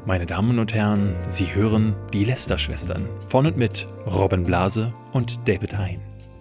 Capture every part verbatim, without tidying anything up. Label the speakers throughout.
Speaker 1: Meine Damen und Herren, Sie hören die Lästerschwestern von und mit Robin Blase und David Hein.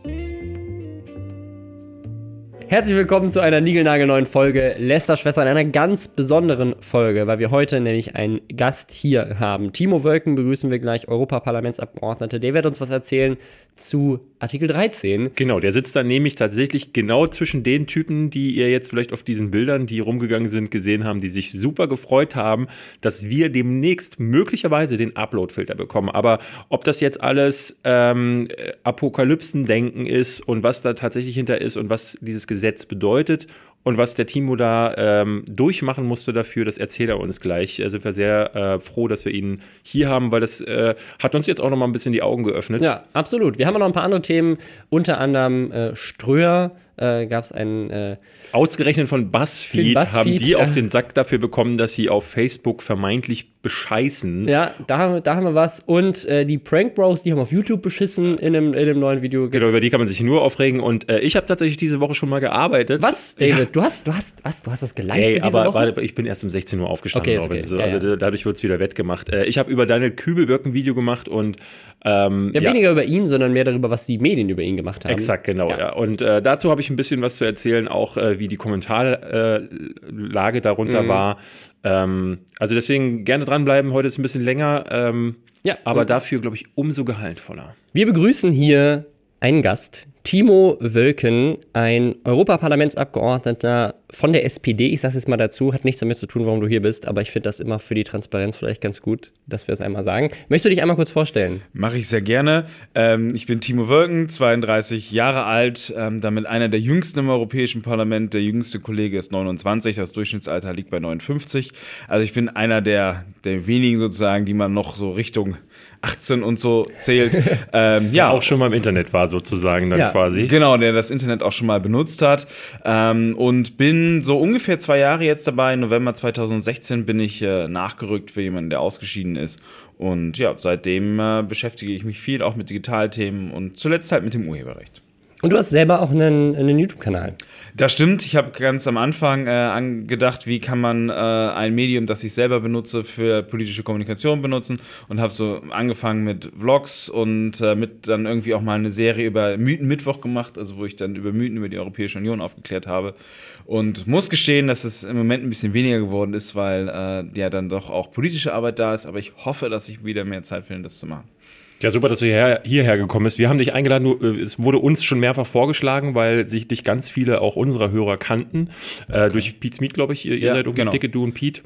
Speaker 2: Herzlich willkommen zu einer niegelnagelneuen Folge Lästerschwestern, einer ganz besonderen Folge, weil wir heute nämlich einen Gast hier haben. Timo Wölken begrüßen wir gleich, Europaparlamentsabgeordnete. Der wird uns was erzählen zu Artikel dreizehn.
Speaker 1: Genau, der sitzt dann nämlich tatsächlich genau zwischen den Typen, die ihr jetzt vielleicht auf diesen Bildern, die rumgegangen sind, gesehen haben, die sich super gefreut haben, dass wir demnächst möglicherweise den Upload-Filter bekommen. Aber ob das jetzt alles ähm, Apokalypsendenken ist und was da tatsächlich hinter ist und was dieses Gesetz bedeutet und was der Timo da ähm, durchmachen musste dafür, das erzählt er uns gleich. Da sind wir sehr äh, froh, dass wir ihn hier haben, weil das äh, hat uns jetzt auch noch mal ein bisschen die Augen geöffnet.
Speaker 2: Ja, absolut. Wir haben noch ein paar andere Themen, unter anderem äh, Ströer. Äh, gab es einen äh,
Speaker 1: Ausgerechnet von BuzzFeed,
Speaker 2: BuzzFeed
Speaker 1: haben die
Speaker 2: ja.
Speaker 1: auf den Sack dafür bekommen, dass sie auf Facebook vermeintlich bescheißen.
Speaker 2: Ja, da, da haben wir was. Und äh, die Prank Bros, die haben auf YouTube beschissen in einem, in einem neuen Video. Gibt's
Speaker 1: Genau, über die kann man sich nur aufregen. Und äh, ich habe tatsächlich diese Woche schon mal gearbeitet.
Speaker 2: Was, David?
Speaker 1: Ja.
Speaker 2: Du hast, du hast, was? Du hast das geleistet
Speaker 1: Hey,
Speaker 2: diese
Speaker 1: aber
Speaker 2: Woche?
Speaker 1: warte, ich bin erst um sechzehn Uhr aufgestanden.
Speaker 2: Okay, ist okay.
Speaker 1: So,
Speaker 2: Ja,
Speaker 1: also
Speaker 2: ja.
Speaker 1: dadurch wird es wieder wettgemacht. Äh, ich habe über Daniel Kübelberg ein Video gemacht und ähm,
Speaker 2: ja,
Speaker 1: ja,
Speaker 2: weniger über ihn, sondern mehr darüber, was die Medien über ihn gemacht haben.
Speaker 1: Exakt, genau, ja.
Speaker 2: Ja.
Speaker 1: Und äh, dazu habe ich ein bisschen was zu erzählen, auch äh, wie die Kommentarlage äh, darunter
Speaker 2: Mhm.
Speaker 1: war. Ähm, also deswegen gerne dranbleiben. Heute ist ein bisschen länger, ähm,
Speaker 2: Ja.
Speaker 1: aber dafür, glaube ich, umso gehaltvoller.
Speaker 2: Wir begrüßen hier einen Gast, Timo Wölken, ein Europaparlamentsabgeordneter von der S P D. Ich sage es jetzt mal dazu, hat nichts damit zu tun, warum du hier bist, aber ich finde das immer für die Transparenz vielleicht ganz gut, dass wir es einmal sagen. Möchtest du dich einmal kurz vorstellen?
Speaker 3: Mache ich sehr gerne. Ähm, ich bin Timo Wölken, zweiunddreißig Jahre alt, ähm, damit einer der jüngsten im Europäischen Parlament. Der jüngste Kollege ist neunundzwanzig, das Durchschnittsalter liegt bei neunundfünfzig. Also ich bin einer der, der wenigen sozusagen, die man noch so Richtung achtzehn und so zählt. ähm, ja,
Speaker 1: Auch schon mal im Internet war sozusagen dann
Speaker 2: Ja.
Speaker 1: quasi.
Speaker 3: Genau, der das Internet auch schon mal benutzt hat. Ähm, und bin so ungefähr zwei Jahre jetzt dabei. Im November zweitausendsechzehn bin ich äh, nachgerückt für jemanden, der ausgeschieden ist. Und ja, seitdem äh, beschäftige ich mich viel auch mit Digitalthemen und zuletzt halt mit dem Urheberrecht.
Speaker 2: Und du hast selber auch einen, einen YouTube-Kanal.
Speaker 3: Das stimmt. Ich habe ganz am Anfang äh, angedacht, wie kann man äh, ein Medium, das ich selber benutze, für politische Kommunikation benutzen und habe so angefangen mit Vlogs und äh, mit dann irgendwie auch mal eine Serie über Mythen-Mittwoch gemacht, also wo ich dann über Mythen über die Europäische Union aufgeklärt habe und muss gestehen, dass es im Moment ein bisschen weniger geworden ist, weil äh, ja dann doch auch politische Arbeit da ist, aber ich hoffe, dass ich wieder mehr Zeit finde, das zu machen.
Speaker 1: Ja, super, dass du hierher, hierher gekommen bist. Wir haben dich eingeladen, du, es wurde uns schon mehrfach vorgeschlagen, weil sich dich ganz viele auch unserer Hörer kannten. Äh, durch Pete's Meet, glaube ich, ihr, ihr
Speaker 3: Ja,
Speaker 1: seid irgendwie
Speaker 3: genau.
Speaker 1: dicke, du und Pete.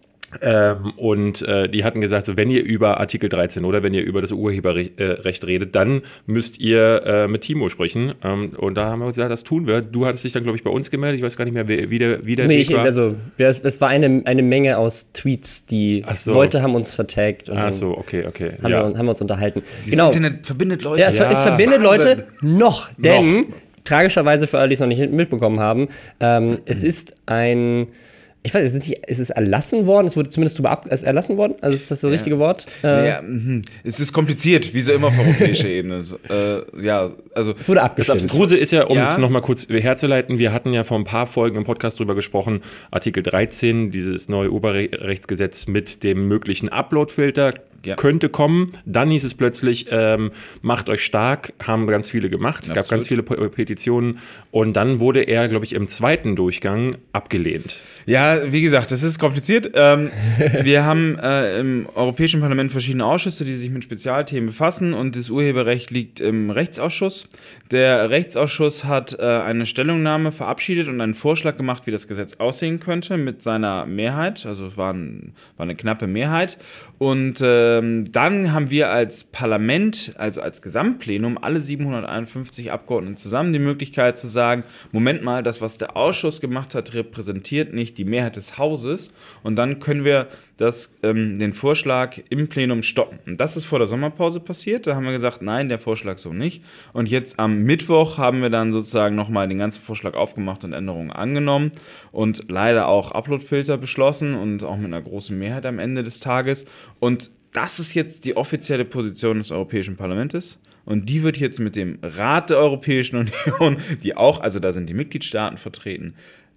Speaker 1: Ähm, und äh, die hatten gesagt, so, wenn ihr über Artikel dreizehn oder wenn ihr über das Urheberrecht äh, redet, dann müsst ihr äh, mit Timo sprechen. Ähm, und da haben wir gesagt, das tun wir. Du hattest dich dann, glaube ich, bei uns gemeldet. Ich weiß gar nicht mehr, wie, wie der, wie der
Speaker 2: Nee,
Speaker 1: Weg
Speaker 2: ich,
Speaker 1: war.
Speaker 2: also, es, es war eine, eine Menge aus Tweets, die
Speaker 1: Ach so.
Speaker 2: Leute haben uns vertagt und
Speaker 1: Ach so, okay, okay.
Speaker 2: haben,
Speaker 1: Ja.
Speaker 2: wir, haben wir uns unterhalten.
Speaker 3: Das
Speaker 2: Genau.
Speaker 3: Internet verbindet Leute.
Speaker 2: Ja, es,
Speaker 1: Ja,
Speaker 2: es verbindet
Speaker 3: Wahnsinn.
Speaker 2: Leute noch, denn tragischerweise für alle, die es noch nicht mitbekommen haben, ähm, es ist ein, ich weiß, es ist, nicht, es ist erlassen worden, es wurde zumindest drüber ab, es ist erlassen worden, also ist das das richtige Wort? Äh,
Speaker 3: Naja, mhm. es ist kompliziert, wie so immer auf europäischer Ebene. So, äh, ja, also
Speaker 2: Es wurde
Speaker 1: Das
Speaker 2: abgestimmt.
Speaker 1: Abstruse ist ja, um
Speaker 3: Ja.
Speaker 1: es nochmal kurz herzuleiten, wir hatten ja vor ein paar Folgen im Podcast drüber gesprochen, Artikel dreizehn, dieses neue Urheberrechtsgesetz mit dem möglichen Upload-Filter
Speaker 3: Ja.
Speaker 1: könnte kommen. Dann hieß es plötzlich, ähm, macht euch stark, haben ganz viele gemacht. Es gab
Speaker 3: Absolut.
Speaker 1: ganz viele Pe- Petitionen und dann wurde er, glaube ich, im zweiten Durchgang abgelehnt.
Speaker 3: Ja, wie gesagt, das ist kompliziert. Ähm, wir haben äh, im Europäischen Parlament verschiedene Ausschüsse, die sich mit Spezialthemen befassen und das Urheberrecht liegt im Rechtsausschuss. Der Rechtsausschuss hat äh, eine Stellungnahme verabschiedet und einen Vorschlag gemacht, wie das Gesetz aussehen könnte mit seiner Mehrheit. Also es war, ein, war eine knappe Mehrheit. Und ähm, dann haben wir als Parlament, also als Gesamtplenum, alle siebenhunderteinundfünfzig Abgeordneten zusammen die Möglichkeit zu sagen, Moment mal, das, was der Ausschuss gemacht hat, repräsentiert nicht die Mehrheit des Hauses. Und dann können wir das, ähm, den Vorschlag im Plenum stoppen. Und das ist vor der Sommerpause passiert. Da haben wir gesagt, nein, der Vorschlag so nicht. Und jetzt am Mittwoch haben wir dann sozusagen nochmal den ganzen Vorschlag aufgemacht und Änderungen angenommen und leider auch Uploadfilter beschlossen und auch mit einer großen Mehrheit am Ende des Tages. Und das ist jetzt die offizielle Position des Europäischen Parlaments. Und die wird jetzt mit dem Rat der Europäischen Union, die auch, also da sind die Mitgliedstaaten vertreten,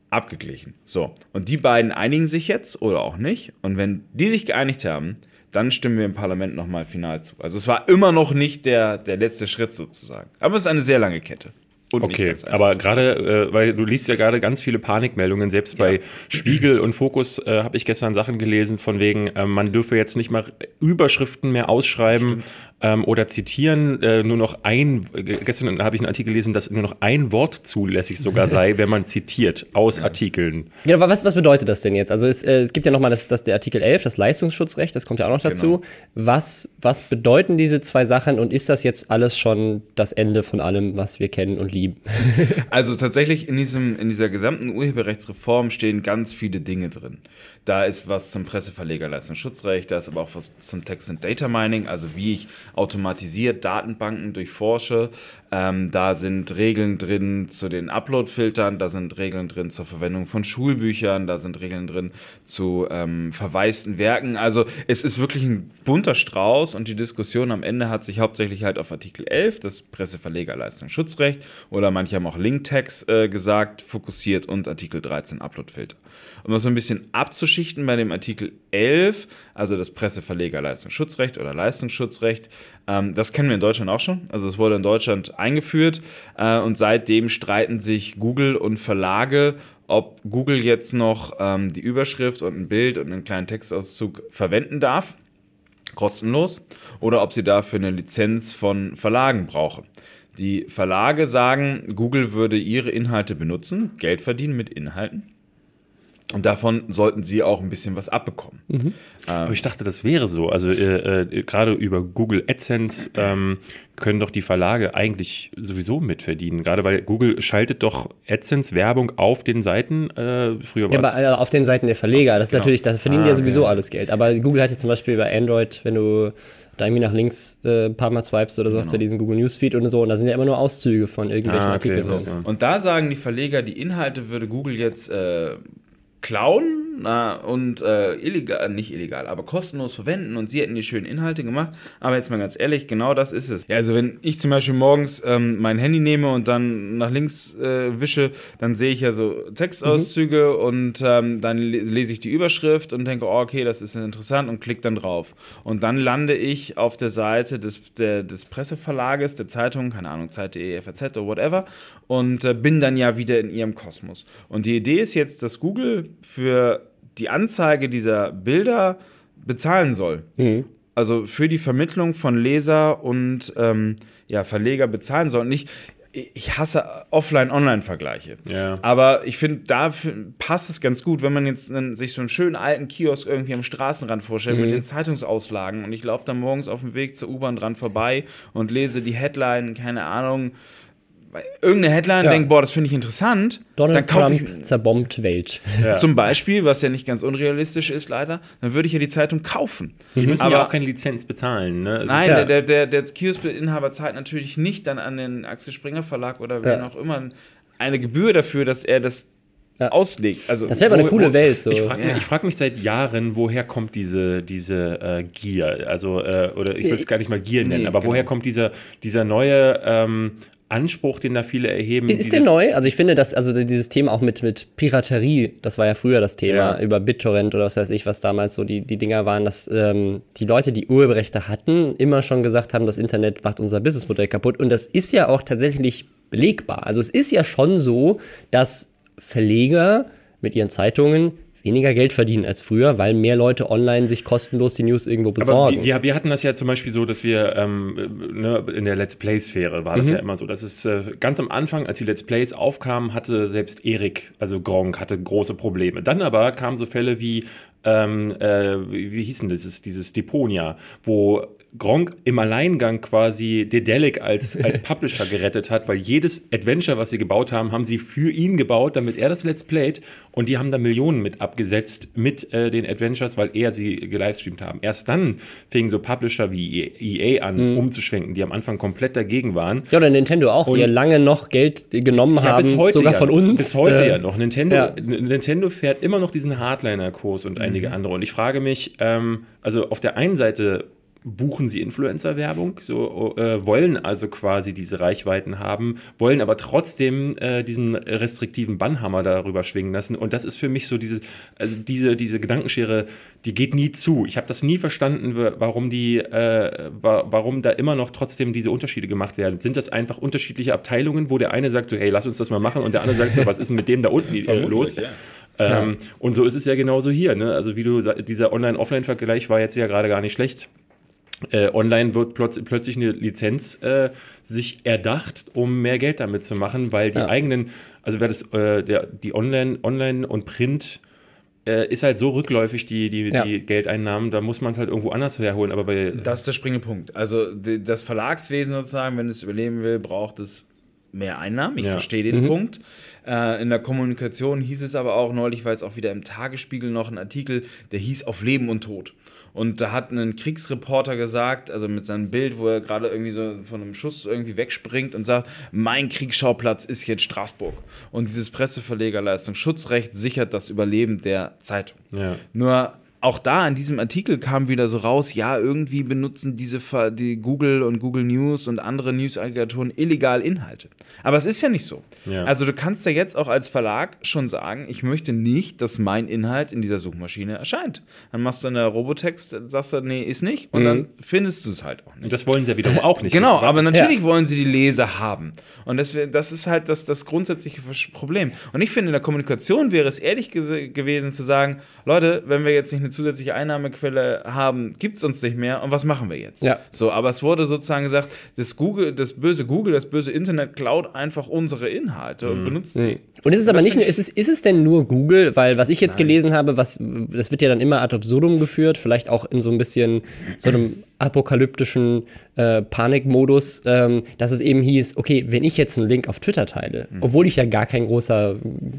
Speaker 3: abgeglichen. So, und die beiden einigen sich jetzt oder auch nicht. Und wenn die sich geeinigt haben, dann stimmen wir im Parlament nochmal final zu. Also es war immer noch nicht der, der letzte Schritt sozusagen. Aber es ist eine sehr lange Kette. Und
Speaker 1: okay, aber gerade, äh, weil du liest ja gerade ganz viele Panikmeldungen, selbst bei ja. Spiegel und Fokus äh, habe ich gestern Sachen gelesen von wegen, äh, man dürfe jetzt nicht mal Überschriften mehr ausschreiben ähm, oder zitieren, äh, nur noch ein, äh, gestern habe ich einen Artikel gelesen, dass nur noch ein Wort zulässig sogar sei, wenn man zitiert aus ja. Artikeln.
Speaker 2: Ja, aber was, was bedeutet das denn jetzt? Also es, äh, es gibt ja nochmal das, das der Artikel elf, das Leistungsschutzrecht, das kommt ja auch noch dazu. Genau. Was, was bedeuten diese zwei Sachen und ist das jetzt alles schon das Ende von allem, was wir kennen und lieben?
Speaker 3: Also tatsächlich in, diesem, in dieser gesamten Urheberrechtsreform stehen ganz viele Dinge drin. Da ist was zum Presseverlegerleistungsschutzrecht, da ist aber auch was zum Text- und Data-Mining, also wie ich automatisiert Datenbanken durchforsche. Ähm, da sind Regeln drin zu den Upload-Filtern, da sind Regeln drin zur Verwendung von Schulbüchern, da sind Regeln drin zu ähm, verwaisten Werken. Also es ist wirklich ein bunter Strauß und die Diskussion am Ende hat sich hauptsächlich halt auf Artikel elf, das Presseverlegerleistungsschutzrecht, oder manche haben auch Linktext äh, gesagt, fokussiert und Artikel dreizehn Uploadfilter. Um das so ein bisschen abzuschichten bei dem Artikel elf, also das Presseverlegerleistungsschutzrecht oder Leistungsschutzrecht, ähm, das kennen wir in Deutschland auch schon. Also es wurde in Deutschland eingeführt äh, und seitdem streiten sich Google und Verlage, ob Google jetzt noch ähm, die Überschrift und ein Bild und einen kleinen Textauszug verwenden darf, kostenlos, oder ob sie dafür eine Lizenz von Verlagen brauche. Die Verlage sagen, Google würde ihre Inhalte benutzen, Geld verdienen mit Inhalten. Und davon sollten sie auch ein bisschen was abbekommen. Mhm. Ähm,
Speaker 1: Aber ich dachte, das wäre so. Also äh, äh, gerade über Google AdSense ähm, können doch die Verlage eigentlich sowieso mitverdienen. Gerade weil Google schaltet doch AdSense-Werbung auf den Seiten. Äh, früher war
Speaker 2: ja, aber äh, auf den Seiten der Verleger. Das ist genau. natürlich, da verdienen ah, die ja sowieso okay. alles Geld. Aber Google hat ja zum Beispiel bei Android, wenn du da irgendwie nach links äh, ein paar Mal swipest oder so, genau. hast du ja diesen Google Newsfeed und so. Und da sind ja immer nur Auszüge von irgendwelchen
Speaker 1: ah, okay,
Speaker 2: Artikeln.
Speaker 1: So.
Speaker 3: Und da sagen die Verleger, die Inhalte würde Google jetzt äh, klauen na, und äh, illegal, nicht illegal, aber kostenlos verwenden und sie hätten die schönen Inhalte gemacht. Aber jetzt mal ganz ehrlich, genau das ist es. Ja, also wenn ich zum Beispiel morgens ähm, mein Handy nehme und dann nach links äh, wische, dann sehe ich ja so Textauszüge mhm. und ähm, dann lese ich die Überschrift und denke, oh, okay, das ist interessant und klicke dann drauf. Und dann lande ich auf der Seite des, der, des Presseverlages, der Zeitung, keine Ahnung, Zeit punkt de, F A Z oder whatever und äh, bin dann ja wieder in ihrem Kosmos. Und die Idee ist jetzt, dass Google für die Anzeige dieser Bilder bezahlen soll. Mhm. Also für die Vermittlung von Leser und ähm, ja, Verleger bezahlen soll. Und ich, ich hasse Offline-Online-Vergleiche.
Speaker 1: Ja.
Speaker 3: Aber ich finde, da passt es ganz gut, wenn man jetzt einen, sich so einen schönen alten Kiosk irgendwie am Straßenrand vorstellt mhm. mit den Zeitungsauslagen und ich laufe dann morgens auf dem Weg zur U-Bahn dran vorbei und lese die Headline, keine Ahnung, irgendeine Headline, ja. denke, boah, das finde ich interessant.
Speaker 2: Donald dann Trump ich, zerbombt Welt.
Speaker 3: Ja. Zum Beispiel, was ja nicht ganz unrealistisch ist, leider, dann würde ich ja die Zeitung kaufen.
Speaker 1: Die müssen aber ja auch keine Lizenz bezahlen. Ne?
Speaker 3: Nein, ja. der, der, der Kiosk-Inhaber zahlt natürlich nicht dann an den Axel Springer Verlag oder wen ja. auch immer eine Gebühr dafür, dass er das ja. auslegt. Also,
Speaker 2: das wäre aber eine coole
Speaker 1: wo,
Speaker 2: Welt. So.
Speaker 1: Ich frage mich, frag mich seit Jahren, woher kommt diese, diese äh, Gier? Also, äh, oder ich will es gar nicht mal Gier nennen, nee, aber genau. woher kommt dieser, dieser neue ähm, Anspruch, den da viele erheben.
Speaker 2: Ist, ist der neu? Also ich finde, dass also dieses Thema auch mit, mit Piraterie, das war ja früher das Thema, ja. über BitTorrent oder was weiß ich, was damals so die, die Dinger waren, dass ähm, die Leute, die Urheberrechte hatten, immer schon gesagt haben, das Internet macht unser Businessmodell kaputt. Und das ist ja auch tatsächlich belegbar. Also es ist ja schon so, dass Verleger mit ihren Zeitungen weniger Geld verdienen als früher, weil mehr Leute online sich kostenlos die News irgendwo besorgen.
Speaker 1: Aber wir, wir hatten das ja zum Beispiel so, dass wir ähm, ne, in der Let's Play-Sphäre war das mhm. ja immer so. Das ist äh, ganz am Anfang, als die Let's Plays aufkamen, hatte selbst Erik, also Gronkh, hatte große Probleme. Dann aber kamen so Fälle wie, ähm, äh, wie, wie hieß denn das, dieses Deponia, wo Gronkh im Alleingang quasi Dedelic als, als Publisher gerettet hat, weil jedes Adventure, was sie gebaut haben, haben sie für ihn gebaut, damit er das Let's Playt und die haben da Millionen mit abgesetzt mit äh, den Adventures, weil er sie gelivestreamt haben. Erst dann fingen so Publisher wie E A an, mhm. umzuschwenken, die am Anfang komplett dagegen waren.
Speaker 2: Ja, oder Nintendo auch, und die ja lange noch Geld genommen ja, haben,
Speaker 1: bis heute
Speaker 2: sogar
Speaker 1: ja,
Speaker 2: von uns.
Speaker 1: Bis heute
Speaker 2: äh,
Speaker 1: ja noch. Nintendo,
Speaker 2: ja.
Speaker 1: Nintendo fährt immer noch diesen Hardliner-Kurs und einige mhm. andere. Und ich frage mich, ähm, also auf der einen Seite buchen sie Influencer-Werbung, so äh, wollen also quasi diese Reichweiten haben, wollen aber trotzdem äh, diesen restriktiven Bannhammer darüber schwingen lassen. Und das ist für mich so diese, also diese, diese Gedankenschere, die geht nie zu. Ich habe das nie verstanden, warum die, äh, warum da immer noch trotzdem diese Unterschiede gemacht werden. Sind das einfach unterschiedliche Abteilungen, wo der eine sagt so, hey, lass uns das mal machen, und der andere sagt so, was ist denn mit dem da unten äh, los? Ja. Ähm, ja. Und so ist es ja genauso hier. Ne? Also wie du dieser Online-Offline-Vergleich war jetzt ja gerade gar nicht schlecht. Äh, online wird plötz- plötzlich eine Lizenz äh, sich erdacht, um mehr Geld damit zu machen, weil die ja. eigenen, also wer das, äh, der, die Online, Online und Print äh, ist halt so rückläufig, die, die, ja. die Geldeinnahmen, da muss man es halt irgendwo anders herholen. Aber bei
Speaker 3: das ist der springende Punkt. Also die, das Verlagswesen sozusagen, wenn es überleben will, braucht es mehr Einnahmen. Ich ja. verstehe den mhm. Punkt. Äh, in der Kommunikation hieß es aber auch neulich, weil es auch wieder im Tagesspiegel noch ein Artikel, der hieß Auf Leben und Tod. Und da hat ein Kriegsreporter gesagt, also mit seinem Bild, wo er gerade irgendwie so von einem Schuss irgendwie wegspringt und sagt, mein Kriegsschauplatz ist jetzt Straßburg. Und dieses Presseverlegerleistungsschutzrecht sichert das Überleben der Zeitung. Ja. Nur auch da in diesem Artikel kam wieder so raus, ja, irgendwie benutzen diese Ver- die Google und Google News und andere News-Aggregatoren illegal Inhalte. Aber es ist ja nicht so. Ja. Also du kannst ja jetzt auch als Verlag schon sagen, ich möchte nicht, dass mein Inhalt in dieser Suchmaschine erscheint. Dann machst du in der Robotext, sagst du, nee, ist nicht, und mhm. dann findest du es halt auch nicht.
Speaker 1: Und das wollen sie ja wiederum auch nicht.
Speaker 3: Genau, aber natürlich ja. wollen sie die Leser haben. Und das, das ist halt das, das grundsätzliche Problem. Und ich finde, in der Kommunikation wäre es ehrlich ge- gewesen zu sagen, Leute, wenn wir jetzt nicht eine zusätzliche Einnahmequelle haben, gibt es uns nicht mehr, und was machen wir jetzt? Ja. So, aber es wurde sozusagen gesagt, das Google, das böse Google, das böse Internet klaut einfach unsere Inhalte mhm. und benutzt sie.
Speaker 2: Und ist es aber nicht nur, ist es, ist es denn nur Google? Weil was ich jetzt Nein. gelesen habe, was, das wird ja dann immer ad absurdum geführt, vielleicht auch in so ein bisschen so einem apokalyptischen äh, Panikmodus, ähm, dass es eben hieß, okay, wenn ich jetzt einen Link auf Twitter teile, mhm. obwohl ich ja gar kein großer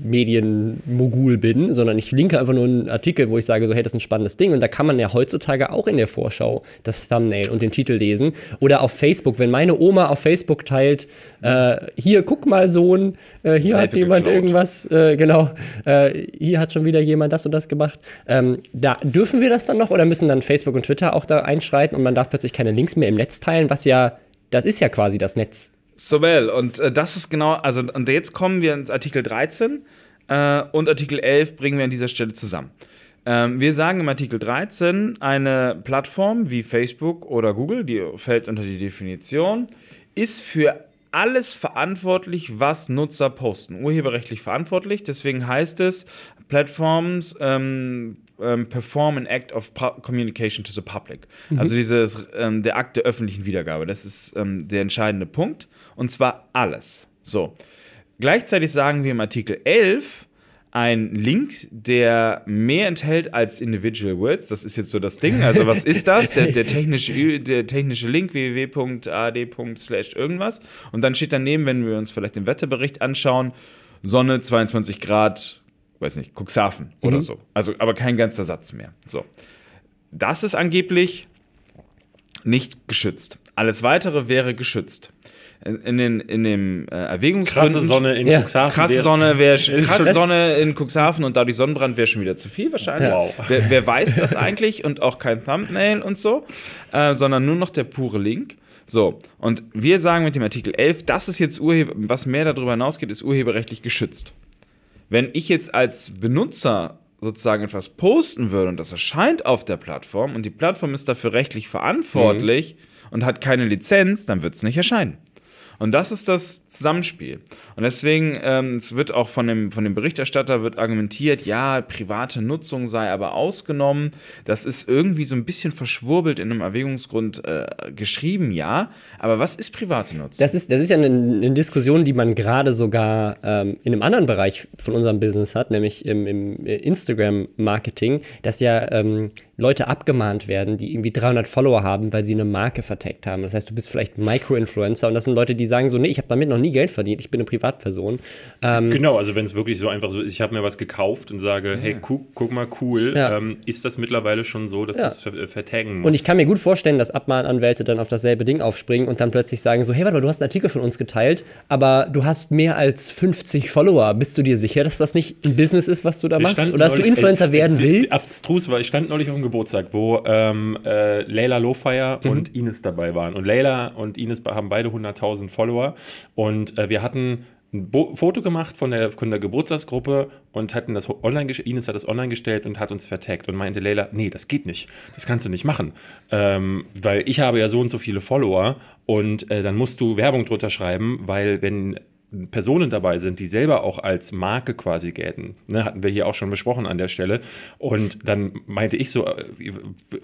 Speaker 2: Medienmogul bin, sondern ich linke einfach nur einen Artikel, wo ich sage, so, hey, das ist ein spannendes Ding, und da kann man ja heutzutage auch in der Vorschau das Thumbnail und den Titel lesen. Oder auf Facebook, wenn meine Oma auf Facebook teilt, äh, hier, guck mal, Sohn, äh, hier Selbe hat jemand geklaut. irgendwas, äh, genau, äh, hier hat schon wieder jemand das und das gemacht. Ähm, da dürfen wir das dann noch, oder müssen dann Facebook und Twitter auch da einschreiten und man darf plötzlich keine Links mehr im Netz teilen, was ja, das ist ja quasi das Netz.
Speaker 3: So well, und äh, das ist genau, also und jetzt kommen wir ins Artikel dreizehn äh, und Artikel elf bringen wir an dieser Stelle zusammen. Ähm, wir sagen im Artikel dreizehn, eine Plattform wie Facebook oder Google, die fällt unter die Definition, ist für alles verantwortlich, was Nutzer posten. Urheberrechtlich verantwortlich, deswegen heißt es, Platforms ähm, ähm, perform an act of pu- communication to the public. Mhm. Also dieses, ähm, der Akt der öffentlichen Wiedergabe, das ist ähm, der entscheidende Punkt, und zwar alles. So. Gleichzeitig sagen wir im Artikel elf, ein Link, der mehr enthält als Individual Words. Das ist jetzt so das Ding. Also was ist das? Der, der, technische, der technische Link w w w punkt a d punkt slash irgendwas. Und dann steht daneben, wenn wir uns vielleicht den Wetterbericht anschauen, Sonne, zweiundzwanzig Grad, weiß nicht, Cuxhaven mhm. oder so. Also, aber kein ganzer Satz mehr. So. Das ist angeblich nicht geschützt. Alles Weitere wäre geschützt. In, den, in dem äh, Erwägungsgründen.
Speaker 1: Krasse Sonne in ja. Cuxhaven.
Speaker 3: Krasse wär, Sonne, wär, krasse Sonne in Cuxhaven und dadurch Sonnenbrand wäre schon wieder zu viel wahrscheinlich. Wow. Wer, wer weiß das eigentlich? Und auch kein Thumbnail und so, äh, sondern nur noch der pure Link. So, und wir sagen mit dem Artikel elf, das ist jetzt Urheber, was mehr darüber hinausgeht, ist urheberrechtlich geschützt. Wenn ich jetzt als Benutzer sozusagen etwas posten würde und das erscheint auf der Plattform und die Plattform ist dafür rechtlich verantwortlich mhm. und hat keine Lizenz, dann wird es nicht erscheinen. Und das ist das Zusammenspiel. Und deswegen, ähm, es wird auch von dem, von dem Berichterstatter wird argumentiert, ja, private Nutzung sei aber ausgenommen. Das ist irgendwie so ein bisschen verschwurbelt in einem Erwägungsgrund äh, geschrieben, ja. Aber was ist private Nutzung?
Speaker 2: Das ist, das ist ja eine, eine Diskussion, die man gerade sogar ähm, in einem anderen Bereich von unserem Business hat, nämlich im, im Instagram-Marketing, dass ja ähm, Leute abgemahnt werden, die irgendwie dreihundert Follower haben, weil sie eine Marke vertaggt haben. Das heißt, du bist vielleicht Micro-Influencer und das sind Leute, die sagen so, nee, ich habe damit noch nie Geld verdient, ich bin eine Privatperson. Ähm,
Speaker 1: genau, also wenn es wirklich so einfach so ist, ich habe mir was gekauft und sage, ja. hey, guck, guck mal, cool, ja. ähm, ist das mittlerweile schon so, dass ja. du es ver- vertaggen musst.
Speaker 2: Und ich kann mir gut vorstellen, dass Abmahnanwälte dann auf dasselbe Ding aufspringen und dann plötzlich sagen so, hey, warte mal, du hast einen Artikel von uns geteilt, aber du hast mehr als fünfzig Follower. Bist du dir sicher, dass das nicht ein Business ist, was du da machst? Oder dass du Influencer ey, werden willst?
Speaker 1: Abstrus war, ich stand neulich auf dem Geburtstag, wo ähm, äh, Layla Lowfire
Speaker 2: Mhm.
Speaker 1: und Ines dabei waren. Und Layla und Ines haben beide hunderttausend Follower. Und äh, wir hatten ein Bo- Foto gemacht von der, von der Geburtstagsgruppe und hatten das online gestellt. Ines hat das online gestellt und hat uns vertaggt und meinte Layla, nee, das geht nicht. Das kannst du nicht machen. Ähm, weil ich habe ja so und so viele Follower und äh, dann musst du Werbung drunter schreiben, weil wenn Personen dabei sind, die selber auch als Marke quasi gelten. Ne, hatten wir hier auch schon besprochen an der Stelle. Und dann meinte ich so, äh, äh,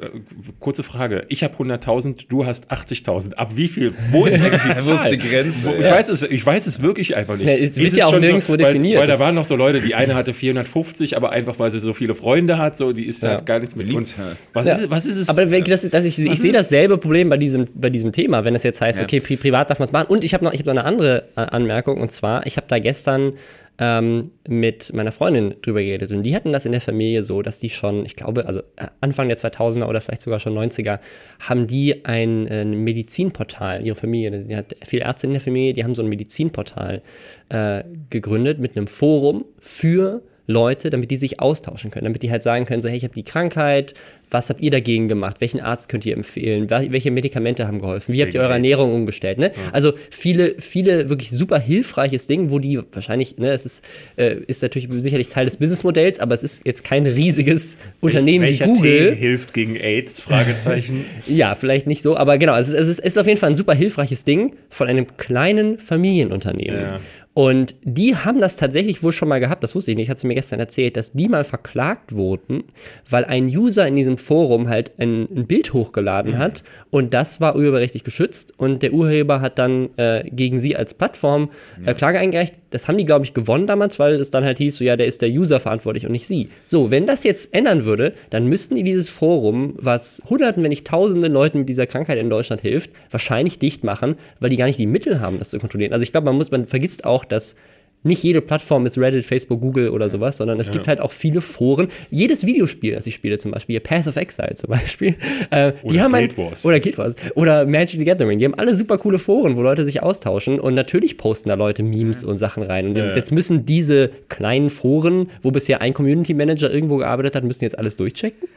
Speaker 1: kurze Frage, ich habe hunderttausend, du hast achtzigtausend. Ab wie viel? Wo ist eigentlich die
Speaker 3: Wo ist
Speaker 1: Zahl?
Speaker 3: die Grenze?
Speaker 1: Wo, ich,
Speaker 3: Ja.
Speaker 1: weiß es, ich weiß es wirklich einfach nicht.
Speaker 2: Ja, es wird
Speaker 1: ist
Speaker 2: ja auch
Speaker 1: schon
Speaker 2: nirgendwo
Speaker 1: weil,
Speaker 2: definiert.
Speaker 1: Weil da
Speaker 2: Das-
Speaker 1: waren noch so Leute, die eine hatte vierhundertfünfzig, aber einfach, weil sie so viele Freunde hat, so, die ist
Speaker 2: Ja.
Speaker 1: halt gar nichts mit.
Speaker 3: Beliebt,
Speaker 1: Und
Speaker 3: ja.
Speaker 1: was,
Speaker 2: Ja.
Speaker 1: ist, es- was ist es?
Speaker 2: Aber wenn, das ist, dass ich, ich
Speaker 1: Was
Speaker 2: sehe
Speaker 1: ist-
Speaker 2: dasselbe Problem bei diesem, bei diesem Thema, wenn es jetzt heißt,
Speaker 3: Ja.
Speaker 2: okay, pri privat darf man es machen. Und ich habe noch, ich hab noch eine andere äh, Anmerkung, und zwar, ich habe da gestern ähm, mit meiner Freundin drüber geredet, und die hatten das in der Familie so, dass die schon, ich glaube, also äh, Anfang der zweitausender oder vielleicht sogar schon neunziger, haben die ein, äh, Medizinportal, ihre Familie, die hat viele Ärzte in der Familie, die haben so ein Medizinportal äh, gegründet mit einem Forum für Leute, damit die sich austauschen können, damit die halt sagen können, so, hey, ich habe die Krankheit, was habt ihr dagegen gemacht? Welchen Arzt könnt ihr empfehlen? Wel- Welche Medikamente haben geholfen? Wie habt ihr eure Ernährung umgestellt? Ne? Also viele, viele wirklich super hilfreiches Ding, wo die wahrscheinlich, ne, es ist, äh, ist natürlich sicherlich Teil des Businessmodells, aber es ist jetzt kein riesiges Unternehmen wie
Speaker 1: Welcher
Speaker 2: Google.
Speaker 1: Tee hilft gegen AIDS? Fragezeichen.
Speaker 2: Ja, vielleicht nicht so, aber genau, es ist, es ist, es ist auf jeden Fall ein super hilfreiches Ding von einem kleinen Familienunternehmen.
Speaker 1: Ja.
Speaker 2: Und die haben das tatsächlich wohl schon mal gehabt, das wusste ich nicht, hat sie mir gestern erzählt, dass die mal verklagt wurden, weil ein User in diesem Forum halt ein, ein Bild hochgeladen
Speaker 1: Mhm.
Speaker 2: hat und das war urheberrechtlich geschützt und der Urheber hat dann äh, gegen sie als Plattform äh, Klage eingereicht. Das haben die, glaube ich, gewonnen damals, weil es dann halt hieß, so ja, der ist der User verantwortlich und nicht sie. So, wenn das jetzt ändern würde, dann müssten die dieses Forum, was hunderten, wenn nicht tausenden Leuten mit dieser Krankheit in Deutschland hilft, wahrscheinlich dicht machen, weil die gar nicht die Mittel haben, das zu kontrollieren. Also ich glaube, man muss, man vergisst auch, dass nicht jede Plattform ist Reddit, Facebook, Google oder sowas, sondern es
Speaker 1: Ja.
Speaker 2: gibt halt auch viele Foren. Jedes Videospiel, das ich spiele zum Beispiel, Path of Exile zum Beispiel, äh, die
Speaker 1: Oder
Speaker 2: haben ein,
Speaker 1: Guild Wars.
Speaker 2: oder Guild Wars oder Magic the Gathering, die haben alle super coole Foren, wo Leute sich austauschen und natürlich posten da Leute Memes und Sachen rein. Und
Speaker 1: Ja.
Speaker 2: jetzt müssen diese kleinen Foren, wo bisher ein Community Manager irgendwo gearbeitet hat, müssen jetzt alles durchchecken?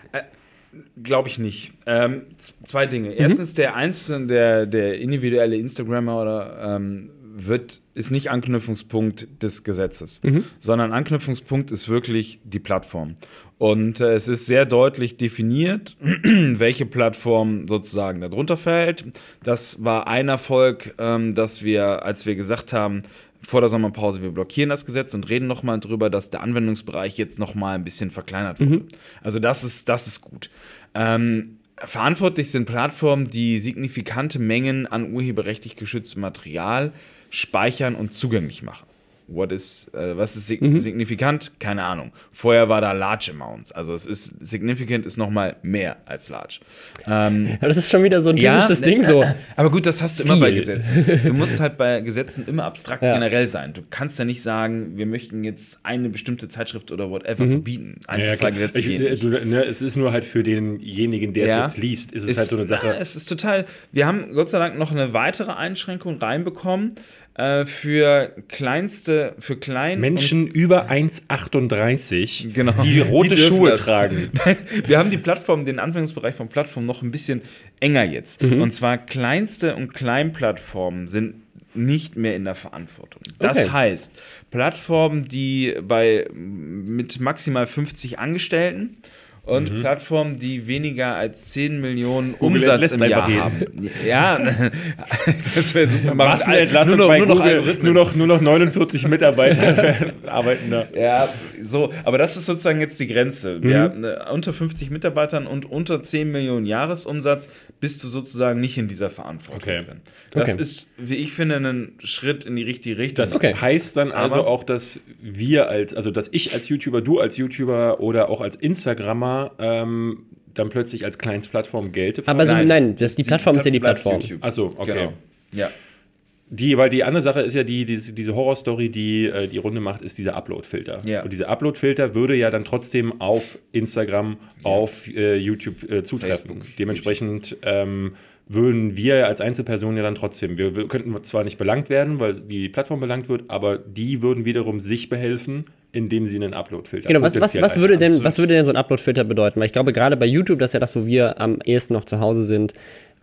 Speaker 3: Glaube ich nicht. Ähm, z- zwei Dinge. Erstens, der einzelne, der, der individuelle Instagrammer oder ähm, wird, ist nicht Anknüpfungspunkt des Gesetzes, sondern Anknüpfungspunkt ist wirklich die Plattform. Und äh, es ist sehr deutlich definiert, welche Plattform sozusagen darunter fällt. Das war ein Erfolg, ähm, dass wir, als wir gesagt haben, vor der Sommerpause, wir blockieren das Gesetz und reden nochmal drüber, dass der Anwendungsbereich jetzt nochmal ein bisschen verkleinert wurde. Also das ist, das ist gut. Ähm, verantwortlich sind Plattformen, die signifikante Mengen an urheberrechtlich geschütztem Material speichern und zugänglich machen. What is, äh, was ist sig
Speaker 2: Mhm.
Speaker 3: signifikant? Keine Ahnung. Vorher war da Large Amounts. Also es ist, significant ist nochmal mehr als Large. Ähm,
Speaker 2: Aber das ist schon wieder so ein typisches
Speaker 3: ne,
Speaker 2: Ding so.
Speaker 3: Aber gut, das hast du immer bei
Speaker 2: Viel.
Speaker 3: Gesetzen. Du musst halt bei Gesetzen immer abstrakt
Speaker 2: Ja.
Speaker 3: generell sein. Du kannst ja nicht sagen, wir möchten jetzt eine bestimmte Zeitschrift oder whatever
Speaker 2: Mhm.
Speaker 3: verbieten. Einfach
Speaker 1: Ja,
Speaker 3: weil
Speaker 1: klar.
Speaker 3: Gesetze
Speaker 1: Ich,
Speaker 3: gehen
Speaker 1: äh,
Speaker 3: nicht.
Speaker 1: du, ne, es ist nur halt für denjenigen, der
Speaker 3: Ja.
Speaker 1: es jetzt liest, ist es halt so eine Sache.
Speaker 3: Ja, es ist total. Wir haben Gott sei Dank noch eine weitere Einschränkung reinbekommen äh, für kleinste, für klein
Speaker 1: Menschen über eins Komma achtunddreißig,
Speaker 3: Genau.
Speaker 1: die rote
Speaker 3: Die dürfen
Speaker 1: Schuhe
Speaker 3: das.
Speaker 1: tragen.
Speaker 3: Wir haben die Plattform, den Anwendungsbereich von Plattformen noch ein bisschen enger jetzt.
Speaker 2: Mhm.
Speaker 3: Und zwar kleinste und Kleinplattformen sind nicht mehr in der Verantwortung. Das
Speaker 2: Okay.
Speaker 3: heißt, Plattformen, die bei mit maximal fünfzig Angestellten und Plattformen, die weniger als zehn Millionen
Speaker 1: Google
Speaker 3: Umsatz
Speaker 1: entlässt
Speaker 3: im
Speaker 1: einfach
Speaker 3: Jahr haben. Ja, das wäre super.
Speaker 1: Massenentlassung
Speaker 3: nur noch,
Speaker 1: bei
Speaker 3: nur noch
Speaker 1: Google,
Speaker 3: Algorithmen.
Speaker 1: nur noch, nur noch neunundvierzig Mitarbeiter arbeiten da.
Speaker 3: Ja, so, aber das ist sozusagen jetzt die Grenze. Der, ne, unter fünfzig Mitarbeitern und unter zehn Millionen Jahresumsatz bist du sozusagen nicht in dieser Verantwortung
Speaker 1: Okay.
Speaker 3: drin. Das
Speaker 2: Okay.
Speaker 3: ist, wie ich finde, ein Schritt in die richtige Richtung.
Speaker 1: Das
Speaker 2: Okay.
Speaker 1: heißt dann also
Speaker 3: Aber-
Speaker 1: auch, dass wir als, also dass ich als YouTuber, du als YouTuber oder auch als Instagrammer ähm, dann plötzlich als Kleinstplattform gelte.
Speaker 2: Aber so, nein, das, die Plattform ist ja die
Speaker 3: bleibt
Speaker 2: Plattform.
Speaker 3: YouTube.
Speaker 1: Achso, okay.
Speaker 3: Genau. Ja.
Speaker 1: Die, weil die andere Sache ist ja die, diese, diese Horrorstory, die äh, die Runde macht, ist dieser Upload-Filter.
Speaker 3: Ja.
Speaker 1: Und dieser Upload-Filter würde ja dann trotzdem auf Instagram, auf äh, YouTube äh, zutreffen.
Speaker 3: Facebook,
Speaker 1: Dementsprechend ähm, würden wir als Einzelpersonen ja dann trotzdem, wir, wir könnten zwar nicht belangt werden, weil die Plattform belangt wird, aber die würden wiederum sich behelfen, indem sie einen Upload-Filter
Speaker 2: Genau, was, was, was, würde denn,
Speaker 3: Absolut.
Speaker 2: was würde denn so ein Upload-Filter bedeuten? Weil ich glaube, gerade bei YouTube, das ist ja das, wo wir am ehesten noch zu Hause sind,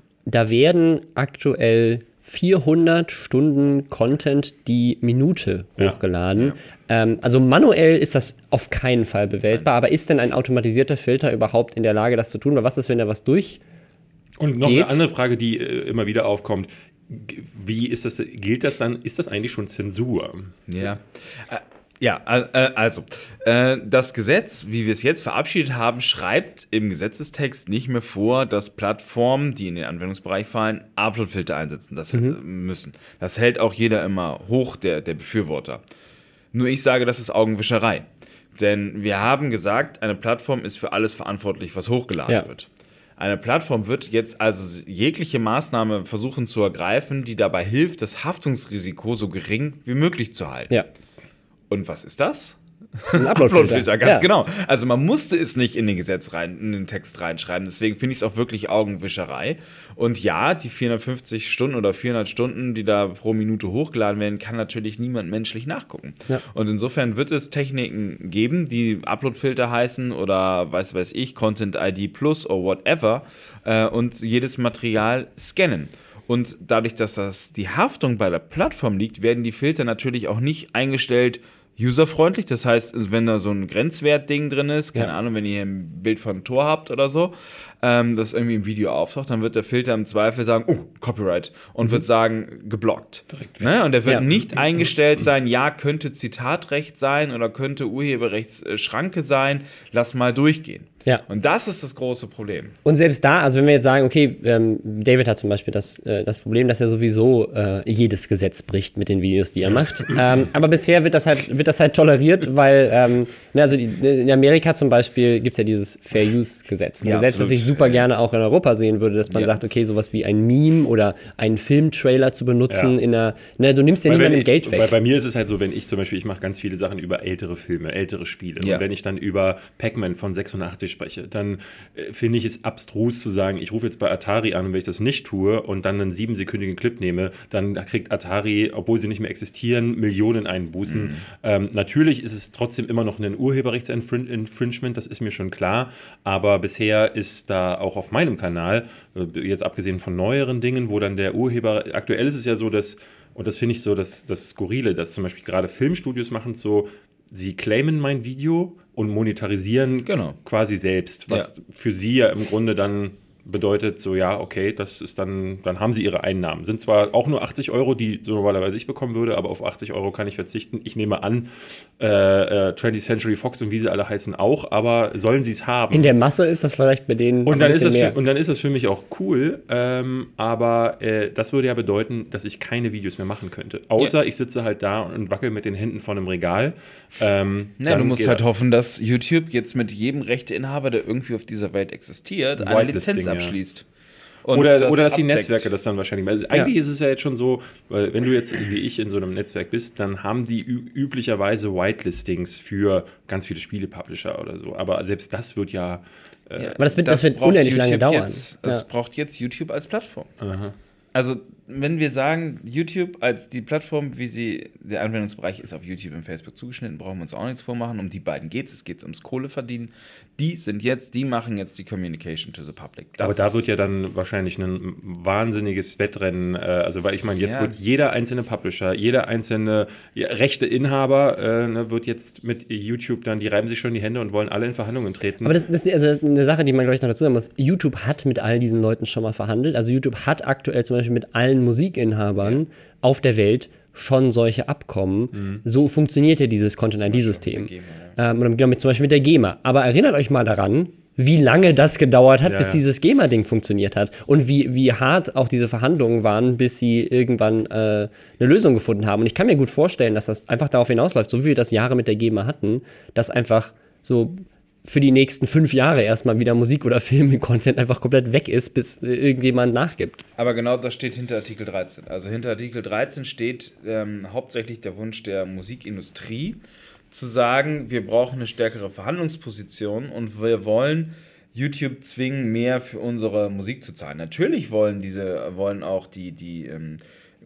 Speaker 2: da werden aktuell vierhundert Stunden Content die Minute
Speaker 1: Ja.
Speaker 2: hochgeladen. Ja. Ähm, also manuell ist das auf keinen Fall bewältbar, aber ist denn ein automatisierter Filter überhaupt in der Lage, das zu tun? Oder was ist, wenn da was durch?
Speaker 1: Und noch
Speaker 2: Geht.
Speaker 1: eine andere Frage, die äh, immer wieder aufkommt. G- Wie ist das, gilt das dann, ist das eigentlich schon Zensur?
Speaker 3: Ja. Äh, Ja, äh, also, äh, das Gesetz, wie wir es jetzt verabschiedet haben, schreibt im Gesetzestext nicht mehr vor, dass Plattformen, die in den Anwendungsbereich fallen, Upload-Filter einsetzen das, mhm. äh, müssen. Das hält auch jeder immer hoch, der, der Befürworter. Nur ich sage, das ist Augenwischerei. Denn wir haben gesagt, eine Plattform ist für alles verantwortlich, was hochgeladen
Speaker 2: Ja.
Speaker 3: wird. Eine Plattform wird jetzt also jegliche Maßnahme versuchen zu ergreifen, die dabei hilft, das Haftungsrisiko so gering wie möglich zu halten.
Speaker 2: Ja.
Speaker 3: Und was ist das?
Speaker 2: Ein Upload-Filter,
Speaker 3: ganz
Speaker 2: ja.
Speaker 3: genau. Also man musste es nicht in den Gesetz rein, in den Text reinschreiben. Deswegen finde ich es auch wirklich Augenwischerei. Und ja, die vierhundertfünfzig Stunden oder vierhundert Stunden, die da pro Minute hochgeladen werden, kann natürlich niemand menschlich nachgucken.
Speaker 2: Ja.
Speaker 3: Und insofern wird es Techniken geben, die Upload-Filter heißen oder weiß weiß ich, Content I D Plus oder whatever äh, und jedes Material scannen. Und dadurch, dass das die Haftung bei der Plattform liegt, werden die Filter natürlich auch nicht eingestellt userfreundlich. Das heißt, wenn da so ein Grenzwertding drin ist, keine
Speaker 2: Ja.
Speaker 3: Ahnung, wenn ihr ein Bild von Tor habt oder so, ähm, das irgendwie im Video auftaucht, dann wird der Filter im Zweifel sagen, oh, Copyright, und mhm. wird sagen, geblockt. Ne? Und der wird
Speaker 2: Ja.
Speaker 3: nicht eingestellt sein, ja, könnte Zitatrecht sein oder könnte Urheberrechtsschranke sein, lass mal durchgehen.
Speaker 2: Ja.
Speaker 3: Und das ist das große Problem.
Speaker 2: Und selbst da, also wenn wir jetzt sagen, okay, ähm, David hat zum Beispiel das, äh, das Problem, dass er sowieso äh, jedes Gesetz bricht mit den Videos, die er macht. ähm, aber bisher wird das halt, wird das halt toleriert, weil, ähm, ne, also die, in Amerika zum Beispiel gibt es ja dieses Fair-Use-Gesetz. Ein
Speaker 3: Ja,
Speaker 2: Gesetz, das
Speaker 3: absolut.
Speaker 2: ich super gerne auch in Europa sehen würde, dass man
Speaker 3: Ja.
Speaker 2: sagt, okay, sowas wie ein Meme oder einen Filmtrailer zu benutzen
Speaker 1: Ja.
Speaker 2: in einer, ne, du nimmst ja
Speaker 1: Weil
Speaker 2: niemandem
Speaker 1: wenn-
Speaker 2: Geld weg.
Speaker 1: Weil bei mir ist es halt so, wenn ich zum Beispiel, ich mache ganz viele Sachen über ältere Filme, ältere Spiele.
Speaker 3: Ja.
Speaker 1: Und wenn ich dann über Pac-Man von sechsundachtzig spreche, dann äh, finde ich es abstrus zu sagen, ich rufe jetzt bei Atari an und wenn ich das nicht tue und dann einen siebensekündigen Clip nehme, dann kriegt Atari, obwohl sie nicht mehr existieren, Millionen Einbußen. Mhm. Ähm, natürlich ist es trotzdem immer noch ein Urheberrechtsinfringement, das ist mir schon klar, aber bisher ist da auch auf meinem Kanal, äh, jetzt abgesehen von neueren Dingen, wo dann der Urheber, aktuell ist es ja so, dass, und das finde ich so das, das Skurrile, dass zum Beispiel gerade Filmstudios machen es so, sie claimen mein Video und monetarisieren
Speaker 3: Genau.
Speaker 1: quasi selbst, was
Speaker 3: Ja.
Speaker 1: für sie ja im Grunde dann bedeutet, so ja, okay, das ist dann, dann haben sie ihre Einnahmen. Sind zwar auch nur achtzig Euro, die so normalerweise ich bekommen würde, aber auf achtzig Euro kann ich verzichten. Ich nehme an, äh, äh, twentieth Century Fox und wie sie alle heißen auch, aber sollen sie es haben?
Speaker 2: In der Masse ist das vielleicht bei denen
Speaker 1: Und
Speaker 2: ein
Speaker 1: dann, ist
Speaker 2: bisschen
Speaker 1: das
Speaker 2: mehr.
Speaker 1: für, und dann ist das für mich auch cool, ähm, aber äh, das würde ja bedeuten, dass ich keine Videos mehr machen könnte. Außer ich sitze halt da und wackel mit den Händen vor einem Regal. Ähm,
Speaker 3: Ja,
Speaker 1: dann
Speaker 3: du musst
Speaker 1: geht
Speaker 3: halt
Speaker 1: das.
Speaker 3: hoffen, dass YouTube jetzt mit jedem Rechteinhaber, der irgendwie auf dieser Welt existiert, eine
Speaker 1: Whitelisting,
Speaker 3: Lizenz
Speaker 1: ja.
Speaker 3: abschließt. Und
Speaker 1: Oder,
Speaker 3: das
Speaker 1: oder dass die
Speaker 3: abdeckt.
Speaker 1: Netzwerke das dann wahrscheinlich. Also eigentlich ist es ja jetzt schon so, weil wenn du jetzt wie ich in so einem Netzwerk bist, dann haben die ü- üblicherweise Whitelistings für ganz viele Spiele-Publisher oder so. Aber selbst das wird ja. Äh,
Speaker 3: Ja,
Speaker 2: Aber das wird- das wird
Speaker 3: braucht
Speaker 2: unendlich lange dauern.
Speaker 3: Jetzt, das
Speaker 2: Ja.
Speaker 3: braucht jetzt YouTube als Plattform.
Speaker 1: aha.
Speaker 3: Also, wenn wir sagen, YouTube als die Plattform, wie sie, der Anwendungsbereich ist auf YouTube und Facebook zugeschnitten, brauchen wir uns auch nichts vormachen. Um die beiden geht es. Es geht ums Kohleverdienen. Die sind jetzt, die machen jetzt die Communication to the public. Das
Speaker 1: Aber da
Speaker 3: ist-
Speaker 1: wird ja dann wahrscheinlich ein wahnsinniges Wettrennen. Äh, also, weil ich meine, jetzt
Speaker 3: Ja.
Speaker 1: wird jeder einzelne Publisher, jeder einzelne ja, Rechteinhaber äh, ne, wird jetzt mit YouTube dann, die reiben sich schon die Hände und wollen alle in Verhandlungen treten.
Speaker 2: Aber das, das ist also eine Sache, die man, glaube ich, noch dazu sagen muss. YouTube hat mit all diesen Leuten schon mal verhandelt. Also YouTube hat aktuell zum Beispiel mit allen Musikinhabern ja. auf der Welt schon solche Abkommen. Mhm. So funktioniert ja dieses Content-I D-System. Ja. Ähm, oder mit, zum Beispiel mit der GEMA. Aber erinnert euch mal daran, wie lange das gedauert hat, ja, bis ja. dieses GEMA-Ding funktioniert hat. Und wie, wie hart auch diese Verhandlungen waren, bis sie irgendwann äh, eine Lösung gefunden haben. Und ich kann mir gut vorstellen, dass das einfach darauf hinausläuft, so wie wir das Jahre mit der GEMA hatten, dass einfach so für die nächsten fünf Jahre erstmal wieder Musik- oder Film-Content einfach komplett weg ist, bis äh, irgendjemand nachgibt.
Speaker 3: Aber genau das steht hinter Artikel dreizehn. Also hinter Artikel dreizehn steht ähm, hauptsächlich der Wunsch der Musikindustrie, zu sagen, wir brauchen eine stärkere Verhandlungsposition und wir wollen YouTube zwingen, mehr für unsere Musik zu zahlen. Natürlich wollen diese, wollen auch die, die ähm,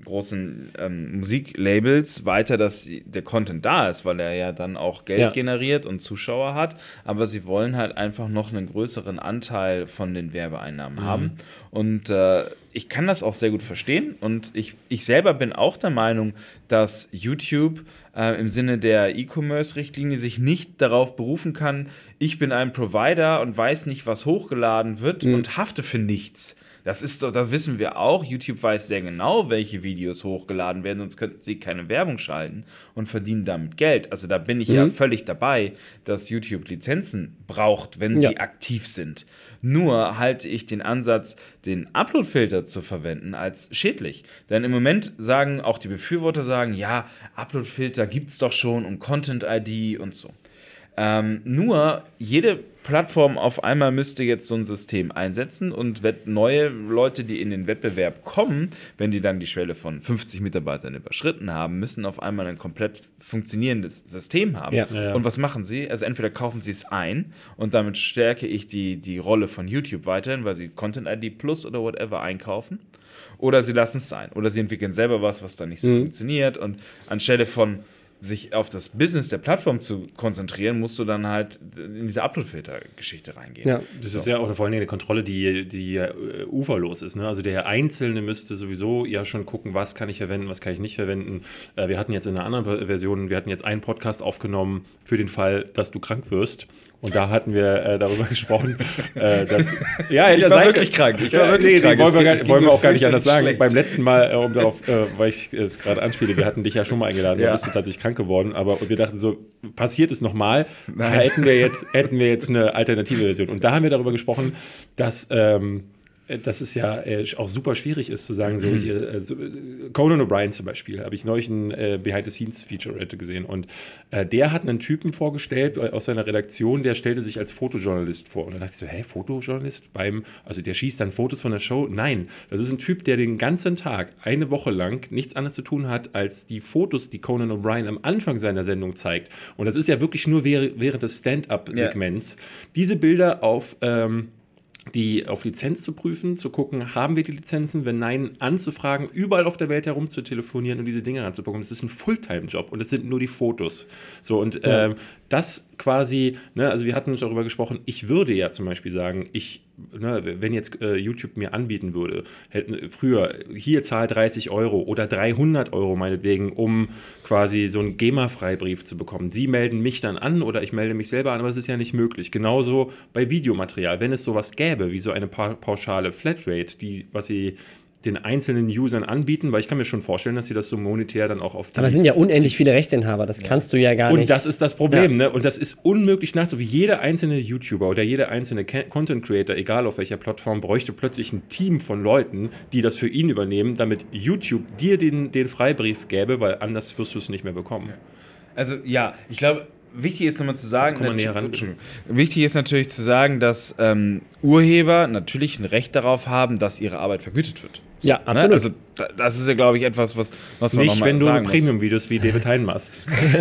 Speaker 3: großen ähm, Musiklabels weiter, dass der Content da ist, weil er ja dann auch Geld
Speaker 2: Ja.
Speaker 3: generiert und Zuschauer hat, aber sie wollen halt einfach noch einen größeren Anteil von den Werbeeinnahmen
Speaker 1: Mhm.
Speaker 3: haben und äh, ich kann das auch sehr gut verstehen und ich, ich selber bin auch der Meinung, dass YouTube äh, im Sinne der E-Commerce-Richtlinie sich nicht darauf berufen kann, ich bin ein Provider und weiß nicht, was hochgeladen wird
Speaker 2: Mhm.
Speaker 3: und hafte für nichts. Das ist doch, das wissen wir auch. YouTube weiß sehr genau, welche Videos hochgeladen werden, sonst könnten sie keine Werbung schalten und verdienen damit Geld. Also da bin ich
Speaker 2: Mhm.
Speaker 3: ja völlig dabei, dass YouTube Lizenzen braucht, wenn
Speaker 2: Ja.
Speaker 3: sie aktiv sind. Nur halte ich den Ansatz, den Upload-Filter zu verwenden, als schädlich. Denn im Moment sagen auch die Befürworter, sagen, ja, Upload-Filter gibt's doch schon und Content-I D und so. Ähm, nur jede Plattform auf einmal müsste jetzt so ein System einsetzen und wett- neue Leute, die in den Wettbewerb kommen, wenn die dann die Schwelle von fünfzig Mitarbeitern überschritten haben, müssen auf einmal ein komplett funktionierendes System haben.
Speaker 2: Ja.
Speaker 1: Ja, ja.
Speaker 3: Und was machen sie? Also entweder kaufen sie es ein und damit stärke ich die, die Rolle von YouTube weiterhin, weil sie Content-I D Plus oder whatever einkaufen. Oder sie lassen es sein. Oder sie entwickeln selber was, was dann nicht so
Speaker 2: Mhm.
Speaker 3: funktioniert. Und anstelle von sich auf das Business der Plattform zu konzentrieren, musst du dann halt in diese Upload-Filter-Geschichte reingehen.
Speaker 2: Ja.
Speaker 1: Das ist ja auch vor allen Dingen eine Kontrolle, die, die ja, äh, uferlos ist. Ne? Also der Einzelne müsste sowieso ja schon gucken, was kann ich verwenden, was kann ich nicht verwenden. Äh, wir hatten jetzt in einer anderen Version, wir hatten jetzt einen Podcast aufgenommen für den Fall, dass du krank wirst. Und da hatten wir äh, darüber gesprochen, äh, dass... Ja,
Speaker 3: Ich war wirklich krank. Ich war
Speaker 1: ja,
Speaker 3: wirklich
Speaker 1: nee,
Speaker 3: krank.
Speaker 1: Wollen
Speaker 3: Es
Speaker 1: wir,
Speaker 3: ging-
Speaker 1: gar,
Speaker 3: es ging
Speaker 1: wollen wir
Speaker 3: mir
Speaker 1: auch gar nicht anders
Speaker 3: fürchterlich
Speaker 1: sagen.
Speaker 3: schlecht.
Speaker 1: Beim letzten Mal, äh, um darauf, äh, weil ich es gerade anspiele, wir hatten dich ja schon mal eingeladen,
Speaker 3: Ja.
Speaker 1: da bist du tatsächlich krank geworden. Aber und wir dachten so, passiert es nochmal, hätten wir jetzt hätten wir jetzt eine alternative Version. Und da haben wir darüber gesprochen, dass... Ähm, dass es ja äh, auch super schwierig ist zu sagen, so, hier, äh, so äh, Conan O'Brien zum Beispiel, habe ich neulich ein äh, Behind-the-Scenes-Featurette gesehen und äh, der hat einen Typen vorgestellt äh, aus seiner Redaktion, der stellte sich als Fotojournalist vor und dann dachte ich so, hä, Fotojournalist beim, also der schießt dann Fotos von der Show? Nein, das ist ein Typ, der den ganzen Tag, eine Woche lang nichts anderes zu tun hat, als die Fotos, die Conan O'Brien am Anfang seiner Sendung zeigt und das ist ja wirklich nur während, während des Stand-up-Segments, diese Bilder auf ähm, die auf Lizenz zu prüfen, zu gucken, haben wir die Lizenzen, wenn nein, anzufragen, überall auf der Welt herum zu telefonieren und diese Dinge ranzubekommen. Das ist ein Fulltime-Job und es sind nur die Fotos. So, und
Speaker 2: Ja.
Speaker 1: ähm, das quasi, ne, also wir hatten uns darüber gesprochen, ich würde ja zum Beispiel sagen, ich, ne, wenn jetzt äh, YouTube mir anbieten würde, hätten früher, hier zahl dreißig Euro oder dreihundert Euro meinetwegen, um quasi so einen GEMA-Freibrief zu bekommen. Sie melden mich dann an oder ich melde mich selber an, aber es ist ja nicht möglich. Genauso bei Videomaterial, wenn es sowas gäbe, wie so eine pa- pauschale Flatrate, die, was sie den einzelnen Usern anbieten, weil ich kann mir schon vorstellen, dass sie das so monetär dann auch auf die...
Speaker 2: Aber es sind ja unendlich viele Rechteinhaber, das kannst du ja gar nicht.
Speaker 1: Und das ist das Problem,
Speaker 2: Ja.
Speaker 1: ne? Und das ist unmöglich nachzuvollziehen. Jeder einzelne YouTuber oder jeder einzelne Ca- Content Creator, egal auf welcher Plattform, bräuchte plötzlich ein Team von Leuten, die das für ihn übernehmen, damit YouTube dir den, den Freibrief gäbe, weil anders wirst du es nicht mehr bekommen.
Speaker 3: Also ja, ich glaube, wichtig ist nochmal zu sagen,
Speaker 1: Komm mal näher
Speaker 3: natu-
Speaker 1: ran.
Speaker 3: Entschuldigung. Wichtig ist natürlich zu sagen, dass ähm, Urheber natürlich ein Recht darauf haben, dass ihre Arbeit vergütet wird. So,
Speaker 2: Ja,
Speaker 3: ne?
Speaker 2: absolut.
Speaker 3: Also da, das ist ja, glaube ich, etwas, was, was man noch
Speaker 1: Nicht,
Speaker 3: mal
Speaker 1: wenn du
Speaker 3: sagen muss.
Speaker 1: Premium-Videos wie David Hein machst.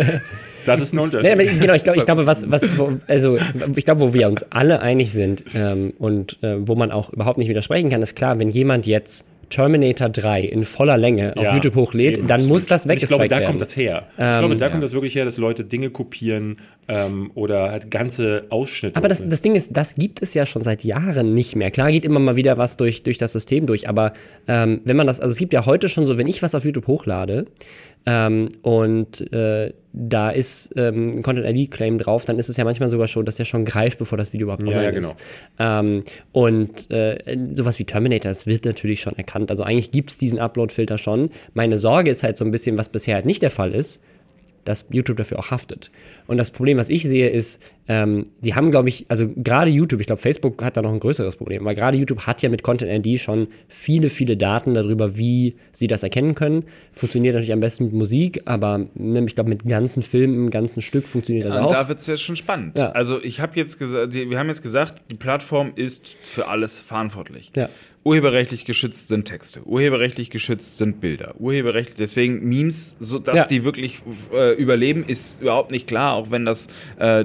Speaker 1: Das ist ein Unterschied.
Speaker 2: Nee, aber genau, ich glaube, ich glaube, was, was, wo, also ich glaube, wo wir uns alle einig sind ähm, und äh, wo man auch überhaupt nicht widersprechen kann, ist klar, wenn jemand jetzt Terminator drei in voller Länge auf
Speaker 1: Ja,
Speaker 2: YouTube hochlädt,
Speaker 1: eben,
Speaker 2: dann
Speaker 1: absolut.
Speaker 2: muss das
Speaker 1: Und Ich glaube,
Speaker 2: weggestrikt
Speaker 1: da
Speaker 2: werden.
Speaker 1: kommt das her. Ich
Speaker 2: Ähm,
Speaker 1: glaube, da
Speaker 3: ja.
Speaker 1: kommt das wirklich her, dass Leute Dinge kopieren ähm, oder halt ganze Ausschnitte.
Speaker 2: Aber das, das Ding ist, das gibt es ja schon seit Jahren nicht mehr. Klar geht immer mal wieder was durch, durch das System durch, aber ähm, wenn man das, also es gibt ja heute schon so, wenn ich was auf YouTube hochlade ähm, und äh, da ist ähm, ein Content-I D-Claim drauf, dann ist es ja manchmal sogar schon, dass der schon greift, bevor das Video überhaupt
Speaker 1: Ja,
Speaker 2: online
Speaker 1: ja,
Speaker 2: ist. Ähm, und äh, sowas wie Terminator, das wird natürlich schon erkannt. Also eigentlich gibt es diesen Upload-Filter schon. Meine Sorge ist halt so ein bisschen, was bisher halt nicht der Fall ist, dass YouTube dafür auch haftet. Und das Problem, was ich sehe, ist, ähm, die haben, glaube ich, also gerade YouTube, ich glaube, Facebook hat da noch ein größeres Problem, weil gerade YouTube hat ja mit Content-I D schon viele, viele Daten darüber, wie sie das erkennen können. Funktioniert natürlich am besten mit Musik, aber ne, ich glaube, mit ganzen Filmen, mit ganzen Stück funktioniert das
Speaker 3: Und
Speaker 2: auch.
Speaker 3: da wird es jetzt schon spannend.
Speaker 2: Ja.
Speaker 3: Also ich habe jetzt gesagt, wir haben jetzt gesagt, die Plattform ist für alles verantwortlich.
Speaker 2: Ja.
Speaker 3: Urheberrechtlich geschützt sind Texte, urheberrechtlich geschützt sind Bilder, urheberrechtlich, deswegen Memes, so dass
Speaker 2: Ja.
Speaker 3: die wirklich äh, überleben, ist überhaupt nicht klar, auch wenn das äh, die Befürworter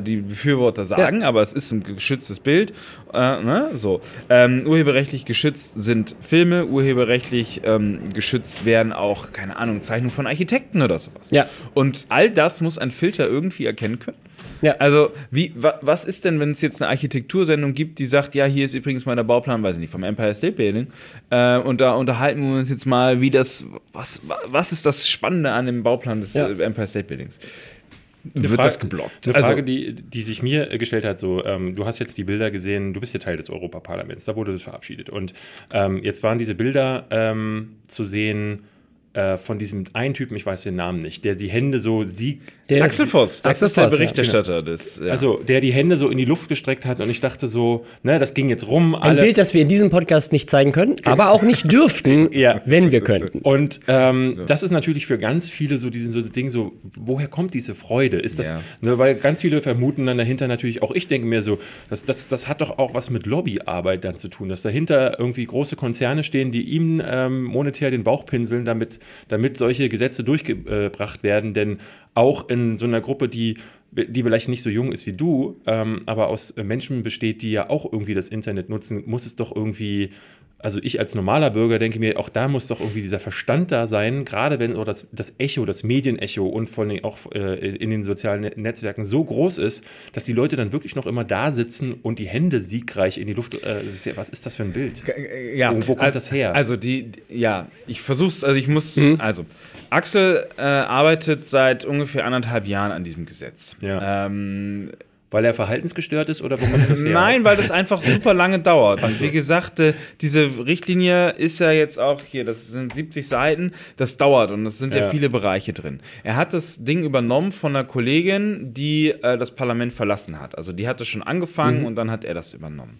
Speaker 3: Befürworter sagen, ja. aber es ist ein geschütztes Bild. Äh, ne? so. ähm, urheberrechtlich geschützt sind Filme, urheberrechtlich ähm, geschützt werden auch, keine Ahnung, Zeichnungen von Architekten oder sowas.
Speaker 2: Ja.
Speaker 3: Und all das muss ein Filter irgendwie erkennen können.
Speaker 2: Ja.
Speaker 3: Also, wie, wa, was ist denn, wenn es jetzt eine Architektursendung gibt, die sagt, ja, hier ist übrigens mal der Bauplan, weiß ich nicht, vom Empire State Building, äh, und da unterhalten wir uns jetzt mal, wie das, was, was ist das Spannende an dem Bauplan des ja. Empire State Buildings?
Speaker 1: Eine
Speaker 3: Wird
Speaker 1: Frage,
Speaker 3: das geblockt?
Speaker 1: Eine Frage, also, die, die sich mir gestellt hat, so, ähm, du hast jetzt die Bilder gesehen, du bist ja Teil des Europaparlaments, da wurde das verabschiedet. Und ähm, jetzt waren diese Bilder ähm, zu sehen äh, von diesem einen Typen, ich weiß den Namen nicht, der die Hände so Sieg...
Speaker 3: Der Axel Voss, das
Speaker 2: Axel
Speaker 3: ist der
Speaker 2: Voss,
Speaker 3: Berichterstatter.
Speaker 2: Ja.
Speaker 3: Des, ja.
Speaker 1: Also, der die Hände so in die Luft gestreckt hat und ich dachte so, ne, das ging jetzt rum.
Speaker 2: Ein
Speaker 1: alle
Speaker 2: Bild, das wir in diesem Podcast nicht zeigen können, aber auch nicht dürften,
Speaker 1: ja.
Speaker 2: wenn wir könnten.
Speaker 1: Und ähm, ja. das ist natürlich für ganz viele so dieses so Ding so, woher kommt diese Freude? Ist das, ja. ne, weil ganz viele vermuten dann dahinter natürlich, auch ich denke mir so, das, das, das hat doch auch was mit Lobbyarbeit dann zu tun, dass dahinter irgendwie große Konzerne stehen, die ihm ähm, monetär den Bauch pinseln, damit, damit solche Gesetze durchgebracht werden, denn auch in so einer Gruppe, die, die vielleicht nicht so jung ist wie du, ähm, aber aus Menschen besteht, die ja auch irgendwie das Internet nutzen, muss es doch irgendwie, also ich als normaler Bürger denke mir, auch da muss doch irgendwie dieser Verstand da sein, gerade wenn oder das, das Echo, das Medienecho und vor allem auch äh, in den sozialen Netzwerken so groß ist, dass die Leute dann wirklich noch immer da sitzen und die Hände siegreich in die Luft, äh, ist ja, was ist das für ein Bild?
Speaker 3: Ja,
Speaker 1: wo, wo kommt
Speaker 3: also,
Speaker 1: das her?
Speaker 3: Also die, ja, ich versuch's, also ich muss, mhm. also Axel äh, arbeitet seit ungefähr anderthalb Jahren an diesem Gesetz.
Speaker 1: Ja. Ähm, weil er verhaltensgestört ist oder wo man das her?
Speaker 3: Nein, weil das einfach super lange dauert. Und wie gesagt, äh, diese Richtlinie ist ja jetzt auch hier, das sind siebzig Seiten, das dauert und es sind ja. ja viele Bereiche drin. Er hat das Ding übernommen von einer Kollegin, die äh, das Parlament verlassen hat. Also die hatte schon angefangen mhm. und dann hat er das übernommen.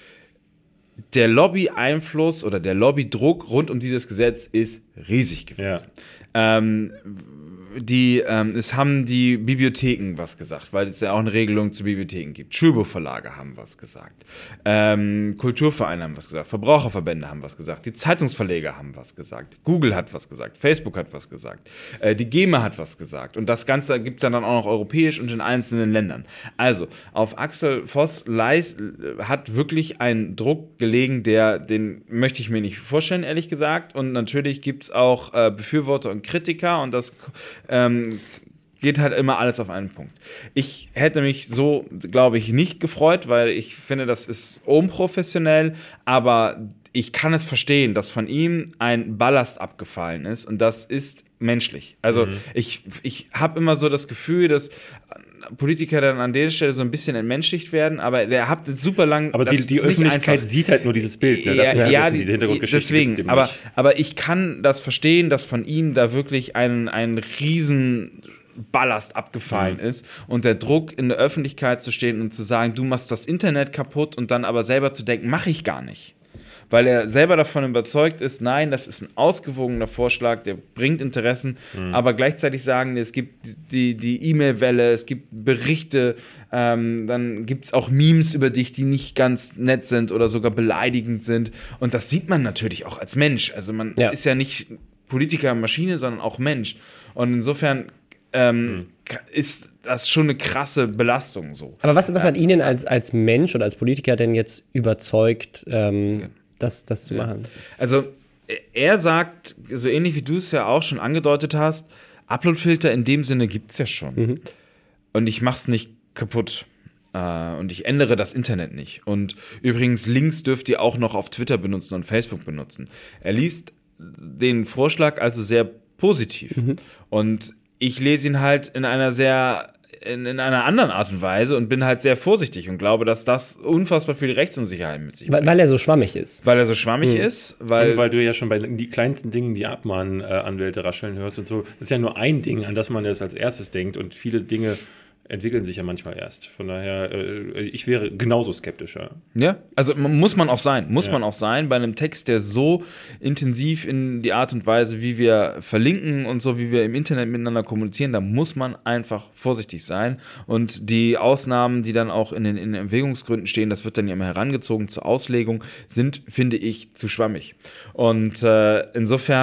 Speaker 3: Der Lobby-Einfluss oder der Lobbydruck rund um dieses Gesetz ist riesig gewesen. Ja. Ähm, die, ähm, es haben die Bibliotheken was gesagt, weil es ja auch eine Regelung zu Bibliotheken gibt. Schulbuchverlage haben was gesagt. Ähm, Kulturvereine haben was gesagt. Verbraucherverbände haben was gesagt. Die Zeitungsverleger haben was gesagt. Google hat was gesagt. Facebook hat was gesagt. Äh, die GEMA hat was gesagt. Und das Ganze gibt es dann auch noch europäisch und in einzelnen Ländern. Also, auf Axel Voss leis, hat wirklich ein Druck gelegen, der, den möchte ich mir nicht vorstellen, ehrlich gesagt. Und natürlich gibt es auch äh, Befürworter und Kritiker und das Ähm, geht halt immer alles auf einen Punkt. Ich hätte mich so, glaube ich, nicht gefreut, weil ich finde, das ist unprofessionell, aber ich kann es verstehen, dass von ihm ein Ballast abgefallen ist und das ist menschlich. Also mhm. ich, ich habe immer so das Gefühl, dass Politiker dann an der Stelle so ein bisschen entmenschlicht werden, aber der hat super lang.
Speaker 1: Aber die, die Öffentlichkeit sieht halt nur dieses Bild, ne?
Speaker 3: Ja, ja
Speaker 1: wissen, diese Hintergrundgeschichte
Speaker 3: deswegen. Aber, aber ich kann das verstehen, dass von ihm da wirklich ein, ein riesen Ballast abgefallen mhm. ist und der Druck in der Öffentlichkeit zu stehen und zu sagen, du machst das Internet kaputt und dann aber selber zu denken, mache ich gar nicht. Weil er selber davon überzeugt ist, nein, das ist ein ausgewogener Vorschlag, der bringt Interessen, mhm. aber gleichzeitig sagen, es gibt die, die E-Mail-Welle, es gibt Berichte, ähm, dann gibt es auch Memes über dich, die nicht ganz nett sind oder sogar beleidigend sind und das sieht man natürlich auch als Mensch, also man ja. ist ja nicht Politiker, Maschine, sondern auch Mensch und insofern ähm, mhm. ist das schon eine krasse Belastung so.
Speaker 2: Aber was, was hat ihn denn als, als Mensch oder als Politiker denn jetzt überzeugt, ähm, ja. Das, das zu machen?
Speaker 3: Also er sagt, so ähnlich wie du es ja auch schon angedeutet hast, Uploadfilter in dem Sinne gibt es ja schon. Mhm. Und ich mach's nicht kaputt. Äh, und ich ändere das Internet nicht. Und übrigens, Links dürft ihr auch noch auf Twitter benutzen und Facebook benutzen. Er liest den Vorschlag also sehr positiv. Mhm. Und ich lese ihn halt in einer sehr In, in einer anderen Art und Weise und bin halt sehr vorsichtig und glaube, dass das unfassbar viel Rechtsunsicherheit mit sich bringt.
Speaker 2: Weil, weil er so schwammig ist.
Speaker 3: Weil er so schwammig mhm. ist. Weil,
Speaker 1: und weil du ja schon bei den kleinsten Dingen die Abmahnanwälte äh, rascheln hörst und so. Das ist ja nur ein Ding, an das man jetzt als erstes denkt und viele Dinge entwickeln sich ja manchmal erst. Von daher, äh, ich wäre genauso skeptischer.
Speaker 3: Ja, also muss man auch sein. Muss
Speaker 1: ja.
Speaker 3: man auch sein bei einem Text, der so intensiv in die Art und Weise, wie wir verlinken und so, wie wir im Internet miteinander kommunizieren, da muss man einfach vorsichtig sein. Und die Ausnahmen, die dann auch in den, in den Erwägungsgründen stehen, das wird dann ja immer herangezogen zur Auslegung, sind, finde ich, zu schwammig. Und äh, insofern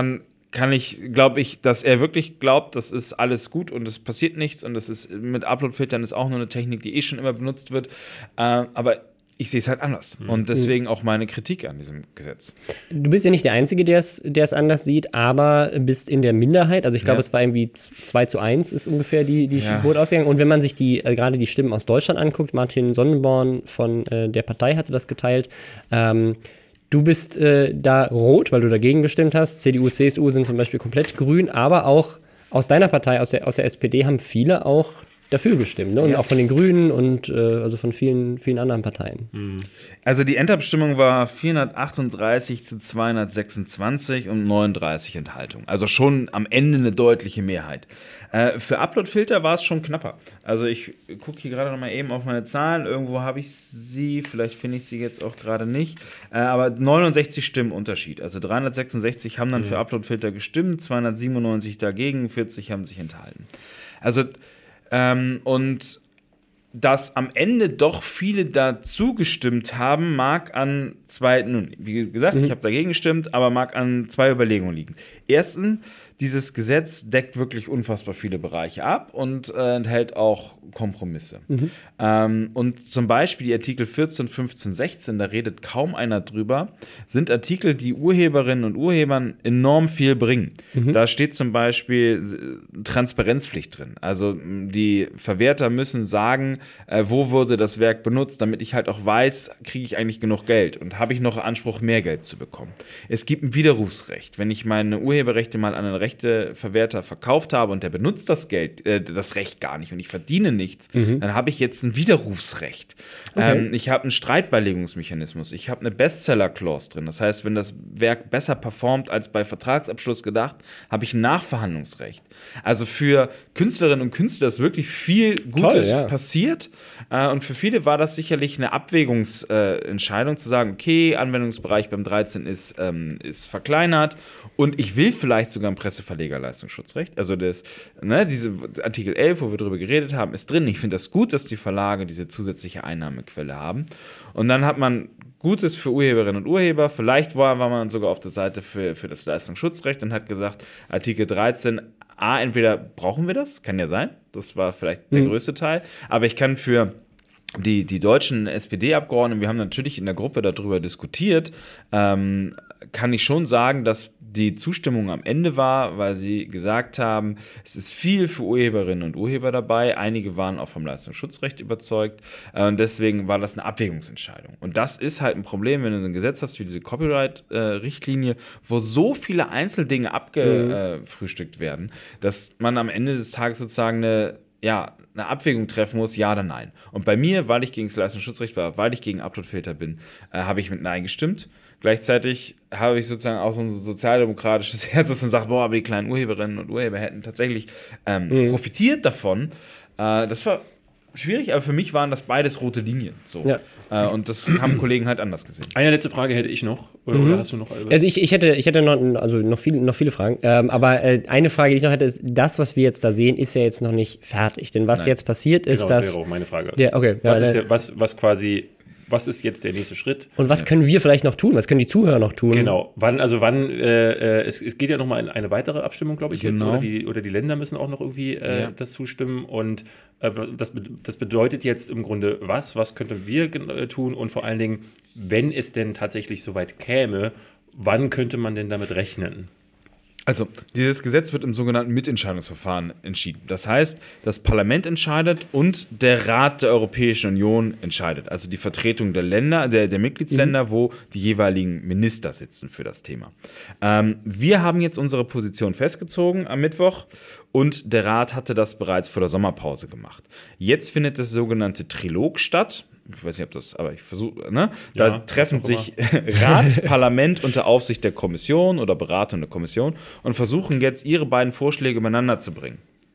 Speaker 3: kann ich, glaube ich, dass er wirklich glaubt, das ist alles gut und es passiert nichts und das ist mit Upload-Filtern ist auch nur eine Technik, die eh schon immer benutzt wird. Äh, aber ich sehe es halt anders. Mhm. Und deswegen auch meine Kritik an diesem Gesetz.
Speaker 2: Du bist ja nicht der Einzige, der es anders sieht, aber bist in der Minderheit. Also ich glaube, ja. es war irgendwie zwei zu eins ist ungefähr die, die ja. Vote ausgegangen. Und wenn man sich die äh, gerade die Stimmen aus Deutschland anguckt, Martin Sonneborn von äh, der Partei hatte das geteilt, ähm, du bist äh, da rot, weil du dagegen gestimmt hast. C D U, C S U sind zum Beispiel komplett grün, aber auch aus deiner Partei, aus der, aus der S P D, haben viele auch dafür gestimmt, ne? Und ja. auch von den Grünen und äh, also von vielen, vielen anderen Parteien.
Speaker 3: Also die Endabstimmung war vierhundertachtunddreißig zu zweihundertsechsundzwanzig und neununddreißig Enthaltungen. Also schon am Ende eine deutliche Mehrheit. Äh, für Upload-Filter war es schon knapper. Also ich gucke hier gerade noch mal eben auf meine Zahlen. Irgendwo habe ich sie, vielleicht finde ich sie jetzt auch gerade nicht. Äh, aber neunundsechzig Stimmen Unterschied. Also dreihundertsechsundsechzig haben dann mhm. für Upload-Filter gestimmt, zweihundertsiebenundneunzig dagegen, vierzig haben sich enthalten. Also Ähm, und dass am Ende doch viele dazu gestimmt haben, mag an zwei, nun, wie gesagt, mhm. ich habe dagegen gestimmt, aber mag an zwei Überlegungen liegen. Erstens, dieses Gesetz deckt wirklich unfassbar viele Bereiche ab und äh, enthält auch Kompromisse. Mhm. Ähm, und zum Beispiel die Artikel vierzehn, fünfzehn, sechzehn, da redet kaum einer drüber, sind Artikel, die Urheberinnen und Urhebern enorm viel bringen. Mhm. Da steht zum Beispiel Transparenzpflicht drin. Also die Verwerter müssen sagen, äh, wo wurde das Werk benutzt, damit ich halt auch weiß, kriege ich eigentlich genug Geld und habe ich noch Anspruch, mehr Geld zu bekommen. Es gibt ein Widerrufsrecht. Wenn ich meine Urheberrechte mal an einen Rechteverwerter verkauft habe und der benutzt das Geld, äh, das Recht gar nicht und ich verdiene nichts, mhm. dann habe ich jetzt ein Widerrufsrecht. Okay. Ähm, ich habe einen Streitbeilegungsmechanismus. Ich habe eine Bestseller-Clause drin. Das heißt, wenn das Werk besser performt als bei Vertragsabschluss gedacht, habe ich ein Nachverhandlungsrecht. Also für Künstlerinnen und Künstler ist wirklich viel Gutes Toll, ja. passiert. Äh, und für viele war das sicherlich eine Abwägungsentscheidung, äh, zu sagen, okay, Anwendungsbereich beim dreizehn ist, ähm, ist verkleinert und ich will vielleicht sogar ein Presseverlegerleistungsschutzrecht. Also das, ne, diese Artikel elf, wo wir drüber geredet haben, ist drin. Ich finde das gut, dass die Verlage diese zusätzliche Einnahmequelle haben. Und dann hat man Gutes für Urheberinnen und Urheber. Vielleicht war, war man sogar auf der Seite für, für das Leistungsschutzrecht und hat gesagt, Artikel dreizehn, A, entweder brauchen wir das, kann ja sein, das war vielleicht der mhm. größte Teil, aber ich kann für die, die deutschen S P D-Abgeordneten, wir haben natürlich in der Gruppe darüber diskutiert, ähm, kann ich schon sagen, dass die Zustimmung am Ende war, weil sie gesagt haben, es ist viel für Urheberinnen und Urheber dabei. Einige waren auch vom Leistungsschutzrecht überzeugt. Äh, und deswegen war das eine Abwägungsentscheidung. Und das ist halt ein Problem, wenn du ein Gesetz hast wie diese Copyright-Richtlinie, wo so viele Einzeldinge abgefrühstückt mhm. werden, dass man am Ende des Tages sozusagen eine ja, eine Abwägung treffen muss, ja oder nein. Und bei mir, weil ich gegen das Leistungsschutzrecht war, weil ich gegen Uploadfilter bin, äh, habe ich mit Nein gestimmt. Gleichzeitig habe ich sozusagen auch so ein sozialdemokratisches Herz, das dann sagt, boah, aber die kleinen Urheberinnen und Urheber hätten tatsächlich ähm, mhm. profitiert davon. Äh, das war schwierig, aber für mich waren das beides rote Linien. So. Ja. Äh, und das haben Kollegen halt anders gesehen.
Speaker 1: Eine letzte Frage hätte ich noch. Oder,
Speaker 2: mhm.
Speaker 1: oder hast du noch etwas?
Speaker 2: Also ich, ich hätte, ich hätte noch, also noch, viel, noch viele Fragen. Ähm, aber äh, eine Frage, die ich noch hätte, ist, das, was wir jetzt da sehen, ist ja jetzt noch nicht fertig. Denn was Nein. jetzt passiert ist,
Speaker 1: genau,
Speaker 2: dass...
Speaker 1: das wäre auch meine Frage.
Speaker 2: Ja, okay.
Speaker 1: Was,
Speaker 2: ja,
Speaker 1: ist der, was, was quasi... Was ist jetzt der nächste Schritt?
Speaker 2: Und was können wir vielleicht noch tun? Was können die Zuhörer noch tun?
Speaker 1: Genau. Wann, also wann, äh, es, es geht ja nochmal in eine weitere Abstimmung, glaube ich.
Speaker 3: Genau.
Speaker 1: Jetzt, oder, die, oder die Länder müssen auch noch irgendwie äh, ja. das zustimmen. Und äh, das, das bedeutet jetzt im Grunde was? Was könnten wir äh, tun? Und vor allen Dingen, wenn es denn tatsächlich soweit käme, wann könnte man denn damit rechnen?
Speaker 3: Also, dieses Gesetz wird im sogenannten Mitentscheidungsverfahren entschieden. Das heißt, das Parlament entscheidet und der Rat der Europäischen Union entscheidet. Also die Vertretung der Länder, der, der Mitgliedsländer, mhm. wo die jeweiligen Minister sitzen für das Thema. Ähm, wir haben jetzt unsere Position festgezogen am Mittwoch und der Rat hatte das bereits vor der Sommerpause gemacht. Jetzt findet das sogenannte Trilog statt. Ich weiß nicht, ob das, aber ich versuche, ne? Da ja, treffen sich Rat, Parlament unter Aufsicht der Kommission oder Beratung der Kommission und versuchen jetzt, ihre beiden Vorschläge übereinander zu bringen.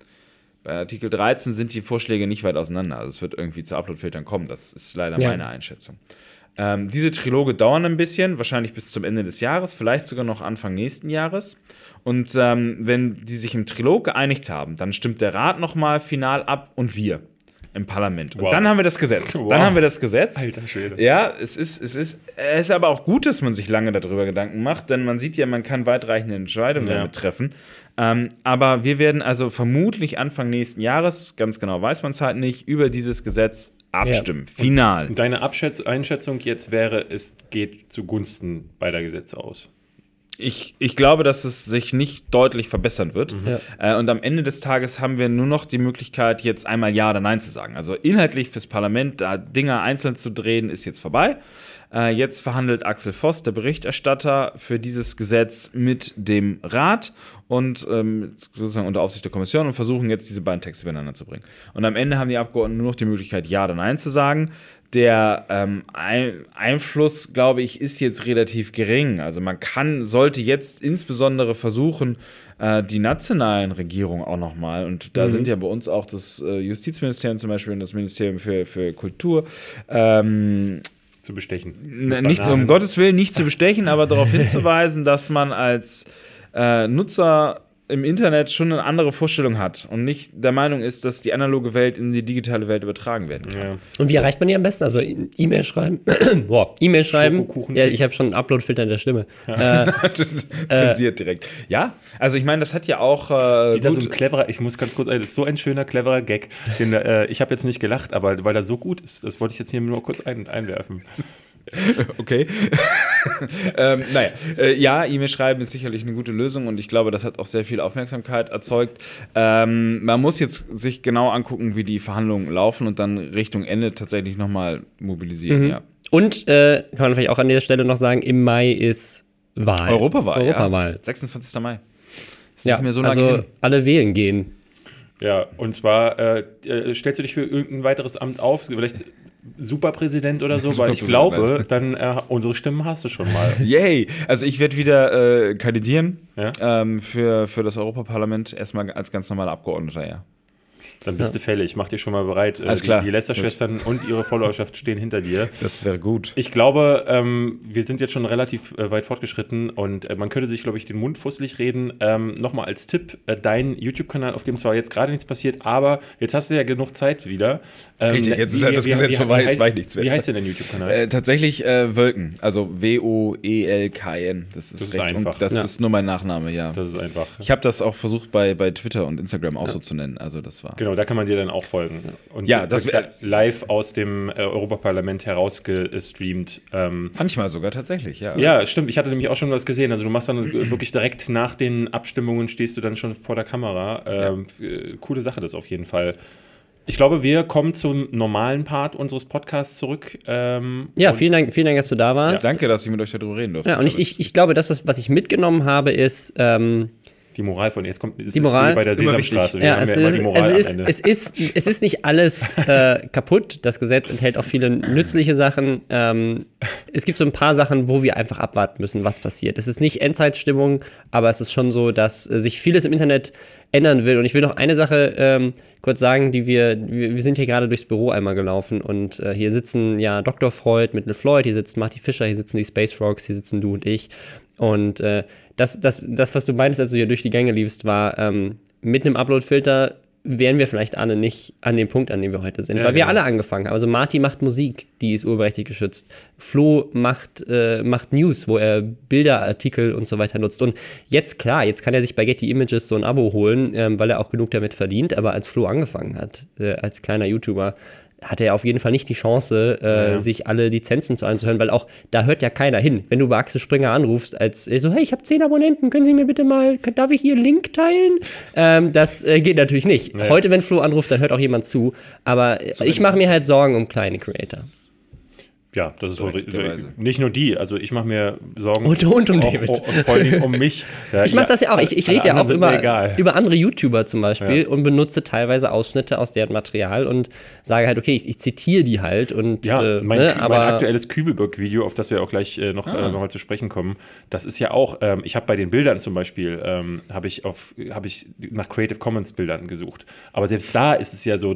Speaker 3: Bei Artikel dreizehn sind die Vorschläge nicht weit auseinander. Also es wird irgendwie zu Uploadfiltern kommen. Das ist leider ja. meine Einschätzung. Ähm, diese Triloge dauern ein bisschen, wahrscheinlich bis zum Ende des Jahres, vielleicht sogar noch Anfang nächsten Jahres. Und ähm, wenn die sich im Trilog geeinigt haben, dann stimmt der Rat nochmal final ab und wir. im Parlament. Und
Speaker 1: Wow.
Speaker 3: dann haben wir das Gesetz.
Speaker 1: Wow.
Speaker 3: Dann haben wir das Gesetz.
Speaker 1: Alter Schwede.
Speaker 3: Ja, es ist, es ist, es ist aber auch gut, dass man sich lange darüber Gedanken macht, denn man sieht ja, man kann weitreichende Entscheidungen
Speaker 1: Ja.
Speaker 3: damit treffen. Ähm, aber wir werden also vermutlich Anfang nächsten Jahres, ganz genau weiß man es halt nicht, über dieses Gesetz abstimmen. Ja. Final.
Speaker 1: Und deine Abschätz- Einschätzung jetzt wäre, es geht zugunsten beider Gesetze aus.
Speaker 3: Ich, ich glaube, dass es sich nicht deutlich verbessern wird.
Speaker 2: Mhm.
Speaker 3: Äh, und am Ende des Tages haben wir nur noch die Möglichkeit, jetzt einmal Ja oder Nein zu sagen. Also inhaltlich fürs Parlament, da Dinge einzeln zu drehen, ist jetzt vorbei. Äh, jetzt verhandelt Axel Voss, der Berichterstatter, für dieses Gesetz mit dem Rat und ähm, sozusagen unter Aufsicht der Kommission und versuchen jetzt, diese beiden Texte übereinander zu bringen. Und am Ende haben die Abgeordneten nur noch die Möglichkeit, Ja oder Nein zu sagen. Der ähm, Ein- Einfluss, glaube ich, ist jetzt relativ gering. Also man kann, sollte jetzt insbesondere versuchen, äh, die nationalen Regierungen auch nochmal, und da
Speaker 1: Mhm.
Speaker 3: sind ja bei uns auch das äh, Justizministerium zum Beispiel und das Ministerium für, für Kultur, ähm,
Speaker 1: Zu bestechen.
Speaker 3: n- nicht, um Gottes Willen nicht zu bestechen, aber darauf hinzuweisen, dass man als äh, Nutzer im Internet schon eine andere Vorstellung hat und nicht der Meinung ist, dass die analoge Welt in die digitale Welt übertragen werden kann.
Speaker 1: Ja.
Speaker 2: Und wie erreicht man die am besten? Also E-Mail schreiben. Boah, E-Mail schreiben.
Speaker 1: Schokokuchen
Speaker 2: Ja,
Speaker 1: schicken.
Speaker 2: ich habe schon einen Upload-Filter in der Stimme. Äh,
Speaker 3: Zensiert direkt. Ja, also ich meine, das hat ja auch äh,
Speaker 1: Wieder so
Speaker 3: gut,
Speaker 1: ein cleverer, ich muss ganz kurz, das ist so ein schöner, cleverer Gag. Den, äh, ich habe jetzt nicht gelacht, aber weil er so gut ist, das wollte ich jetzt hier nur kurz ein, einwerfen.
Speaker 3: okay. ähm, naja, äh, ja, E-Mail schreiben ist sicherlich eine gute Lösung und ich glaube, das hat auch sehr viel Aufmerksamkeit erzeugt. Ähm, man muss jetzt sich genau angucken, wie die Verhandlungen laufen und dann Richtung Ende tatsächlich nochmal mobilisieren,
Speaker 2: Mhm.
Speaker 3: ja.
Speaker 2: Und äh, kann man vielleicht auch an dieser Stelle noch sagen, im Mai ist Wahl.
Speaker 3: Europawahl,
Speaker 2: Europawahl.
Speaker 3: ja. sechsundzwanzigsten Mai. Ist
Speaker 2: Ja,
Speaker 3: nicht mehr so lange
Speaker 2: also
Speaker 3: hin.
Speaker 2: alle wählen gehen.
Speaker 1: Ja, und zwar äh, äh, stellst du dich für irgendein weiteres Amt auf, vielleicht Superpräsident oder so, weil ich
Speaker 3: Superpräsident,
Speaker 1: glaube, dann äh, unsere Stimmen hast du schon mal.
Speaker 3: Yay! Also ich werde wieder äh, kandidieren
Speaker 1: Ja?
Speaker 3: ähm, für, für das Europaparlament, erstmal als ganz normaler Abgeordneter, ja.
Speaker 1: Dann bist du fällig. Mach dir schon mal bereit.
Speaker 3: Alles
Speaker 1: Äh,
Speaker 3: klar.
Speaker 1: Die, die Lester-Schwestern und ihre Followerschaft stehen hinter dir.
Speaker 3: Das wäre gut.
Speaker 1: Ich glaube, ähm, wir sind jetzt schon relativ äh, weit fortgeschritten und äh, man könnte sich, glaube ich, den Mund fusselig reden. Ähm, Nochmal als Tipp, äh, dein YouTube-Kanal, auf dem zwar jetzt gerade nichts passiert, aber jetzt hast du ja genug Zeit wieder. Ähm,
Speaker 3: Richtig, jetzt ist
Speaker 1: wie-
Speaker 3: ja das
Speaker 1: wie-
Speaker 3: Gesetz
Speaker 1: wie-
Speaker 3: vorbei,
Speaker 1: wie
Speaker 3: jetzt
Speaker 1: heißt-
Speaker 3: weiß ich nichts mehr.
Speaker 1: Wie heißt denn dein YouTube-Kanal?
Speaker 3: Äh, tatsächlich äh, Wölken, also W O E L K N. Das ist,
Speaker 1: Das ist
Speaker 3: recht un-
Speaker 1: einfach.
Speaker 3: Das
Speaker 2: Ja.
Speaker 3: ist nur mein Nachname, ja.
Speaker 1: Das ist einfach.
Speaker 3: Ich habe das auch versucht bei, bei Twitter und Instagram auch so zu nennen. Also das war.
Speaker 1: Genau, da kann man dir dann auch folgen. Und
Speaker 3: Ja, das
Speaker 1: wirklich
Speaker 3: wär-
Speaker 1: live aus dem äh, Europaparlament herausgestreamt. Ähm,
Speaker 3: Manchmal sogar tatsächlich, ja.
Speaker 1: ja, stimmt. Ich hatte nämlich auch schon was gesehen. Also du machst dann wirklich direkt nach den Abstimmungen stehst du dann schon vor der Kamera. Ähm, äh, coole Sache das auf jeden Fall. Ich glaube, wir kommen zum normalen Part unseres Podcasts zurück. Ähm,
Speaker 2: Ja,
Speaker 1: und-
Speaker 2: vielen Dank, vielen Dank, dass du da warst.
Speaker 3: Danke, dass ich mit euch darüber reden durfte.
Speaker 2: Ja, und ich, ich, ich glaube, das, was, was ich mitgenommen habe, ist, ähm,
Speaker 1: Die Moral von jetzt kommt ist
Speaker 2: Die Moral
Speaker 1: wie bei der
Speaker 3: ist immer
Speaker 1: Sesamstraße. Wir
Speaker 2: ja,
Speaker 1: haben
Speaker 2: es
Speaker 1: ja immer
Speaker 2: ist,
Speaker 1: die Moral
Speaker 2: es,
Speaker 1: am
Speaker 2: ist,
Speaker 1: Ende.
Speaker 2: es, ist, es ist nicht alles äh, kaputt. Das Gesetz enthält auch viele nützliche Sachen. Ähm, es gibt so ein paar Sachen, wo wir einfach abwarten müssen, was passiert. Es ist nicht Endzeitstimmung, aber es ist schon so, dass äh, sich vieles im Internet ändern will. Und ich will noch eine Sache ähm, kurz sagen, die wir, wir, wir sind hier gerade durchs Büro einmal gelaufen und äh, hier sitzen ja Doktor Freud mit LeFloid, hier sitzt Marty Fischer, hier sitzen die Space Frogs, hier sitzen du und ich. Und äh, das, das, das, was du meinst, als du hier durch die Gänge liefst, war, ähm, mit einem Upload-Filter wären wir vielleicht alle nicht an dem Punkt, an dem wir heute sind.
Speaker 1: Ja,
Speaker 2: weil wir
Speaker 1: genau.
Speaker 2: alle angefangen haben. Also Marty macht Musik, die ist urheberrechtlich geschützt. Flo macht, äh, macht News, wo er Bilderartikel und so weiter nutzt. Und jetzt, klar, jetzt kann er sich bei Getty Images so ein Abo holen, ähm, weil er auch genug damit verdient. Aber als Flo angefangen hat, äh, als kleiner YouTuber, hatte er auf jeden Fall nicht die Chance, äh,
Speaker 1: Ja, ja.
Speaker 2: sich alle Lizenzen zu anzuhören, weil auch da hört ja keiner hin. Wenn du bei Axel Springer anrufst, als äh, so, hey, ich habe zehn Abonnenten, können Sie mir bitte mal, darf ich hier einen Link teilen? Ähm, das äh, geht natürlich nicht.
Speaker 1: Nee.
Speaker 2: Heute, wenn Flo anruft, dann hört auch jemand zu. Aber äh, ich mache mir halt Sorgen um kleine Creator.
Speaker 1: Ja, das ist wohl
Speaker 3: Berechtigterweise.
Speaker 1: nicht nur die. Also ich mache mir Sorgen
Speaker 2: Und- und um
Speaker 1: auch,
Speaker 2: David.
Speaker 1: auch, vor allem um mich. Ja,
Speaker 2: Ich mache das ja auch. Ich, ich
Speaker 1: alle
Speaker 2: rede ja auch
Speaker 1: anderen sind mir
Speaker 2: über,
Speaker 1: egal.
Speaker 2: über andere YouTuber zum Beispiel
Speaker 1: Ja.
Speaker 2: und benutze teilweise Ausschnitte aus deren Material und sage halt, okay, ich, ich zitiere die halt. Und,
Speaker 1: Ja,
Speaker 2: äh,
Speaker 1: mein,
Speaker 2: ne,
Speaker 1: mein
Speaker 2: aber
Speaker 1: aktuelles Kübelberg-Video, auf das wir auch gleich äh, noch,
Speaker 3: Ah.
Speaker 1: äh, noch mal zu sprechen kommen, das ist ja auch, ähm, ich habe bei den Bildern zum Beispiel, ähm, habe ich, auf- hab ich nach Creative Commons Bildern gesucht. Aber selbst da ist es ja so, dass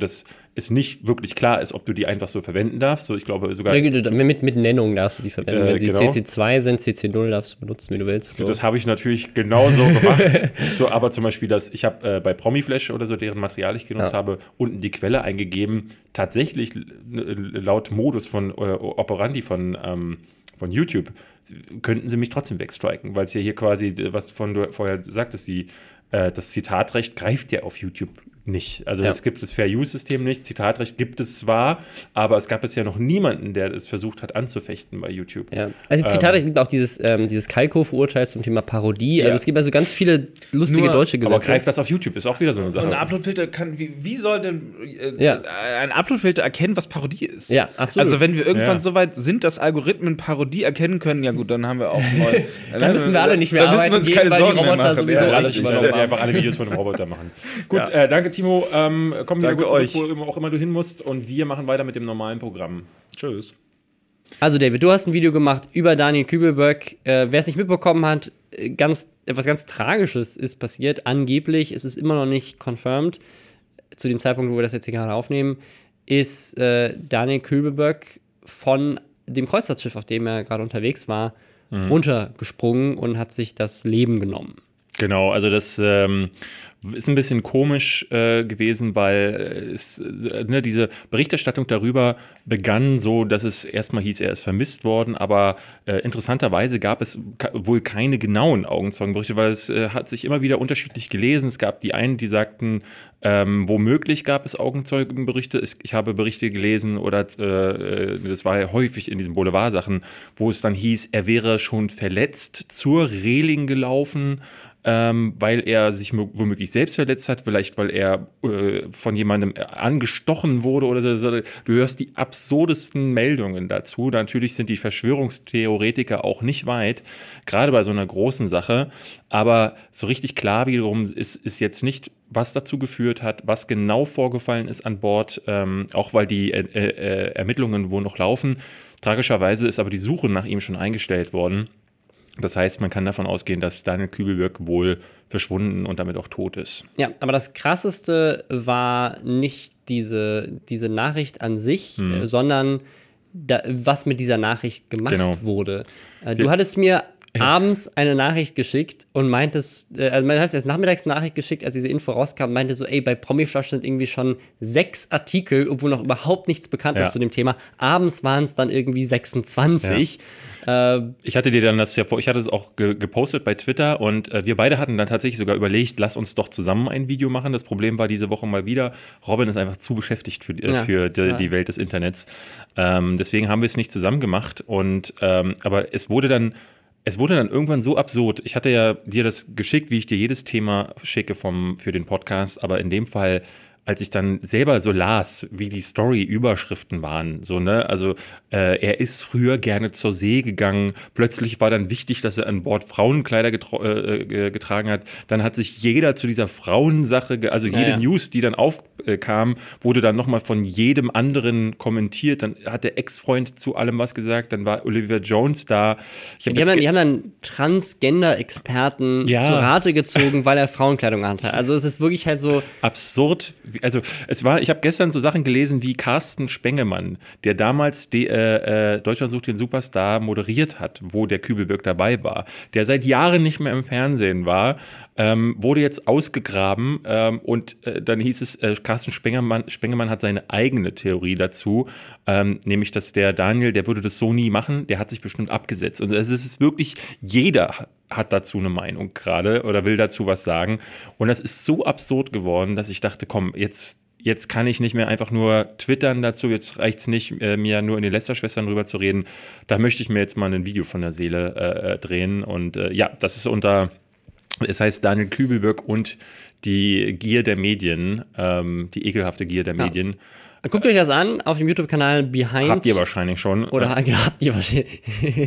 Speaker 1: es nicht wirklich klar ist, ob du die einfach so verwenden darfst. So, ich glaube sogar.
Speaker 2: Ja, mit, mit Nennung darfst du die verwenden.
Speaker 1: Äh,
Speaker 2: Wenn sie
Speaker 1: genau.
Speaker 2: C C zwei sind, C C null darfst du benutzen, wie du willst. So.
Speaker 1: Das habe ich natürlich genauso gemacht. So, aber zum Beispiel, das, ich habe äh, bei Promiflash oder so, deren Material ich genutzt
Speaker 2: Ja.
Speaker 1: habe, unten die Quelle eingegeben. Tatsächlich l- laut Modus von äh, Operandi von, ähm, von YouTube könnten sie mich trotzdem wegstriken, weil es ja hier quasi, was von du vorher sagtest, die, äh, das Zitatrecht greift ja auf YouTube nicht. Also
Speaker 2: Ja.
Speaker 1: es gibt das Fair-Use-System nicht. Zitatrecht gibt es zwar, aber es gab bisher noch niemanden, der es versucht hat anzufechten bei YouTube.
Speaker 2: Ja. Also Zitate, es gibt auch dieses, ähm, dieses Kalkofe-Urteil zum Thema Parodie. Also
Speaker 1: Ja.
Speaker 2: es gibt also ganz viele lustige
Speaker 3: Nur-
Speaker 2: deutsche Gesetze.
Speaker 1: Aber greift das auf YouTube, ist auch wieder so eine Sache.
Speaker 3: Und ein Uploadfilter kann, wie, wie soll denn äh,
Speaker 2: Ja.
Speaker 3: ein Uploadfilter erkennen, was Parodie ist?
Speaker 2: Ja, absolut.
Speaker 3: Also wenn wir irgendwann
Speaker 1: Ja.
Speaker 3: so weit sind, dass Algorithmen Parodie erkennen können, ja gut, dann haben wir auch neu.
Speaker 2: Dann müssen wir alle nicht mehr
Speaker 3: dann müssen wir uns
Speaker 2: arbeiten
Speaker 3: keine
Speaker 2: gehen, weil die
Speaker 3: Sorgen mehr
Speaker 2: Roboter
Speaker 3: machen.
Speaker 2: sowieso
Speaker 3: Ja,
Speaker 2: alles
Speaker 3: richtig.
Speaker 2: übernommen
Speaker 1: dass sie einfach alle Videos von dem Roboter machen. Gut,
Speaker 3: Ja.
Speaker 1: äh, danke Timo. Ähm, komm wieder
Speaker 3: Danke
Speaker 1: gut zurück,
Speaker 3: euch.
Speaker 1: wo immer- auch immer du hin musst. Und wir machen weiter mit dem normalen Programm.
Speaker 3: Tschüss.
Speaker 2: Also David, du hast ein Video gemacht über Daniel Kübelberg. Äh, Wer es nicht mitbekommen hat, äh, ganz, etwas ganz Tragisches ist passiert. Angeblich, es ist immer noch nicht confirmed, zu dem Zeitpunkt, wo wir das jetzt hier gerade aufnehmen, ist äh, Daniel Kübelberg von dem Kreuzfahrtschiff, auf dem er gerade unterwegs war, runtergesprungen und hat sich das Leben genommen.
Speaker 1: Genau, also das ähm, ist ein bisschen komisch äh, gewesen, weil es, äh, ne, diese Berichterstattung darüber begann so, dass es erstmal hieß, er ist vermisst worden, aber äh, interessanterweise gab es ka- wohl keine genauen Augenzeugenberichte, weil es äh, hat sich immer wieder unterschiedlich gelesen. Es gab die einen, die sagten, ähm, womöglich gab es Augenzeugenberichte. Es, ich habe Berichte gelesen oder äh, das war ja häufig in diesen Boulevardsachen, wo es dann hieß, er wäre schon verletzt zur Reling gelaufen, ähm, weil er sich mo- womöglich selbst verletzt hat, vielleicht weil er äh, von jemandem angestochen wurde oder so. Du hörst die absurdesten Meldungen dazu. Natürlich sind die Verschwörungstheoretiker auch nicht weit, gerade bei so einer großen Sache. Aber so richtig klar wiederum ist, ist jetzt nicht, was dazu geführt hat, was genau vorgefallen ist an Bord, ähm, auch weil die äh, äh, Ermittlungen wohl noch laufen. Tragischerweise ist aber die Suche nach ihm schon eingestellt worden. Das heißt, man kann davon ausgehen, dass Daniel Kübelberg wohl verschwunden und damit auch tot ist.
Speaker 2: Ja, aber das Krasseste war nicht diese, diese Nachricht an sich, äh, sondern da, was mit dieser Nachricht gemacht
Speaker 1: Genau.
Speaker 2: wurde. Äh, du
Speaker 1: Wir-
Speaker 2: hattest mir abends eine Nachricht geschickt und meintest, äh, also man hat erst nachmittags eine Nachricht geschickt, als diese Info rauskam, meinte so, ey, bei Promiflash sind irgendwie schon sechs Artikel, obwohl noch überhaupt nichts bekannt
Speaker 1: Ja.
Speaker 2: ist zu dem Thema. Abends waren es dann irgendwie sechsundzwanzig. Äh,
Speaker 1: Ich hatte dir dann das ja vor, ich hatte es auch ge gepostet bei Twitter und äh, wir beide hatten dann tatsächlich sogar überlegt, lass uns doch zusammen ein Video machen. Das Problem war diese Woche mal wieder, Robin ist einfach zu beschäftigt für, äh,
Speaker 2: Ja,
Speaker 1: für die,
Speaker 2: klar.
Speaker 1: die Welt des Internets. Ähm, deswegen haben wir es nicht zusammen gemacht und ähm, aber es wurde dann Es wurde dann irgendwann so absurd. Ich hatte ja dir das geschickt, wie ich dir jedes Thema schicke vom, für den Podcast, aber in dem Fall, als ich dann selber so las, wie die Story-Überschriften waren, so, ne, also äh, er ist früher gerne zur See gegangen, plötzlich war dann wichtig, dass er an Bord Frauenkleider getro- äh, getragen hat, dann hat sich jeder zu dieser Frauensache, ge- also jede
Speaker 2: ja.
Speaker 1: News, die dann aufkam, wurde dann nochmal von jedem anderen kommentiert, dann hat der Ex-Freund zu allem was gesagt, dann war Olivia Jones da. Ich hab
Speaker 2: Die
Speaker 1: jetzt
Speaker 2: haben, dann,
Speaker 1: ge-
Speaker 2: die haben dann Transgender-Experten
Speaker 1: Ja.
Speaker 2: zu Rate gezogen, weil er Frauenkleidung hatte. Also es ist wirklich halt so,
Speaker 1: absurd. Also es war, ich habe gestern so Sachen gelesen wie Carsten Spengemann, der damals die, äh, äh, Deutschland sucht den Superstar moderiert hat, wo der Kübelberg dabei war, der seit Jahren nicht mehr im Fernsehen war, ähm, wurde jetzt ausgegraben ähm, und äh, dann hieß es, äh, Carsten Spengemann, Spengemann hat seine eigene Theorie dazu, ähm, nämlich, dass der Daniel, der würde das so nie machen, der hat sich bestimmt abgesetzt. Und es ist wirklich, jeder hat dazu eine Meinung gerade oder will dazu was sagen. Und das ist so absurd geworden, dass ich dachte, komm, jetzt, jetzt kann ich nicht mehr einfach nur twittern dazu, jetzt reicht es nicht, äh, mir nur in den Lester-Schwestern drüber zu reden. Da möchte ich mir jetzt mal ein Video von der Seele äh, drehen. Und äh, ja, das ist unter, es heißt Daniel Kübelberg und die Gier der Medien, ähm, die ekelhafte Gier der
Speaker 2: Ja.
Speaker 1: Medien.
Speaker 2: guckt euch das an auf dem YouTube-Kanal Behind.
Speaker 1: Habt ihr wahrscheinlich schon.
Speaker 2: Oder genau, habt ihr wahrscheinlich.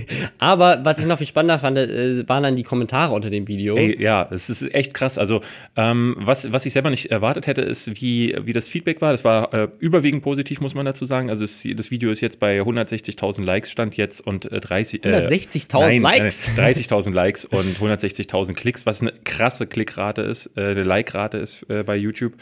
Speaker 2: Aber was ich noch viel spannender fand, äh, waren dann die Kommentare unter dem Video.
Speaker 1: Ey, ja, es ist echt krass. Also, ähm, was, was ich selber nicht erwartet hätte, ist, wie, wie das Feedback war. Das war äh, überwiegend positiv, muss man dazu sagen. Also, es, das Video ist jetzt bei hundertsechzigtausend Likes, stand jetzt und äh, dreißig. Äh,
Speaker 2: hundertsechzigtausend
Speaker 1: nein,
Speaker 2: Likes?
Speaker 1: Äh, dreißigtausend Likes und hundertsechzigtausend Klicks, was eine krasse Klickrate ist, äh, eine Like-Rate ist äh, bei YouTube.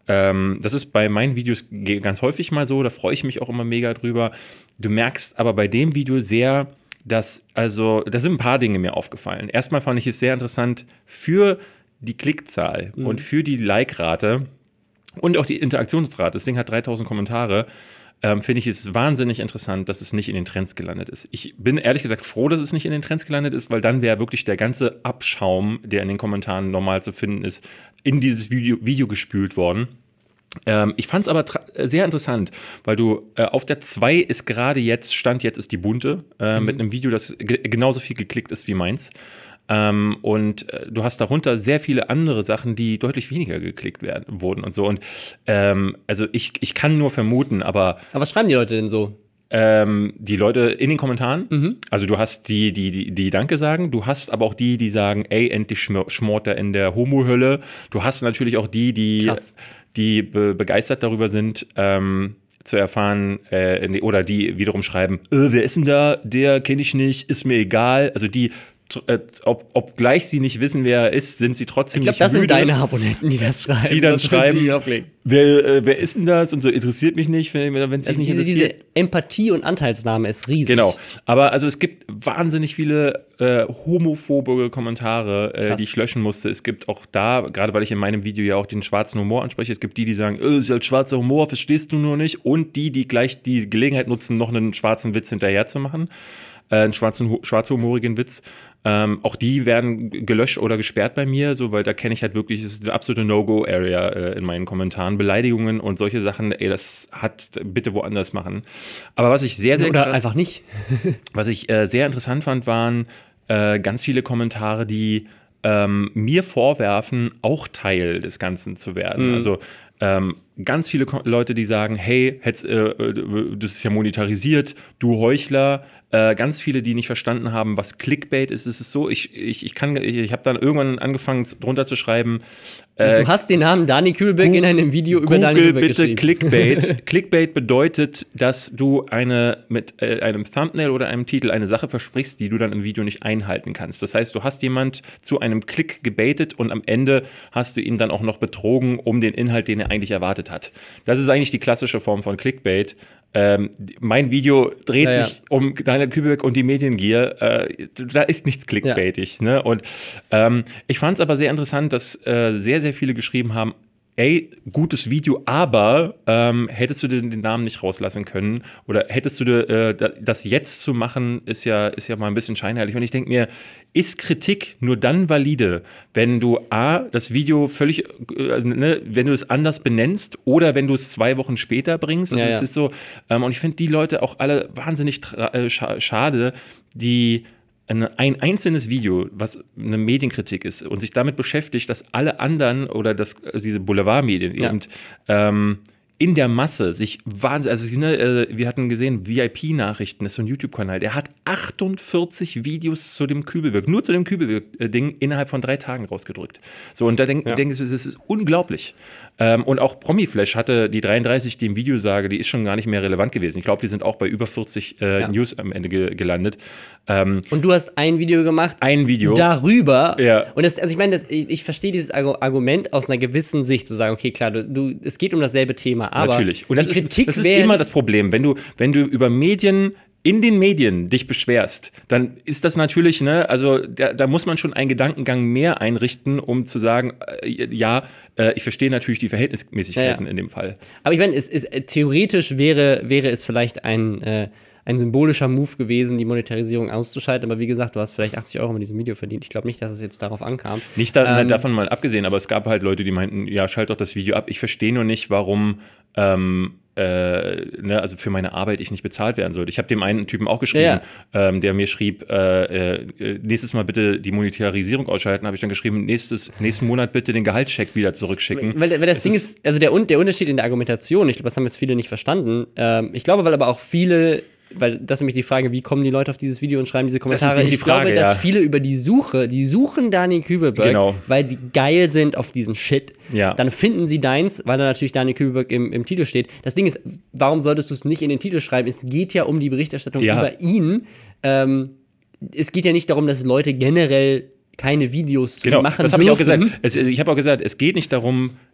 Speaker 1: ähm, das ist bei meinen Videos ge- ganz häufig mal so, da freue ich mich auch immer mega drüber. Du merkst aber bei dem Video sehr, dass, also, da sind ein paar Dinge mir aufgefallen. Erstmal fand ich es sehr interessant für die Klickzahl mhm. und für die Like-Rate und auch die Interaktionsrate. Das Ding hat dreitausend Kommentare. Ähm, finde ich es wahnsinnig interessant, dass es nicht in den Trends gelandet ist. Ich bin ehrlich gesagt froh, dass es nicht in den Trends gelandet ist, weil dann wäre wirklich der ganze Abschaum, der in den Kommentaren normal zu finden ist, in dieses Video, Video gespült worden. Ähm, ich fand es aber tra- sehr interessant, weil du äh, auf der zwei ist gerade jetzt, Stand jetzt ist die bunte, äh, mhm. mit einem Video, das ge- genauso viel geklickt ist wie meins. Ähm, und äh, du hast darunter sehr viele andere Sachen, die deutlich weniger geklickt werden, wurden und so. Und ähm, also ich, ich kann nur vermuten, aber.
Speaker 2: Aber was schreiben die Leute denn so?
Speaker 1: Ähm, die Leute in den Kommentaren,
Speaker 2: Mhm.
Speaker 1: also du hast die, die, die, die Danke sagen, du hast aber auch die, die sagen, ey, endlich schmor- schmort er in der Homo-Hölle. Du hast natürlich auch die, die,
Speaker 2: Krass.
Speaker 1: die be- begeistert darüber sind, ähm, zu erfahren, äh, nee, oder die wiederum schreiben, äh, wer ist denn da, der kenne ich nicht, ist mir egal. Also die, äh, ob, obgleich sie nicht wissen, wer er ist, sind sie trotzdem
Speaker 2: Ich glaube,
Speaker 1: nicht
Speaker 2: das sind
Speaker 1: müde,
Speaker 2: deine Abonnenten, die das schreiben.
Speaker 1: die dann
Speaker 2: Das können sie
Speaker 1: schreiben,
Speaker 2: nicht auflegen.
Speaker 1: wer, äh, wer ist denn das und so, interessiert mich nicht, wenn es sich
Speaker 2: Also
Speaker 1: nicht
Speaker 2: diese,
Speaker 1: interessiert.
Speaker 2: diese Empathie und Anteilsnahme ist riesig.
Speaker 1: Genau, aber also es gibt wahnsinnig viele äh, homophobe Kommentare, äh,
Speaker 2: Krass.
Speaker 1: die ich löschen musste. Es gibt auch da, gerade weil ich in meinem Video ja auch den schwarzen Humor anspreche, es gibt die, die sagen, äh, ist halt schwarzer Humor, verstehst du nur nicht, und die, die gleich die Gelegenheit nutzen, noch einen schwarzen Witz hinterher zu machen, äh, einen schwarzen, schwarzhumorigen Witz. Ähm, auch die werden gelöscht oder gesperrt bei mir, so, weil da kenne ich halt wirklich, es ist eine absolute No-Go-Area äh, in meinen Kommentaren. Beleidigungen und solche Sachen, ey, das hat bitte woanders machen. Aber was ich sehr, sehr
Speaker 2: Oder
Speaker 1: krass-
Speaker 2: einfach nicht.
Speaker 1: was ich äh, sehr interessant fand, waren äh, ganz viele Kommentare, die ähm, mir vorwerfen, auch Teil des Ganzen zu werden.
Speaker 2: Mhm.
Speaker 1: Also ähm, ganz viele Ko- Leute, die sagen, hey, hätt's, äh, das ist ja monetarisiert, du Heuchler. Äh, ganz viele, die nicht verstanden haben, was Clickbait ist. Es ist so, ich, ich, ich kann, ich, ich habe dann irgendwann angefangen, drunter zu schreiben. Äh,
Speaker 2: Du hast den Namen Dani Kühlberg in einem Video über Dani
Speaker 1: Google
Speaker 2: Kühlberg
Speaker 1: bitte
Speaker 2: geschrieben.
Speaker 1: Clickbait. Clickbait bedeutet, dass du eine mit äh, einem Thumbnail oder einem Titel eine Sache versprichst, die du dann im Video nicht einhalten kannst. Das heißt, du hast jemand zu einem Klick gebaitet und am Ende hast du ihn dann auch noch betrogen um den Inhalt, den er eigentlich erwartet hat. Das ist eigentlich die klassische Form von Clickbait. Ähm, mein Video dreht
Speaker 2: Ja, ja.
Speaker 1: sich um Daniel Kühlberg und die Mediengier. Äh, da ist nichts clickbaitig. Ne? Und ähm, ich fand es aber sehr interessant, dass äh, sehr, sehr viele geschrieben haben, ey, gutes Video, aber ähm, hättest du den, den Namen nicht rauslassen können oder hättest du dir, äh, das jetzt zu machen, ist ja, ist ja mal ein bisschen scheinheilig. Und ich denke mir, ist Kritik nur dann valide, wenn du A, das Video völlig, äh, ne, wenn du es anders benennst oder wenn du es zwei Wochen später bringst. Also
Speaker 2: Ja,
Speaker 1: es
Speaker 2: ja.
Speaker 1: ist so, ähm, und ich finde die Leute auch alle wahnsinnig tra- äh, scha- schade, die eine, ein einzelnes Video, was eine Medienkritik ist und sich damit beschäftigt, dass alle anderen oder das, also diese Boulevardmedien
Speaker 2: Ja.
Speaker 1: eben ähm, in der Masse sich wahnsinnig, also ne, äh, wir hatten gesehen, V I P-Nachrichten, das ist so ein YouTube-Kanal, der hat achtundvierzig Videos zu dem Kübelberg, nur zu dem Kübelberg-Ding innerhalb von drei Tagen rausgedrückt. So, und da denke
Speaker 2: Ja.
Speaker 1: denk ich, das ist unglaublich. Ähm, und auch Promiflash hatte die dreiunddreißig, die im Video sage, die ist schon gar nicht mehr relevant gewesen. Ich glaube, die sind auch bei über vierzig äh,
Speaker 2: Ja.
Speaker 1: News am Ende ge- gelandet. Ähm,
Speaker 2: Und du hast ein Video gemacht.
Speaker 1: ein Video.
Speaker 2: Darüber.
Speaker 1: Ja.
Speaker 2: Und das, also ich meine, das, ich, ich verstehe dieses Argu- Argument aus einer gewissen Sicht, zu sagen, okay, klar, du, du, es geht um dasselbe Thema, aber
Speaker 1: Natürlich. Und das
Speaker 2: die
Speaker 1: ist,
Speaker 2: Kritik
Speaker 1: das ist
Speaker 2: wäre
Speaker 1: immer
Speaker 2: nicht-
Speaker 1: das Problem. Wenn du, wenn du über Medien in den Medien dich beschwerst, dann ist das natürlich, ne, also da, da muss man schon einen Gedankengang mehr einrichten, um zu sagen, äh, ja, äh, ich verstehe natürlich die Verhältnismäßigkeiten
Speaker 2: Ja, ja.
Speaker 1: in dem Fall.
Speaker 2: Aber ich meine, es, es, äh, theoretisch wäre, wäre es vielleicht ein, äh, ein symbolischer Move gewesen, die Monetarisierung auszuschalten. Aber wie gesagt, du hast vielleicht achtzig Euro mit diesem Video verdient. Ich glaube nicht, dass es jetzt darauf ankam.
Speaker 1: Nicht da,
Speaker 2: Ähm,
Speaker 1: davon mal abgesehen, aber es gab halt Leute, die meinten, ja, schalt doch das Video ab. Ich verstehe nur nicht, warum ähm, äh, ne, also für meine Arbeit ich nicht bezahlt werden sollte. Ich habe dem einen Typen auch geschrieben,
Speaker 2: Ja,
Speaker 1: Ähm, der mir schrieb, äh, äh, nächstes Mal bitte die Monetarisierung ausschalten. Habe ich dann geschrieben, nächstes, nächsten Monat bitte den Gehaltscheck wieder zurückschicken.
Speaker 2: Weil, weil das
Speaker 1: Es
Speaker 2: Ding ist, also der, Un- der Unterschied in der Argumentation, ich glaube, das haben jetzt viele nicht verstanden. Ähm, ich glaube, weil aber auch viele, weil das ist nämlich die Frage, wie kommen die Leute auf dieses Video und schreiben diese Kommentare?
Speaker 1: nämlich die
Speaker 2: ich glaube,
Speaker 1: Frage,
Speaker 2: dass
Speaker 1: ja.
Speaker 2: viele über die Suche, die suchen Daniel Kübelberg,
Speaker 1: Genau.
Speaker 2: weil sie geil sind auf diesen Shit.
Speaker 1: Ja.
Speaker 2: Dann finden sie deins, weil da natürlich Daniel Kübelberg im, im Titel steht. Das Ding ist, warum solltest du es nicht in den Titel schreiben? Es geht ja um die Berichterstattung
Speaker 1: Ja.
Speaker 2: über ihn. Ähm, es geht ja nicht darum, dass Leute generell keine Videos zu
Speaker 1: Genau,
Speaker 2: machen
Speaker 1: das habe ich auch
Speaker 2: dürfen.
Speaker 1: gesagt. Es, ich habe auch gesagt, es geht nicht darum,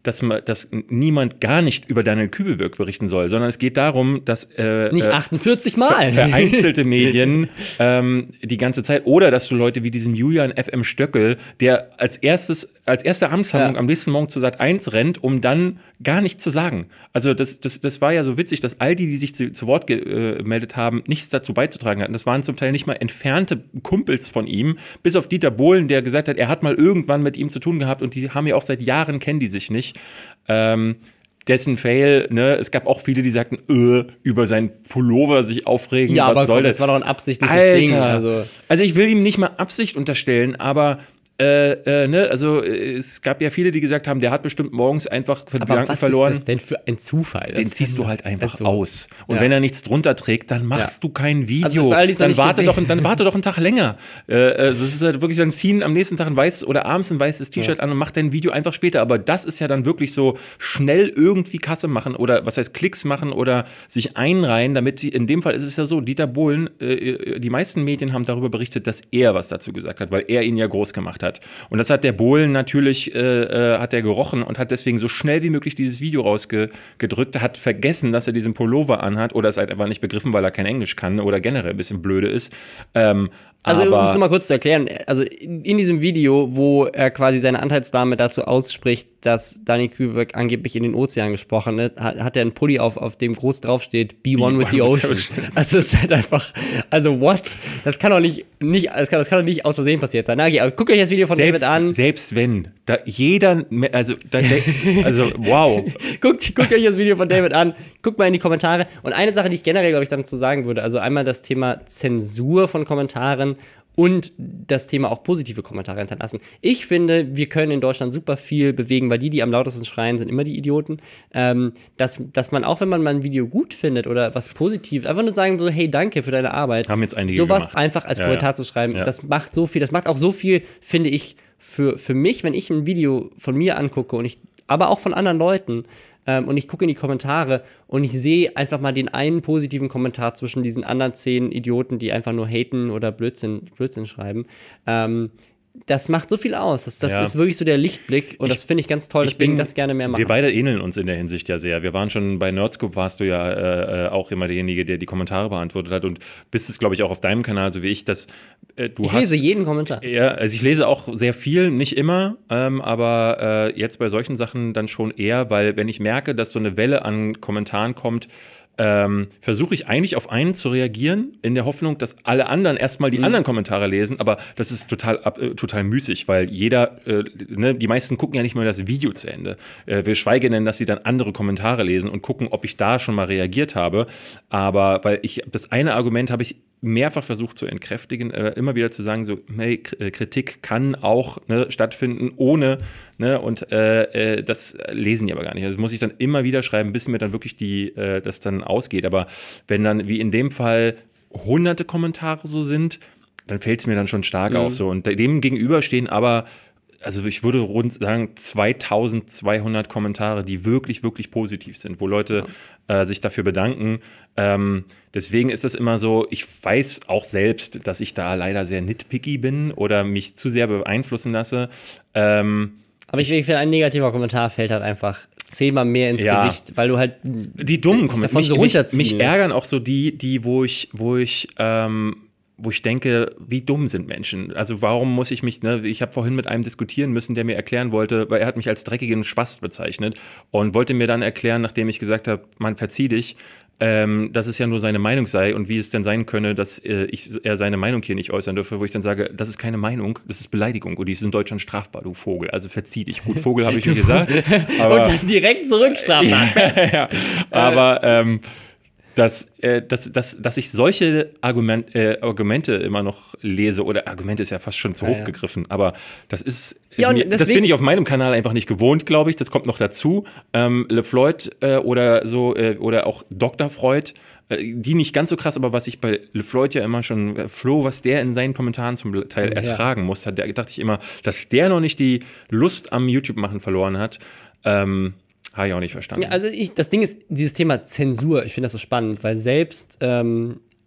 Speaker 1: dass, man, dass niemand gar nicht über Daniel Kübelberg berichten soll, sondern es geht darum, dass äh,
Speaker 2: nicht achtundvierzig Mal
Speaker 1: ver- vereinzelte Medien ähm, die ganze Zeit oder dass du Leute wie diesen Julian F M Stöckel, der als erstes als erste Amtshandlung
Speaker 2: Ja.
Speaker 1: am nächsten Morgen zu Sat eins rennt, um dann gar nichts zu sagen. Also das, das, das war ja so witzig, dass all die, die sich zu, zu Wort gemeldet haben, nichts dazu beizutragen hatten. Das waren zum Teil nicht mal entfernte Kumpels von ihm, bis auf Dieter Bohlen, der gesagt hat, er hat mal irgendwann mit ihm zu tun gehabt und die haben ja auch seit Jahren, kennen die sich nicht. Ähm, dessen Fail, ne, es gab auch viele, die sagten, öh, über seinen Pullover sich aufregen.
Speaker 2: Ja,
Speaker 1: was
Speaker 2: aber
Speaker 1: soll
Speaker 2: komm,
Speaker 1: das?
Speaker 2: das war doch ein absichtliches
Speaker 1: Alter.
Speaker 2: Ding. Also,
Speaker 1: also ich will ihm nicht mal Absicht unterstellen, aber Äh, äh, ne, also äh, es gab ja viele, die gesagt haben, der hat bestimmt morgens einfach
Speaker 2: aber
Speaker 1: Gedanken
Speaker 2: was
Speaker 1: verloren.
Speaker 2: ist das denn für ein Zufall?
Speaker 1: Den
Speaker 2: Das
Speaker 1: ziehst
Speaker 2: kann-
Speaker 1: du halt einfach
Speaker 2: also,
Speaker 1: aus. Und
Speaker 2: ja.
Speaker 1: wenn er nichts drunter trägt, dann machst
Speaker 2: Ja.
Speaker 1: du kein Video.
Speaker 2: Also für all die es noch
Speaker 1: dann,
Speaker 2: nicht
Speaker 1: warte
Speaker 2: gesehen-
Speaker 1: doch, dann warte doch einen Tag länger. Äh, also es ist halt wirklich, dann ziehen am nächsten Tag ein weißes oder abends ein weißes T-Shirt an und mach dein Video einfach später. Aber das ist ja dann wirklich so schnell irgendwie Kasse machen oder was heißt Klicks machen oder sich einreihen, damit die, in dem Fall ist es ja so, Dieter Bohlen, äh, die meisten Medien haben darüber berichtet, dass er was dazu gesagt hat, weil er ihn ja groß gemacht hat. Und das hat der Bohlen natürlich, äh, hat er gerochen und hat deswegen so schnell wie möglich dieses Video rausgedrückt, hat vergessen, dass er diesen Pullover anhat oder es halt einfach nicht begriffen, weil er kein Englisch kann oder generell ein bisschen blöde ist. Ähm,
Speaker 2: Also, um es
Speaker 1: aber
Speaker 2: nochmal kurz zu erklären, also in, in diesem Video, wo er quasi seine Anteilsdame dazu ausspricht, dass Daniel Kübelberg angeblich in den Ozean gesprochen hat, hat, hat er einen Pulli auf, auf dem groß draufsteht, Be One with the Ocean. Also es ist halt einfach, also what? Das kann doch nicht, nicht das, kann, das kann doch nicht aus Versehen passiert sein. Na, okay, aber guckt euch das Video von
Speaker 1: selbst,
Speaker 2: David an.
Speaker 1: selbst wenn, da jeder, also, da, also wow.
Speaker 2: Guckt, guckt euch das Video von David an, guckt mal in die Kommentare. Und eine Sache, die ich generell, glaube ich, dazu sagen würde, also einmal das Thema Zensur von Kommentaren und das Thema auch positive Kommentare hinterlassen. Ich finde, wir können in Deutschland super viel bewegen, weil die, die am lautesten schreien, sind immer die Idioten. Ähm, dass, dass man auch, wenn man mal ein Video gut findet oder was Positives, einfach nur sagen so, hey, danke für deine Arbeit.
Speaker 1: Haben jetzt einige
Speaker 2: sowas
Speaker 1: gemacht.
Speaker 2: einfach als
Speaker 1: Ja,
Speaker 2: Kommentar
Speaker 1: ja.
Speaker 2: zu schreiben,
Speaker 1: Ja.
Speaker 2: das macht so viel. Das macht auch so viel, finde ich, für, für mich, wenn ich ein Video von mir angucke und ich, aber auch von anderen Leuten, ähm, und ich gucke in die Kommentare und ich sehe einfach mal den einen positiven Kommentar zwischen diesen anderen zehn Idioten, die einfach nur haten oder Blödsinn, Blödsinn schreiben. Ähm, das macht so viel aus. Das, das
Speaker 1: Ja.
Speaker 2: ist wirklich so der Lichtblick und
Speaker 1: Ich-
Speaker 2: das finde ich ganz toll,
Speaker 1: Ich
Speaker 2: deswegen
Speaker 1: bin-
Speaker 2: das gerne mehr machen.
Speaker 1: Wir beide ähneln uns in der Hinsicht ja sehr. Wir waren schon bei Nerdscope, warst du ja äh, auch immer derjenige, der die Kommentare beantwortet hat und bist es, glaube ich, auch auf deinem Kanal, so wie ich, dass äh, du
Speaker 2: ich
Speaker 1: hast.
Speaker 2: lese jeden Kommentar.
Speaker 1: Ja, also ich lese auch sehr viel, nicht immer, ähm, aber äh, jetzt bei solchen Sachen dann schon eher, weil wenn ich merke, dass so eine Welle an Kommentaren kommt, ähm, versuche ich eigentlich auf einen zu reagieren, in der Hoffnung, dass alle anderen erstmal die
Speaker 2: Mhm.
Speaker 1: anderen Kommentare lesen, aber das ist total, ab, äh, total müßig, weil jeder, äh, ne, die meisten gucken ja nicht mal das Video zu Ende. Äh, wir schweigen denn, dass sie dann andere Kommentare lesen und gucken, ob ich da schon mal reagiert habe, aber weil ich, das eine Argument habe ich mehrfach versucht zu entkräftigen, äh, immer wieder zu sagen, so, hey, K- äh, Kritik kann auch ne, stattfinden ohne, ne, und äh, äh, das lesen die aber gar nicht. Also das muss ich dann immer wieder schreiben, bis mir dann wirklich die, äh, das dann ausgeht. Aber wenn dann, wie in dem Fall, hunderte Kommentare so sind, dann fällt es mir dann schon stark
Speaker 2: Mhm.
Speaker 1: auf. So. Und dem gegenüber stehen aber, also ich würde rund sagen, zweitausendzweihundert Kommentare, die wirklich, wirklich positiv sind, wo Leute äh, sich dafür bedanken. Ähm, deswegen ist das immer so, ich weiß auch selbst, dass ich da leider sehr nitpicky bin oder mich zu sehr beeinflussen lasse. Ähm,
Speaker 2: Aber ich, ich finde, ein negativer Kommentar fällt halt einfach zehnmal mehr ins
Speaker 1: Ja.
Speaker 2: Gewicht, weil du halt
Speaker 1: die dummen
Speaker 2: davon
Speaker 1: Kommentare,
Speaker 2: so
Speaker 1: mich, mich,
Speaker 2: runterziehen
Speaker 1: mich
Speaker 2: lässt.
Speaker 1: ärgern auch so die, die wo ich, wo ich, ähm, wo ich denke, wie dumm sind Menschen? Also warum muss ich mich, ne, ich habe vorhin mit einem diskutieren müssen, der mir erklären wollte, weil er hat mich als dreckigen Spast bezeichnet und wollte mir dann erklären, nachdem ich gesagt habe, man verzieh dich, ähm, dass es ja nur seine Meinung sei und wie es denn sein könne, dass äh, ich, er seine Meinung hier nicht äußern dürfe, wo ich dann sage, das ist keine Meinung, das ist Beleidigung und die ist in Deutschland strafbar, du Vogel, also verzieh dich. Gut, Vogel habe ich schon gesagt, aber
Speaker 2: und dann direkt zurückstrafen.
Speaker 1: ja, aber ähm, dass, äh, dass, dass, dass ich solche Argument, äh, Argumente immer noch lese, oder Argumente ist ja fast schon zu
Speaker 2: Ja,
Speaker 1: hoch
Speaker 2: ja.
Speaker 1: gegriffen, aber das ist,
Speaker 2: Ja, und
Speaker 1: mir, das
Speaker 2: deswegen-
Speaker 1: bin ich auf meinem Kanal einfach nicht gewohnt, glaube ich, das kommt noch dazu. Ähm, LeFloid äh, oder so, äh, oder auch Doktor Freud, äh, die nicht ganz so krass, aber was ich bei LeFloid ja immer schon, äh, Flo, was der in seinen Kommentaren zum Teil
Speaker 2: Ja.
Speaker 1: ertragen muss, hat, da dachte ich immer, dass der noch nicht die Lust am YouTube-Machen verloren hat, ähm, habe ich auch nicht verstanden.
Speaker 2: Ja, also ich, das Ding ist, dieses Thema Zensur, ich finde das so spannend, weil selbst ähm,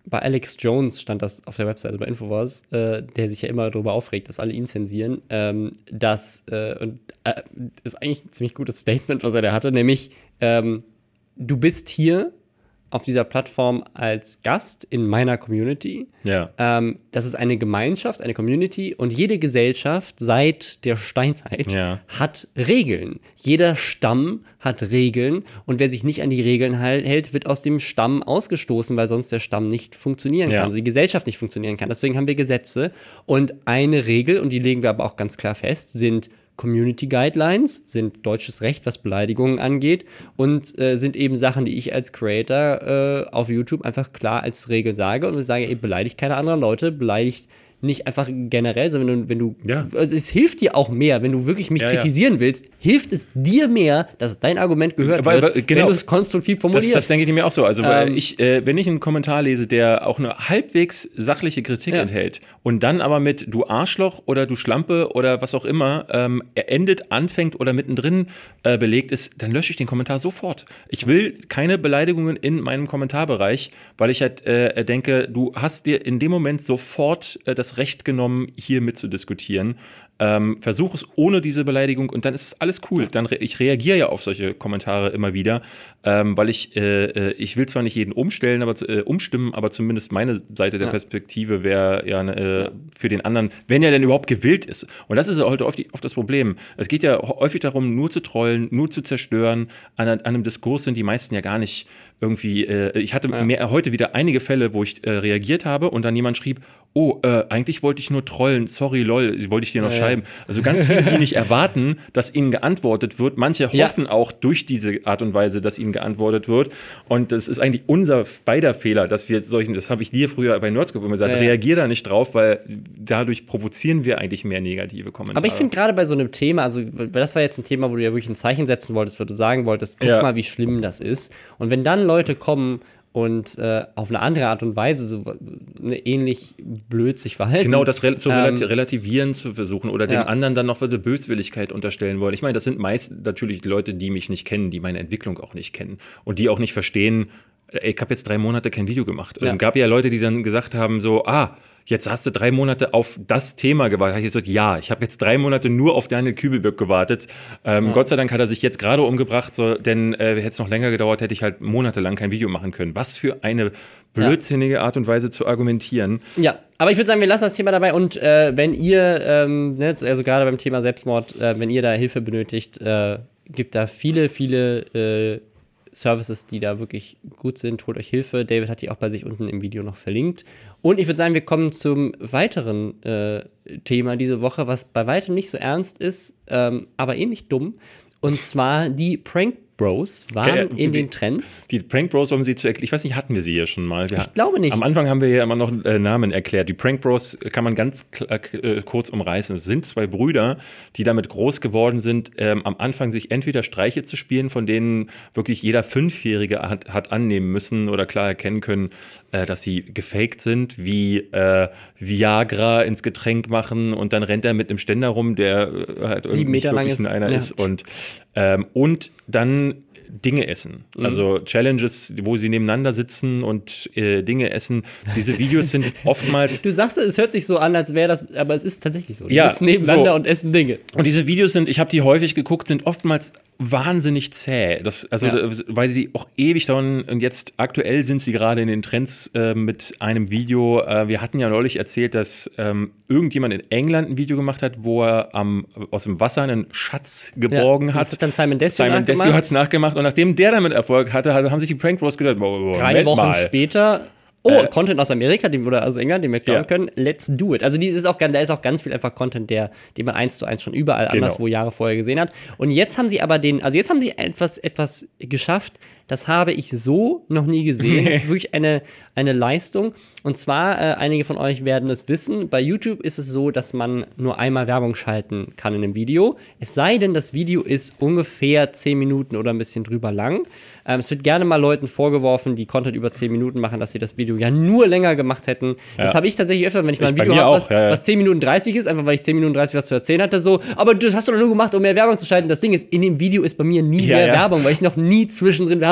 Speaker 2: bei Alex Jones stand das auf der Webseite bei Infowars, äh, der sich ja immer darüber aufregt, dass alle ihn zensieren, ähm, dass, äh, und äh, ist eigentlich ein ziemlich gutes Statement, was er da hatte, nämlich, ähm, du bist hier auf dieser Plattform als Gast in meiner Community.
Speaker 1: Ja.
Speaker 2: Ähm, das ist eine Gemeinschaft, eine Community und jede Gesellschaft seit der Steinzeit
Speaker 1: Ja.
Speaker 2: hat Regeln. Jeder Stamm hat Regeln und wer sich nicht an die Regeln halt, hält, wird aus dem Stamm ausgestoßen, weil sonst der Stamm nicht funktionieren kann,
Speaker 1: Ja.
Speaker 2: also die Gesellschaft nicht funktionieren kann. Deswegen haben wir Gesetze und eine Regel, und die legen wir aber auch ganz klar fest, sind Community Guidelines, sind deutsches Recht, was Beleidigungen angeht, und äh, sind eben Sachen, die ich als Creator äh, auf YouTube einfach klar als Regel sage und ich sage, ey, beleidigt keine anderen Leute, beleidigt nicht einfach generell, sondern wenn du, wenn du
Speaker 1: Ja.
Speaker 2: also es hilft dir auch mehr, wenn du wirklich mich
Speaker 1: Ja, ja.
Speaker 2: kritisieren willst, hilft es dir mehr, dass dein Argument gehört
Speaker 1: Weil-
Speaker 2: wird,
Speaker 1: weil- genau.
Speaker 2: wenn du es konstruktiv
Speaker 1: Das,
Speaker 2: formulierst.
Speaker 1: das denke ich mir auch so. Also, weil
Speaker 2: Ähm,
Speaker 1: ich, äh, wenn ich einen Kommentar lese, der auch eine halbwegs sachliche Kritik
Speaker 2: Ja.
Speaker 1: enthält und dann aber mit du Arschloch oder du Schlampe oder was auch immer ähm, er endet, anfängt oder mittendrin äh, belegt ist, dann lösche ich den Kommentar sofort. Ich will keine Beleidigungen in meinem Kommentarbereich, weil ich halt äh, denke, du hast dir in dem Moment sofort äh, das Recht genommen, hier mitzudiskutieren. Ähm, versuch es ohne diese Beleidigung und dann ist es alles cool. Dann re ich reagiere ja auf solche Kommentare immer wieder, ähm, weil ich, äh, ich will zwar nicht jeden umstellen, aber äh, umstimmen, aber zumindest meine Seite der
Speaker 2: Ja.
Speaker 1: Perspektive wäre ja, äh, ja für den anderen, wenn er denn überhaupt gewillt ist. Und das ist ja heute oft, die, oft das Problem. Es geht ja häufig darum, nur zu trollen, nur zu zerstören. An, an einem Diskurs sind die meisten ja gar nicht irgendwie, äh, ich hatte
Speaker 2: Ja.
Speaker 1: mehr, heute wieder einige Fälle, wo ich äh, reagiert habe und dann jemand schrieb, oh, äh, eigentlich wollte ich nur trollen, sorry, lol, wollte ich dir noch
Speaker 2: Ja, ja.
Speaker 1: schreiben. Also ganz viele, die nicht erwarten, dass ihnen geantwortet wird. Manche
Speaker 2: Ja.
Speaker 1: hoffen auch durch diese Art und Weise, dass ihnen geantwortet wird. Und das ist eigentlich unser beider Fehler, dass wir solchen, das habe ich dir früher bei Nerdscope immer gesagt,
Speaker 2: Ja, ja.
Speaker 1: reagier da nicht drauf, weil dadurch provozieren wir eigentlich mehr negative Kommentare.
Speaker 2: Aber ich finde gerade bei so einem Thema, also weil das war jetzt ein Thema, wo du ja wirklich ein Zeichen setzen wolltest, wo du sagen wolltest, guck
Speaker 1: Ja.
Speaker 2: mal, wie schlimm das ist. Und wenn dann Leute kommen und äh, auf eine andere Art und Weise so ne, ähnlich blöd sich verhalten.
Speaker 1: Genau, das rel zu relati
Speaker 2: Ähm,
Speaker 1: relativieren zu versuchen oder dem
Speaker 2: ja.
Speaker 1: anderen dann noch eine Böswilligkeit unterstellen wollen. Ich meine, das sind meist natürlich Leute, die mich nicht kennen, die meine Entwicklung auch nicht kennen und die auch nicht verstehen, ey, ich habe jetzt drei Monate kein Video gemacht.
Speaker 2: Ja.
Speaker 1: Es gab ja Leute, die dann gesagt haben so, ah, jetzt hast du drei Monate auf das Thema gewartet. Ich gesagt, ja, ich habe jetzt drei Monate nur auf Daniel Kübelböck gewartet. Ähm,
Speaker 2: Ja.
Speaker 1: Gott sei Dank hat er sich jetzt gerade umgebracht, so, denn äh, hätte es noch länger gedauert, hätte ich halt monatelang kein Video machen können. Was für eine blödsinnige Art und Weise zu argumentieren.
Speaker 2: Ja, aber ich würde sagen, wir lassen das Thema dabei und äh, wenn ihr, ähm, ne, also gerade beim Thema Selbstmord, äh, wenn ihr da Hilfe benötigt, äh, gibt da viele, viele äh, Services, die da wirklich gut sind. Holt euch Hilfe. David hat die auch bei sich unten im Video noch verlinkt. Und ich würde sagen, wir kommen zum weiteren äh, Thema diese Woche, was bei weitem nicht so ernst ist, ähm, aber ähnlich dumm. Und zwar die Prank Bros waren
Speaker 1: Ja,
Speaker 2: in
Speaker 1: die-
Speaker 2: den Trends.
Speaker 1: Die Prank Bros, um sie zu erklären, ich weiß nicht, hatten wir sie hier schon mal? Wir
Speaker 2: Ich glaube nicht.
Speaker 1: Am Anfang haben wir ja immer noch äh, Namen erklärt. Die Prank Bros kann man ganz kl- äh, kurz umreißen. Es sind zwei Brüder, die damit groß geworden sind, ähm, am Anfang sich entweder Streiche zu spielen, von denen wirklich jeder Fünfjährige hat, hat annehmen müssen oder klar erkennen können, äh, dass sie gefaked sind, wie äh, Viagra ins Getränk machen und dann rennt er mit einem Ständer rum, der äh, halt
Speaker 2: Sieben Meter lang
Speaker 1: wirklich
Speaker 2: ist.
Speaker 1: einer
Speaker 2: Ja.
Speaker 1: ist und, ähm, und dann Dinge essen. Also Challenges, wo sie nebeneinander sitzen und äh, Dinge essen. Diese Videos sind oftmals.
Speaker 2: Du sagst, es hört sich so an, als wäre das, aber es ist tatsächlich so. Die
Speaker 1: Ja,
Speaker 2: sitzen nebeneinander
Speaker 1: so.
Speaker 2: und essen Dinge.
Speaker 1: Und diese Videos sind, ich habe die häufig geguckt, sind oftmals wahnsinnig zäh. Das, also,
Speaker 2: Ja.
Speaker 1: weil sie auch ewig dauern. Und jetzt aktuell sind sie gerade in den Trends äh, mit einem Video. Äh, wir hatten ja neulich erzählt, dass ähm, irgendjemand in England ein Video gemacht hat, wo er am, aus dem Wasser einen Schatz geborgen
Speaker 2: Ja,
Speaker 1: hat.
Speaker 2: das hat dann Simon Desio
Speaker 1: Simon
Speaker 2: nachgemacht.
Speaker 1: Desio hat es nachgemacht. Und nachdem der damit Erfolg hatte, haben sich die Prank Bros gedacht, oh,
Speaker 2: Drei
Speaker 1: Moment
Speaker 2: Wochen
Speaker 1: mal.
Speaker 2: später. Oh,
Speaker 1: Äh,
Speaker 2: Content aus Amerika den, oder aus England, den wir klauen
Speaker 1: Ja.
Speaker 2: können. Let's do it. Also, die ist auch, ganz- da ist auch ganz viel einfach Content, der, den man eins zu eins schon überall
Speaker 1: Genau.
Speaker 2: anderswo Jahre vorher gesehen hat. Und jetzt haben sie aber den, also jetzt haben sie etwas, etwas geschafft, das habe ich so noch nie gesehen. Das ist wirklich eine, eine Leistung. Und zwar, äh, einige von euch werden es wissen, bei YouTube ist es so, dass man nur einmal Werbung schalten kann in einem Video. Es sei denn, das Video ist ungefähr zehn Minuten oder ein bisschen drüber lang. Ähm, es wird gerne mal Leuten vorgeworfen, die Content über zehn Minuten machen, dass sie das Video ja nur länger gemacht hätten. Das habe ich tatsächlich öfter, wenn ich mal ein
Speaker 1: Ich bei
Speaker 2: Video
Speaker 1: mir
Speaker 2: habe,
Speaker 1: auch,
Speaker 2: was,
Speaker 1: ja, ja.
Speaker 2: was zehn Minuten dreißig ist, einfach weil ich zehn Minuten dreißig was zu erzählen hatte, so, aber das hast du doch nur gemacht, um mehr Werbung zu schalten. Das Ding ist, in dem Video ist bei mir nie
Speaker 1: Ja,
Speaker 2: mehr
Speaker 1: ja.
Speaker 2: Werbung, weil ich noch nie zwischendrin Werbung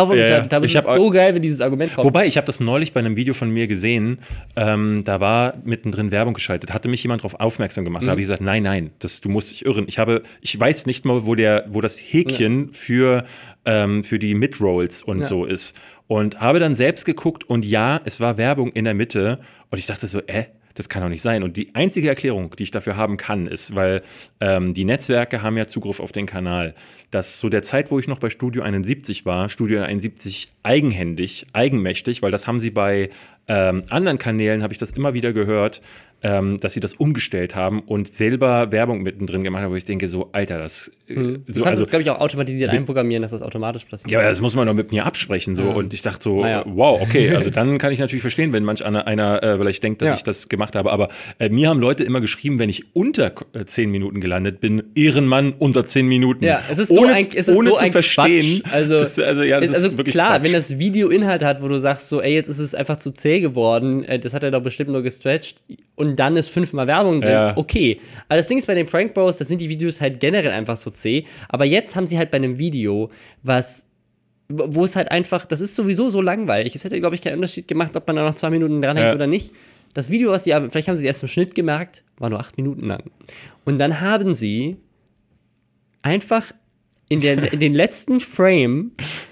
Speaker 2: draufgeschaltet
Speaker 1: ja,
Speaker 2: habe. Es ist so geil, wenn dieses Argument kommt.
Speaker 1: Wobei, ich habe das neulich bei einem Video von mir gesehen, ähm, da war mittendrin Werbung geschaltet, hatte mich jemand darauf aufmerksam gemacht. Mhm. Da habe ich gesagt, nein, nein, das, du musst dich irren. Ich habe, ich weiß nicht mal, wo, der, wo das Häkchen ja. für, ähm, für die Mid-Rolls und ja. so ist. Und habe dann selbst geguckt und ja, es war Werbung in der Mitte und ich dachte so, äh, das kann doch nicht sein. Und die einzige Erklärung, die ich dafür haben kann, ist, weil ähm, die Netzwerke haben ja Zugriff auf den Kanal, dass zu der Zeit, wo ich noch bei Studio einundsiebzig war, Studio einundsiebzig eigenhändig, eigenmächtig, weil das haben sie bei ähm, anderen Kanälen, habe ich das immer wieder gehört, ähm, dass sie das umgestellt haben und selber Werbung mittendrin gemacht haben, wo ich denke so, Alter, das... Äh,
Speaker 2: hm.
Speaker 1: so,
Speaker 2: du kannst
Speaker 1: also,
Speaker 2: das, glaube ich, auch automatisiert mit, einprogrammieren, dass das automatisch passiert.
Speaker 1: Ja, aber das muss man doch mit mir absprechen. So. Ja. Und ich dachte so,
Speaker 2: naja.
Speaker 1: wow, okay, also dann kann ich natürlich verstehen, wenn manch einer, einer äh, vielleicht denkt, dass ja. ich das gemacht habe. Aber äh, mir haben Leute immer geschrieben, wenn ich unter äh, zehn Minuten gelandet bin, Ehrenmann unter zehn Minuten.
Speaker 2: Ja, es ist so
Speaker 1: ohne,
Speaker 2: ein, es ist
Speaker 1: ohne
Speaker 2: so
Speaker 1: zu
Speaker 2: ein
Speaker 1: verstehen.
Speaker 2: Quatsch. Also,
Speaker 1: das, also, ja, das
Speaker 2: ist, also
Speaker 1: ist wirklich
Speaker 2: klar,
Speaker 1: Quatsch.
Speaker 2: Wenn das Video Inhalt hat, wo du sagst so, ey, jetzt ist es einfach zu zäh geworden, äh, das hat er doch bestimmt nur gestretched und dann ist fünfmal Werbung drin,
Speaker 1: ja.
Speaker 2: okay. Aber das Ding ist bei den Prank Bros, da sind die Videos halt generell einfach so zäh. Aber jetzt haben sie halt bei einem Video, was, wo es halt einfach, das ist sowieso so langweilig. Es hätte, glaube ich, keinen Unterschied gemacht, ob man da noch zwei Minuten dranhängt ja. oder nicht. Das Video, was sie, vielleicht haben sie erst im Schnitt gemerkt, war nur acht Minuten lang. Und dann haben sie einfach in, der, in den letzten Frame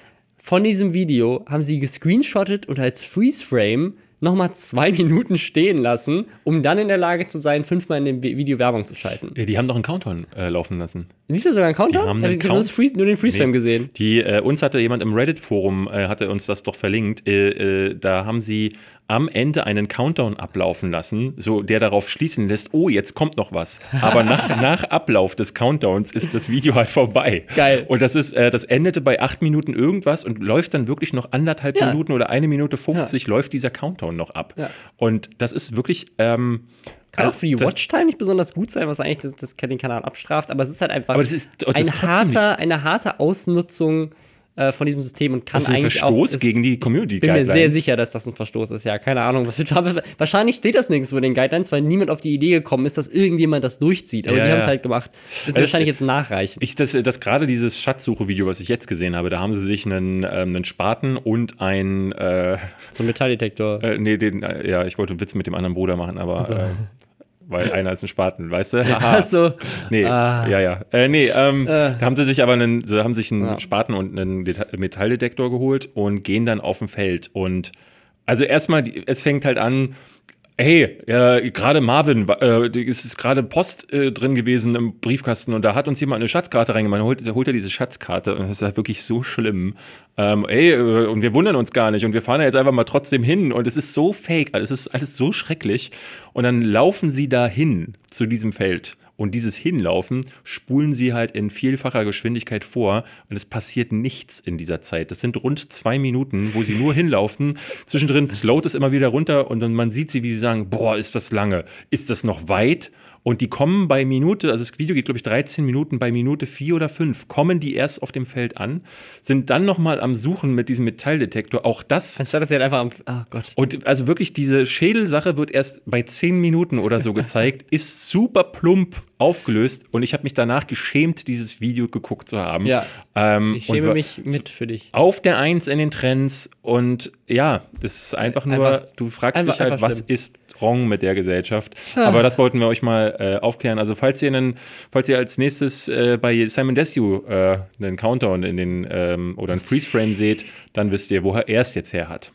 Speaker 2: von diesem Video haben sie gescreenshottet und als Freeze-Frame nochmal zwei Minuten stehen lassen, um dann in der Lage zu sein, fünfmal in dem Video Werbung zu schalten.
Speaker 1: Ja, die haben doch einen Countdown äh, laufen lassen.
Speaker 2: Nicht nur sogar einen Countdown?
Speaker 1: Die haben
Speaker 2: ich habe
Speaker 1: Count-
Speaker 2: nur, nur den Freeze-Frame
Speaker 1: nee.
Speaker 2: gesehen.
Speaker 1: Die, äh, uns hatte jemand im Reddit-Forum, äh, hatte uns das doch verlinkt, äh, äh, da haben sie am Ende einen Countdown ablaufen lassen, so der darauf schließen lässt, oh, jetzt kommt noch was. Aber nach, nach Ablauf des Countdowns ist das Video halt vorbei.
Speaker 2: Geil.
Speaker 1: Und das ist, äh, das endete bei acht Minuten irgendwas und läuft dann wirklich noch anderthalb ja. Minuten oder eine Minute fünfzig ja. läuft dieser Countdown noch ab. Ja. Und das ist wirklich ähm,
Speaker 2: kann auch für die Watchtime nicht besonders gut sein, was eigentlich das, das den Kanal abstraft, aber es ist halt einfach
Speaker 1: aber das ist, das
Speaker 2: ein
Speaker 1: ist
Speaker 2: harter, eine harte Ausnutzung äh, von diesem System und kann
Speaker 1: das ist ein
Speaker 2: eigentlich
Speaker 1: Verstoß
Speaker 2: auch,
Speaker 1: gegen die Community
Speaker 2: Ich bin
Speaker 1: Guidelines.
Speaker 2: mir sehr sicher, dass das ein Verstoß ist, ja, keine Ahnung. Was wird, aber wahrscheinlich steht das nirgendwo in den Guidelines, weil niemand auf die Idee gekommen ist, dass irgendjemand das durchzieht. Aber
Speaker 1: ja,
Speaker 2: die haben es
Speaker 1: ja.
Speaker 2: halt gemacht. Das wird
Speaker 1: das,
Speaker 2: wahrscheinlich jetzt nachreichen.
Speaker 1: Ich, das, das gerade dieses Schatzsuche-Video, was ich jetzt gesehen habe, da haben sie sich einen, ähm, einen Spaten und ein äh,
Speaker 2: so ein Metalldetektor.
Speaker 1: Äh, nee, den, äh, ja, ich wollte einen Witz mit dem anderen Bruder machen, aber
Speaker 2: also.
Speaker 1: äh, weil einer ist ein Spaten, weißt du?
Speaker 2: Ach so.
Speaker 1: Nee,
Speaker 2: ah.
Speaker 1: ja, ja. Äh, nee, ähm,
Speaker 2: äh.
Speaker 1: da haben sie sich aber einen, sie haben sich einen
Speaker 2: ja.
Speaker 1: Spaten und einen Det- Metalldetektor geholt und gehen dann auf dem Feld. Und also erstmal, es fängt halt an, hey, äh, gerade Marvin, äh, es ist gerade Post äh, drin gewesen im Briefkasten und da hat uns jemand eine Schatzkarte reingemacht. Holt, holt er diese Schatzkarte und das ist halt wirklich so schlimm. Ähm, ey, äh, und wir wundern uns gar nicht und wir fahren da jetzt einfach mal trotzdem hin und es ist so fake, es ist alles so schrecklich. Und dann laufen sie da hin zu diesem Feld. Und dieses Hinlaufen spulen sie halt in vielfacher Geschwindigkeit vor und es passiert nichts in dieser Zeit. Das sind rund zwei Minuten, wo sie nur hinlaufen. Zwischendrin slowt es immer wieder runter und dann man sieht sie, wie sie sagen, boah, ist das lange, ist das noch weit? Und die kommen bei Minute, also das Video geht, glaube ich, dreizehn Minuten, bei Minute vier oder fünf kommen die erst auf dem Feld an, sind dann nochmal am Suchen mit diesem Metalldetektor. Auch das.
Speaker 2: Anstatt dass sie halt einfach am. Oh Gott.
Speaker 1: Und also wirklich, diese Schädelsache wird erst bei zehn Minuten oder so gezeigt, ist super plump aufgelöst und ich habe mich danach geschämt, dieses Video geguckt zu haben.
Speaker 2: Ja.
Speaker 1: Ähm,
Speaker 2: ich schäme
Speaker 1: und
Speaker 2: mich mit für dich.
Speaker 1: Auf der Eins in den Trends und ja, das ist einfach nur,
Speaker 2: einfach,
Speaker 1: du fragst
Speaker 2: einfach,
Speaker 1: dich halt, was
Speaker 2: schlimm.
Speaker 1: ist wrong mit der Gesellschaft. Aber das wollten wir euch mal äh, aufklären. Also falls ihr einen, falls ihr als nächstes äh, bei Simon Desue äh, einen Countdown in den ähm, oder einen Freeze-Frame seht, dann wisst ihr, woher er es jetzt her hat.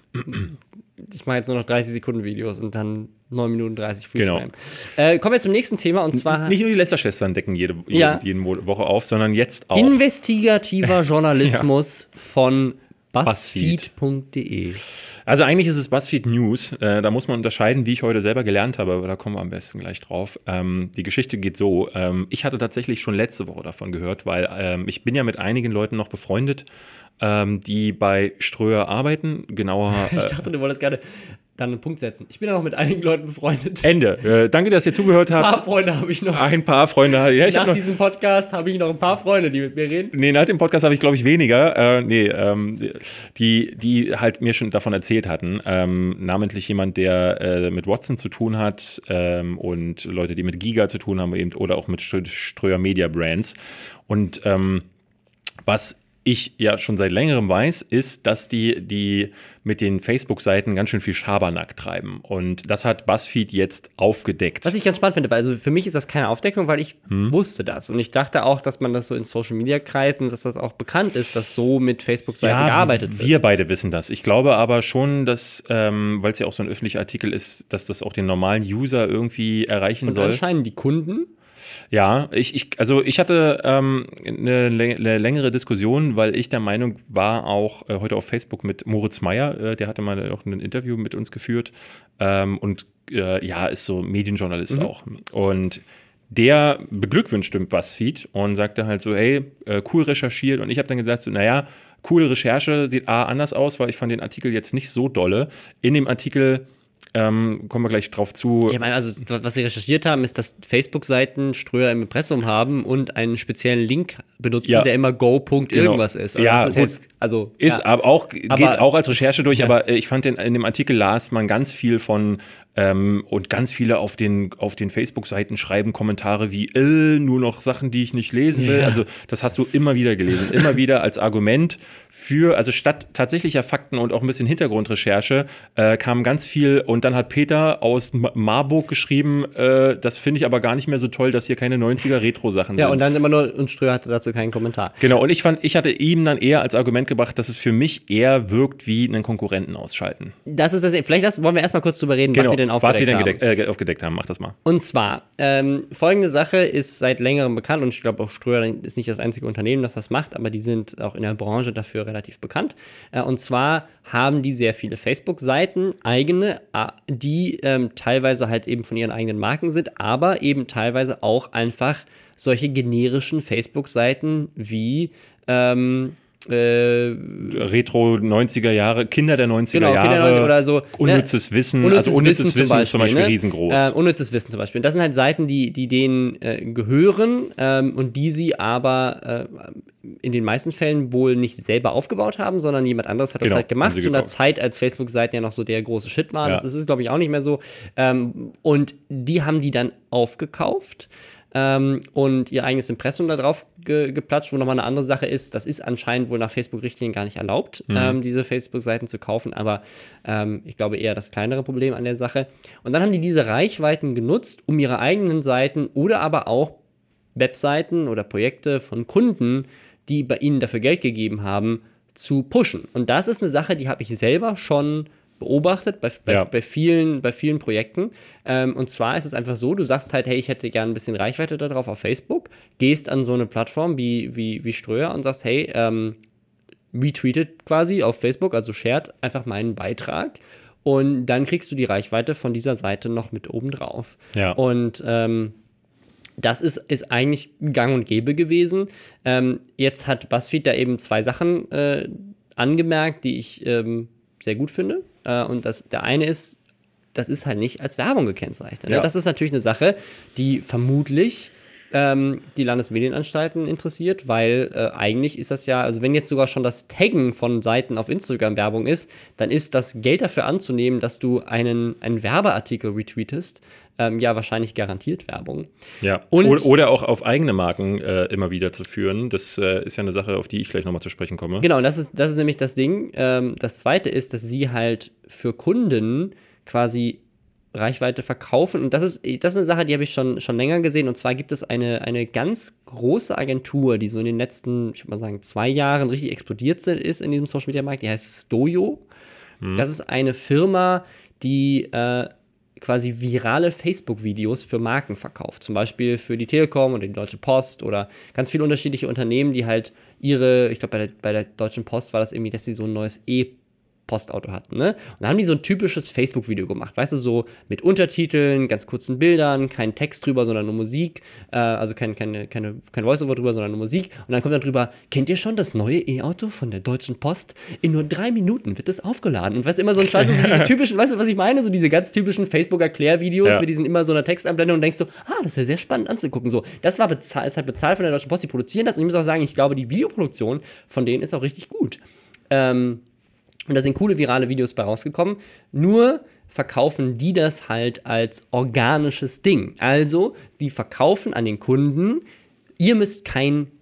Speaker 2: Ich mache jetzt nur noch dreißig Sekunden Videos und dann neun Minuten dreißig Freeze-Frame.
Speaker 1: Genau.
Speaker 2: Äh, kommen wir zum nächsten Thema und zwar.
Speaker 1: Nicht nur die Lester-Schwestern decken jede, jede,
Speaker 2: ja.
Speaker 1: jede Woche auf, sondern jetzt auch.
Speaker 2: Investigativer Journalismus ja. von Buzzfeed punkt de.
Speaker 1: Also eigentlich ist es Buzzfeed News. Äh, da muss man unterscheiden, wie ich heute selber gelernt habe, aber da kommen wir am besten gleich drauf. Ähm, die Geschichte geht so. Ähm, ich hatte tatsächlich schon letzte Woche davon gehört, weil ähm, ich bin ja mit einigen Leuten noch befreundet, ähm, die bei Ströer arbeiten. Genauer. Äh,
Speaker 2: ich dachte, du wolltest gerne dann einen Punkt setzen. Ich bin ja noch mit einigen Leuten befreundet.
Speaker 1: Ende. Äh, danke, dass ihr zugehört habt.
Speaker 2: Ein paar Freunde habe ich noch.
Speaker 1: Ein paar Freunde. Ja, ich
Speaker 2: nach
Speaker 1: noch,
Speaker 2: diesem Podcast habe ich noch ein paar Freunde, die mit mir reden.
Speaker 1: Nee, nach dem Podcast habe ich, glaube ich, weniger. Äh, nee, ähm, die, die halt mir schon davon erzählt hatten. Ähm, namentlich jemand, der äh, mit Watson zu tun hat ähm, und Leute, die mit Giga zu tun haben eben oder auch mit Ströer Media Brands. Und ähm, was ich ja schon seit längerem weiß, ist, dass die, die mit den Facebook-Seiten ganz schön viel Schabernack treiben. Und das hat BuzzFeed jetzt aufgedeckt.
Speaker 2: Was ich ganz spannend finde, weil also für mich ist das keine Aufdeckung, weil ich hm. wusste das. Und ich dachte auch, dass man das so in Social-Media-Kreisen, dass das auch bekannt ist, dass so mit Facebook-Seiten
Speaker 1: ja,
Speaker 2: gearbeitet wird.
Speaker 1: Wir beide wissen das. Ich glaube aber schon, dass, ähm, weil es ja auch so ein öffentlicher Artikel ist, dass das auch den normalen User irgendwie erreichen
Speaker 2: Und
Speaker 1: soll.
Speaker 2: anscheinend die Kunden.
Speaker 1: Ja, ich, ich, also ich hatte ähm, eine, eine längere Diskussion, weil ich der Meinung war, auch äh, heute auf Facebook mit Moritz Meyer, äh, der hatte mal auch ein Interview mit uns geführt ähm, und äh, ja, ist so Medienjournalist mhm. auch. Und der beglückwünschte BuzzFeed und sagte halt so, hey, äh, cool recherchiert. Und ich habe dann gesagt, so, naja, coole Recherche, sieht A anders aus, weil ich fand den Artikel jetzt nicht so dolle. In dem Artikel Ähm, kommen wir gleich drauf zu.
Speaker 2: Ich meine, also was sie recherchiert haben, ist, dass Facebook-Seiten Ströer im Impressum haben und einen speziellen Link benutzen, ja. der immer go. Genau. Irgendwas ist. Also
Speaker 1: ja,
Speaker 2: das ist, jetzt, also,
Speaker 1: ist
Speaker 2: ja.
Speaker 1: aber auch, geht
Speaker 2: aber,
Speaker 1: auch als Recherche durch,
Speaker 2: ja.
Speaker 1: aber ich fand, in, in dem Artikel las man ganz viel von ähm, und ganz viele auf den, auf den Facebook-Seiten schreiben Kommentare wie, äh, nur noch Sachen, die ich nicht lesen will. Ja. Also das hast du immer wieder gelesen, immer wieder als Argument für, also statt tatsächlicher Fakten und auch ein bisschen Hintergrundrecherche äh, kam ganz viel und dann hat Peter aus Marburg geschrieben, äh, das finde ich aber gar nicht mehr so toll, dass hier keine neunziger Retro-Sachen
Speaker 2: ja,
Speaker 1: sind.
Speaker 2: Und dann immer nur, und Ströer hatte dazu keinen Kommentar.
Speaker 1: Genau, und ich fand, ich hatte ihm dann eher als Argument gebracht, dass es für mich eher wirkt wie einen Konkurrenten ausschalten.
Speaker 2: Das ist das, vielleicht das, wollen wir erstmal kurz drüber reden,
Speaker 1: genau,
Speaker 2: was sie denn aufgedeckt
Speaker 1: was sie denn
Speaker 2: haben.
Speaker 1: Gedeckt, äh, aufgedeckt haben. Mach das mal.
Speaker 2: Und zwar, ähm, folgende Sache ist seit längerem bekannt und ich glaube auch Ströer ist nicht das einzige Unternehmen, das das macht, aber die sind auch in der Branche dafür relativ bekannt. Äh, und zwar haben die sehr viele Facebook-Seiten, eigene, die ähm, teilweise halt eben von ihren eigenen Marken sind, aber eben teilweise auch einfach solche generischen Facebook-Seiten wie ähm, äh,
Speaker 1: Retro neunziger Jahre, Kinder der neunziger
Speaker 2: genau,
Speaker 1: Jahre,
Speaker 2: Kinder der neunziger oder so,
Speaker 1: unnützes
Speaker 2: ne?
Speaker 1: Wissen,
Speaker 2: unnützes
Speaker 1: also unnützes Wissen,
Speaker 2: Wissen
Speaker 1: ist zum Beispiel
Speaker 2: ne?
Speaker 1: riesengroß.
Speaker 2: Äh, unnützes Wissen zum Beispiel. Das sind halt Seiten, die, die denen äh, gehören ähm, und die sie aber äh, in den meisten Fällen wohl nicht selber aufgebaut haben, sondern jemand anderes hat das
Speaker 1: genau,
Speaker 2: halt gemacht, zu einer Zeit, als Facebook-Seiten ja noch so der große Shit waren. Ja. Das ist es, glaube ich, auch nicht mehr so. Ähm, und die haben die dann aufgekauft. Ähm, und ihr eigenes Impressum da drauf ge- geplatscht, wo nochmal eine andere Sache ist, das ist anscheinend wohl nach Facebook-Richtlinien gar nicht erlaubt, mhm. ähm, diese Facebook-Seiten zu kaufen, aber ähm, ich glaube eher das kleinere Problem an der Sache. Und dann haben die diese Reichweiten genutzt, um ihre eigenen Seiten oder aber auch Webseiten oder Projekte von Kunden, die bei ihnen dafür Geld gegeben haben, zu pushen. Und das ist eine Sache, die habe ich selber schon beobachtet bei, bei, ja. bei, vielen, bei vielen Projekten. Ähm, und zwar ist es einfach so, du sagst halt, hey, ich hätte gerne ein bisschen Reichweite da drauf auf Facebook, gehst an so eine Plattform wie, wie, wie Ströer und sagst, hey, ähm, retweetet quasi auf Facebook, also shared einfach meinen Beitrag und dann kriegst du die Reichweite von dieser Seite noch mit oben drauf.
Speaker 1: Ja.
Speaker 2: Und ähm, das ist, ist eigentlich gang und gäbe gewesen. Ähm, jetzt hat BuzzFeed da eben zwei Sachen äh, angemerkt, die ich ähm, sehr gut finde. Äh, und das, der eine ist, das ist halt nicht als Werbung gekennzeichnet.
Speaker 1: Ja.
Speaker 2: Das ist natürlich eine Sache, die vermutlich ähm, die Landesmedienanstalten interessiert, weil äh, eigentlich ist das ja, also wenn jetzt sogar schon das Taggen von Seiten auf Instagram Werbung ist, dann ist das Geld dafür anzunehmen, dass du einen, einen Werbeartikel retweetest, ähm, ja wahrscheinlich garantiert Werbung.
Speaker 1: Ja, und oder auch auf eigene Marken äh, immer wieder zu führen. Das äh, ist ja eine Sache, auf die ich gleich nochmal zu sprechen komme.
Speaker 2: Genau, das ist, das ist nämlich das Ding. Ähm, das Zweite ist, dass sie halt für Kunden quasi Reichweite verkaufen. Und das ist, das ist eine Sache, die habe ich schon, schon länger gesehen. Und zwar gibt es eine, eine ganz große Agentur, die so in den letzten, ich würde mal sagen, zwei Jahren richtig explodiert ist in diesem Social-Media-Markt. Die heißt Stojo. Hm. Das ist eine Firma, die äh, quasi virale Facebook-Videos für Marken verkauft. Zum Beispiel für die Telekom oder die Deutsche Post oder ganz viele unterschiedliche Unternehmen, die halt ihre, ich glaube bei der, bei der Deutschen Post war das irgendwie, dass sie so ein neues E- Postauto hatten, ne? Und dann haben die so ein typisches Facebook-Video gemacht, weißt du, so mit Untertiteln, ganz kurzen Bildern, kein Text drüber, sondern nur Musik, äh, also kein, keine, keine, kein Voice-Over drüber, sondern nur Musik. Und dann kommt dann drüber, kennt ihr schon das neue E-Auto von der Deutschen Post? In nur drei Minuten wird es aufgeladen. Und weißt du, immer so ein Scheiß, so diese typischen, weißt du, was ich meine? So diese ganz typischen Facebook-Erklärvideos
Speaker 1: ja.
Speaker 2: mit diesen immer so einer Textanblendung und denkst so, ah, das ist ja sehr spannend anzugucken. So, das war bezahl- ist halt bezahlt von der Deutschen Post, die produzieren das. Und ich muss auch sagen, ich glaube, die Videoproduktion von denen ist auch richtig gut. Ähm, Und da sind coole virale Videos bei rausgekommen. Nur verkaufen die das halt als organisches Ding. Also, die verkaufen an den Kunden, ihr müsst kein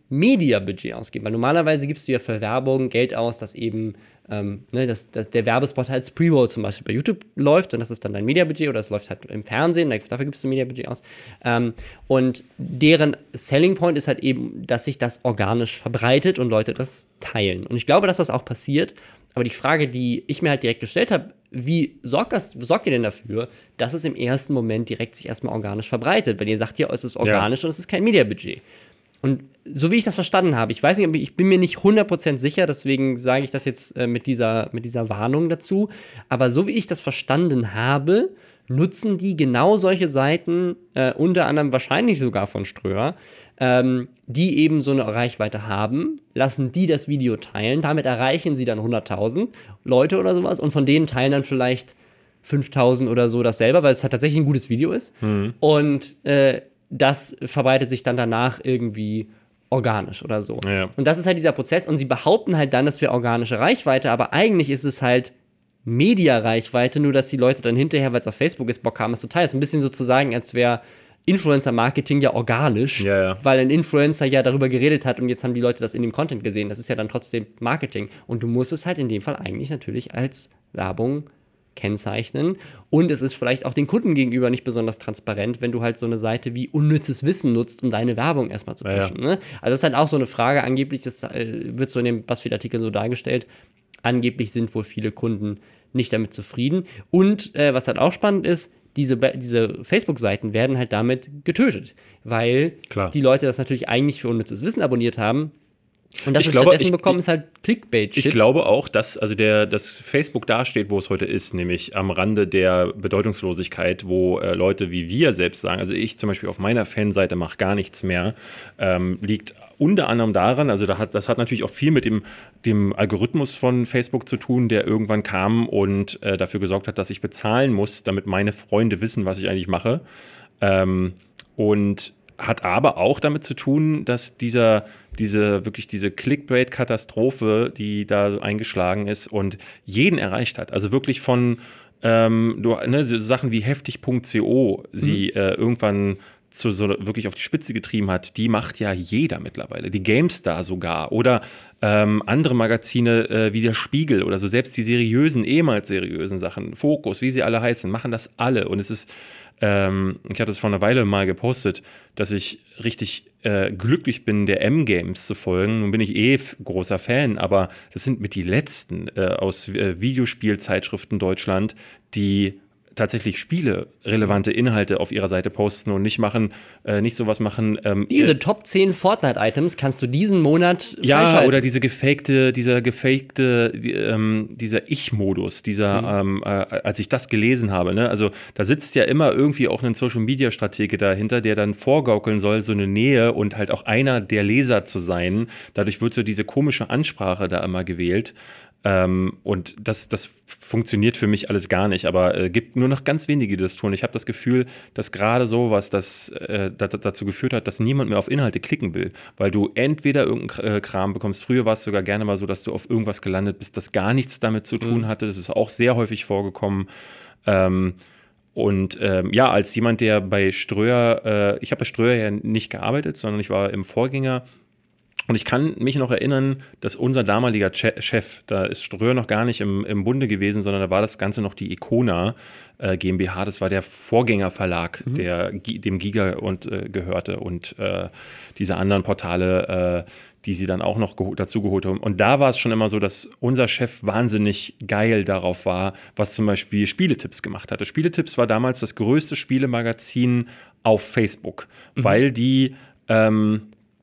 Speaker 2: Media-Budget ausgeben. Weil normalerweise gibst du ja für Werbung Geld aus, dass eben ähm, ne, dass, dass der Werbespot als Pre-Roll zum Beispiel bei YouTube läuft und das ist dann dein Media-Budget oder es läuft halt im Fernsehen, dafür gibst du Media-Budget aus. Ähm, und deren Selling Point ist halt eben, dass sich das organisch verbreitet und Leute das teilen. Und ich glaube, dass das auch passiert. Aber die Frage, die ich mir halt direkt gestellt habe, wie sorgt, das, sorgt ihr denn dafür, dass es im ersten Moment direkt sich erstmal organisch verbreitet? Weil ihr sagt ja, es ist organisch ja. und es ist kein Media-Budget. Und so wie ich das verstanden habe, ich weiß nicht, ich bin mir nicht hundert Prozent sicher, deswegen sage ich das jetzt äh, mit, dieser, mit dieser Warnung dazu, aber so wie ich das verstanden habe, nutzen die genau solche Seiten, äh, unter anderem wahrscheinlich sogar von Ströer, ähm, die eben so eine Reichweite haben, lassen die das Video teilen, damit erreichen sie dann hunderttausend Leute oder sowas und von denen teilen dann vielleicht fünftausend oder so das selber, weil es halt tatsächlich ein gutes Video ist. Mhm. Und äh, das verbreitet sich dann danach irgendwie organisch oder so. Ja. Und das ist halt dieser Prozess und sie behaupten halt dann, das wäre organische Reichweite, aber eigentlich ist es halt Media-Reichweite, nur dass die Leute dann hinterher, weil es auf Facebook ist, Bock haben, es zu teilen. Es ist ein bisschen so zu sagen, als wäre Influencer-Marketing ja organisch,
Speaker 1: ja, ja.
Speaker 2: weil ein Influencer ja darüber geredet hat und jetzt haben die Leute das in dem Content gesehen. Das ist ja dann trotzdem Marketing. Und du musst es halt in dem Fall eigentlich natürlich als Werbung kennzeichnen. Und es ist vielleicht auch den Kunden gegenüber nicht besonders transparent, wenn du halt so eine Seite wie unnützes Wissen nutzt, um deine Werbung erstmal zu pushen. Ja, ja. Ne? Also das ist halt auch so eine Frage. Angeblich, das äh, wird so in dem BuzzFeed-Artikel so dargestellt, angeblich sind wohl viele Kunden nicht damit zufrieden. Und äh, was halt auch spannend ist, diese, diese Facebook-Seiten werden halt damit getötet, weil
Speaker 1: Klar.
Speaker 2: die Leute das natürlich eigentlich für unnützes Wissen abonniert haben. Und das
Speaker 1: ich
Speaker 2: ist
Speaker 1: glaube,
Speaker 2: stattdessen
Speaker 1: ich,
Speaker 2: bekommen, ist halt Clickbait-Shit.
Speaker 1: Ich glaube auch, dass also der, dass Facebook dasteht, wo es heute ist, nämlich am Rande der Bedeutungslosigkeit, wo äh, Leute wie wir selbst sagen, also ich zum Beispiel auf meiner Fanseite mache gar nichts mehr, ähm, liegt unter anderem daran, also da hat, das hat natürlich auch viel mit dem, dem Algorithmus von Facebook zu tun, der irgendwann kam und äh, dafür gesorgt hat, dass ich bezahlen muss, damit meine Freunde wissen, was ich eigentlich mache. Ähm, und hat aber auch damit zu tun, dass dieser, diese, wirklich diese Clickbait-Katastrophe, die da eingeschlagen ist und jeden erreicht hat. Also wirklich von ähm, du, ne, so Sachen wie heftig punkt co sie mhm. äh, irgendwann zu, so wirklich auf die Spitze getrieben hat, die macht ja jeder mittlerweile. Die GameStar sogar oder ähm, andere Magazine äh, wie der Spiegel oder so, selbst die seriösen, ehemals seriösen Sachen, Fokus, wie sie alle heißen, machen das alle. Und es ist Ähm, ich hatte es vor einer Weile mal gepostet, dass ich richtig äh, glücklich bin, der M-Games zu folgen. Nun bin ich eh großer Fan, aber das sind mit die letzten äh, aus äh, Videospielzeitschriften Deutschland, die tatsächlich Spiele relevante Inhalte auf ihrer Seite posten und nicht machen, äh, nicht sowas machen. Ähm,
Speaker 2: diese
Speaker 1: äh,
Speaker 2: Top zehn Fortnite-Items kannst du diesen Monat
Speaker 1: ja,
Speaker 2: freischalten.
Speaker 1: oder diese gefakte, dieser gefakte, die, ähm, dieser Ich-Modus, dieser, mhm. ähm, äh, als ich das gelesen habe, ne, also da sitzt ja immer irgendwie auch ein Social-Media-Stratege dahinter, der dann vorgaukeln soll, so eine Nähe und halt auch einer der Leser zu sein. Dadurch wird so diese komische Ansprache da immer gewählt. Ähm, und das, das funktioniert für mich alles gar nicht, aber es äh, gibt nur noch ganz wenige, die das tun. Ich habe das Gefühl, dass gerade sowas das, äh, das, dazu geführt hat, dass niemand mehr auf Inhalte klicken will, weil du entweder irgendeinen Kram bekommst. Früher war es sogar gerne mal so, dass du auf irgendwas gelandet bist, das gar nichts damit zu tun hatte. Das ist auch sehr häufig vorgekommen. Ähm, Und ähm, ja, als jemand, der bei Ströer, äh, ich habe bei Ströer ja nicht gearbeitet, sondern ich war im Vorgänger. Und ich kann mich noch erinnern, dass unser damaliger Che- Chef, da ist Ströer noch gar nicht im, im Bunde gewesen, sondern da war das Ganze noch die Icona äh, GmbH. Das war der Vorgängerverlag, mhm. der dem Giga und, äh, gehörte und äh, diese anderen Portale, äh, die sie dann auch noch geho- dazu geholt haben. Und da war es schon immer so, dass unser Chef wahnsinnig geil darauf war, was zum Beispiel Spieletipps gemacht hatte. Spieletipps war damals das größte Spielemagazin auf Facebook, mhm. weil die ähm,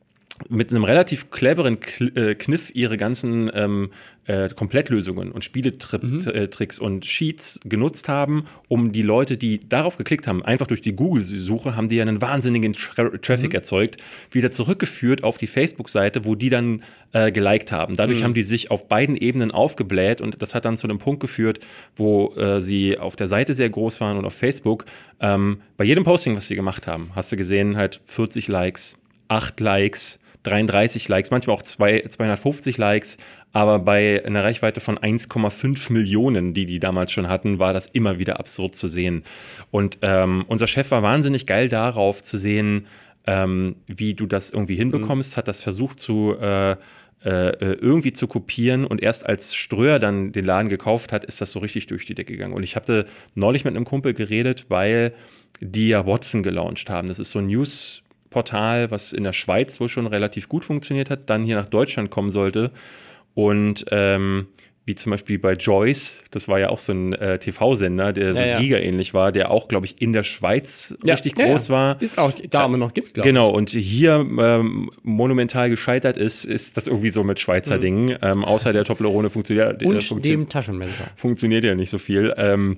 Speaker 1: mit einem relativ cleveren Kniff ihre ganzen ähm, äh, Komplettlösungen und Spieletricks mhm. und Sheets genutzt haben, um die Leute, die darauf geklickt haben, einfach durch die Google-Suche, haben die ja einen wahnsinnigen Tra- Traffic mhm. erzeugt, wieder zurückgeführt auf die Facebook-Seite, wo die dann äh, geliked haben. Dadurch mhm. haben die sich auf beiden Ebenen aufgebläht und das hat dann zu einem Punkt geführt, wo äh, sie auf der Seite sehr groß waren und auf Facebook. Ähm, bei jedem Posting, was sie gemacht haben, hast du gesehen, halt vierzig Likes, acht Likes, dreiunddreißig Likes, manchmal auch zwei, zweihundertfünfzig Likes, aber bei einer Reichweite von eins Komma fünf Millionen, die die damals schon hatten, war das immer wieder absurd zu sehen. Und ähm, unser Chef war wahnsinnig geil darauf zu sehen, ähm, wie du das irgendwie hinbekommst, mhm. hat das versucht zu äh, äh, irgendwie zu kopieren und erst als Ströer dann den Laden gekauft hat, ist das so richtig durch die Decke gegangen. Und ich hatte neulich mit einem Kumpel geredet, weil die ja Watson gelauncht haben. Das ist so ein News-Portal, was in der Schweiz wohl schon relativ gut funktioniert hat, dann hier nach Deutschland kommen sollte und ähm, wie zum Beispiel bei Joyce, das war ja auch so ein äh, T V-Sender, der so
Speaker 2: ja, ja.
Speaker 1: Giga-ähnlich war, der auch, glaube ich, in der Schweiz
Speaker 2: ja,
Speaker 1: richtig
Speaker 2: ja,
Speaker 1: groß
Speaker 2: ja.
Speaker 1: war.
Speaker 2: Ist auch da immer noch gibt, glaube
Speaker 1: ich. Genau, und hier ähm, monumental gescheitert ist, ist das irgendwie so mit Schweizer mhm. Dingen. Ähm, außer der Toblerone funktioniert,
Speaker 2: und
Speaker 1: äh, funktio-
Speaker 2: dem Taschenmesser.
Speaker 1: Funktioniert ja nicht so viel. Ähm,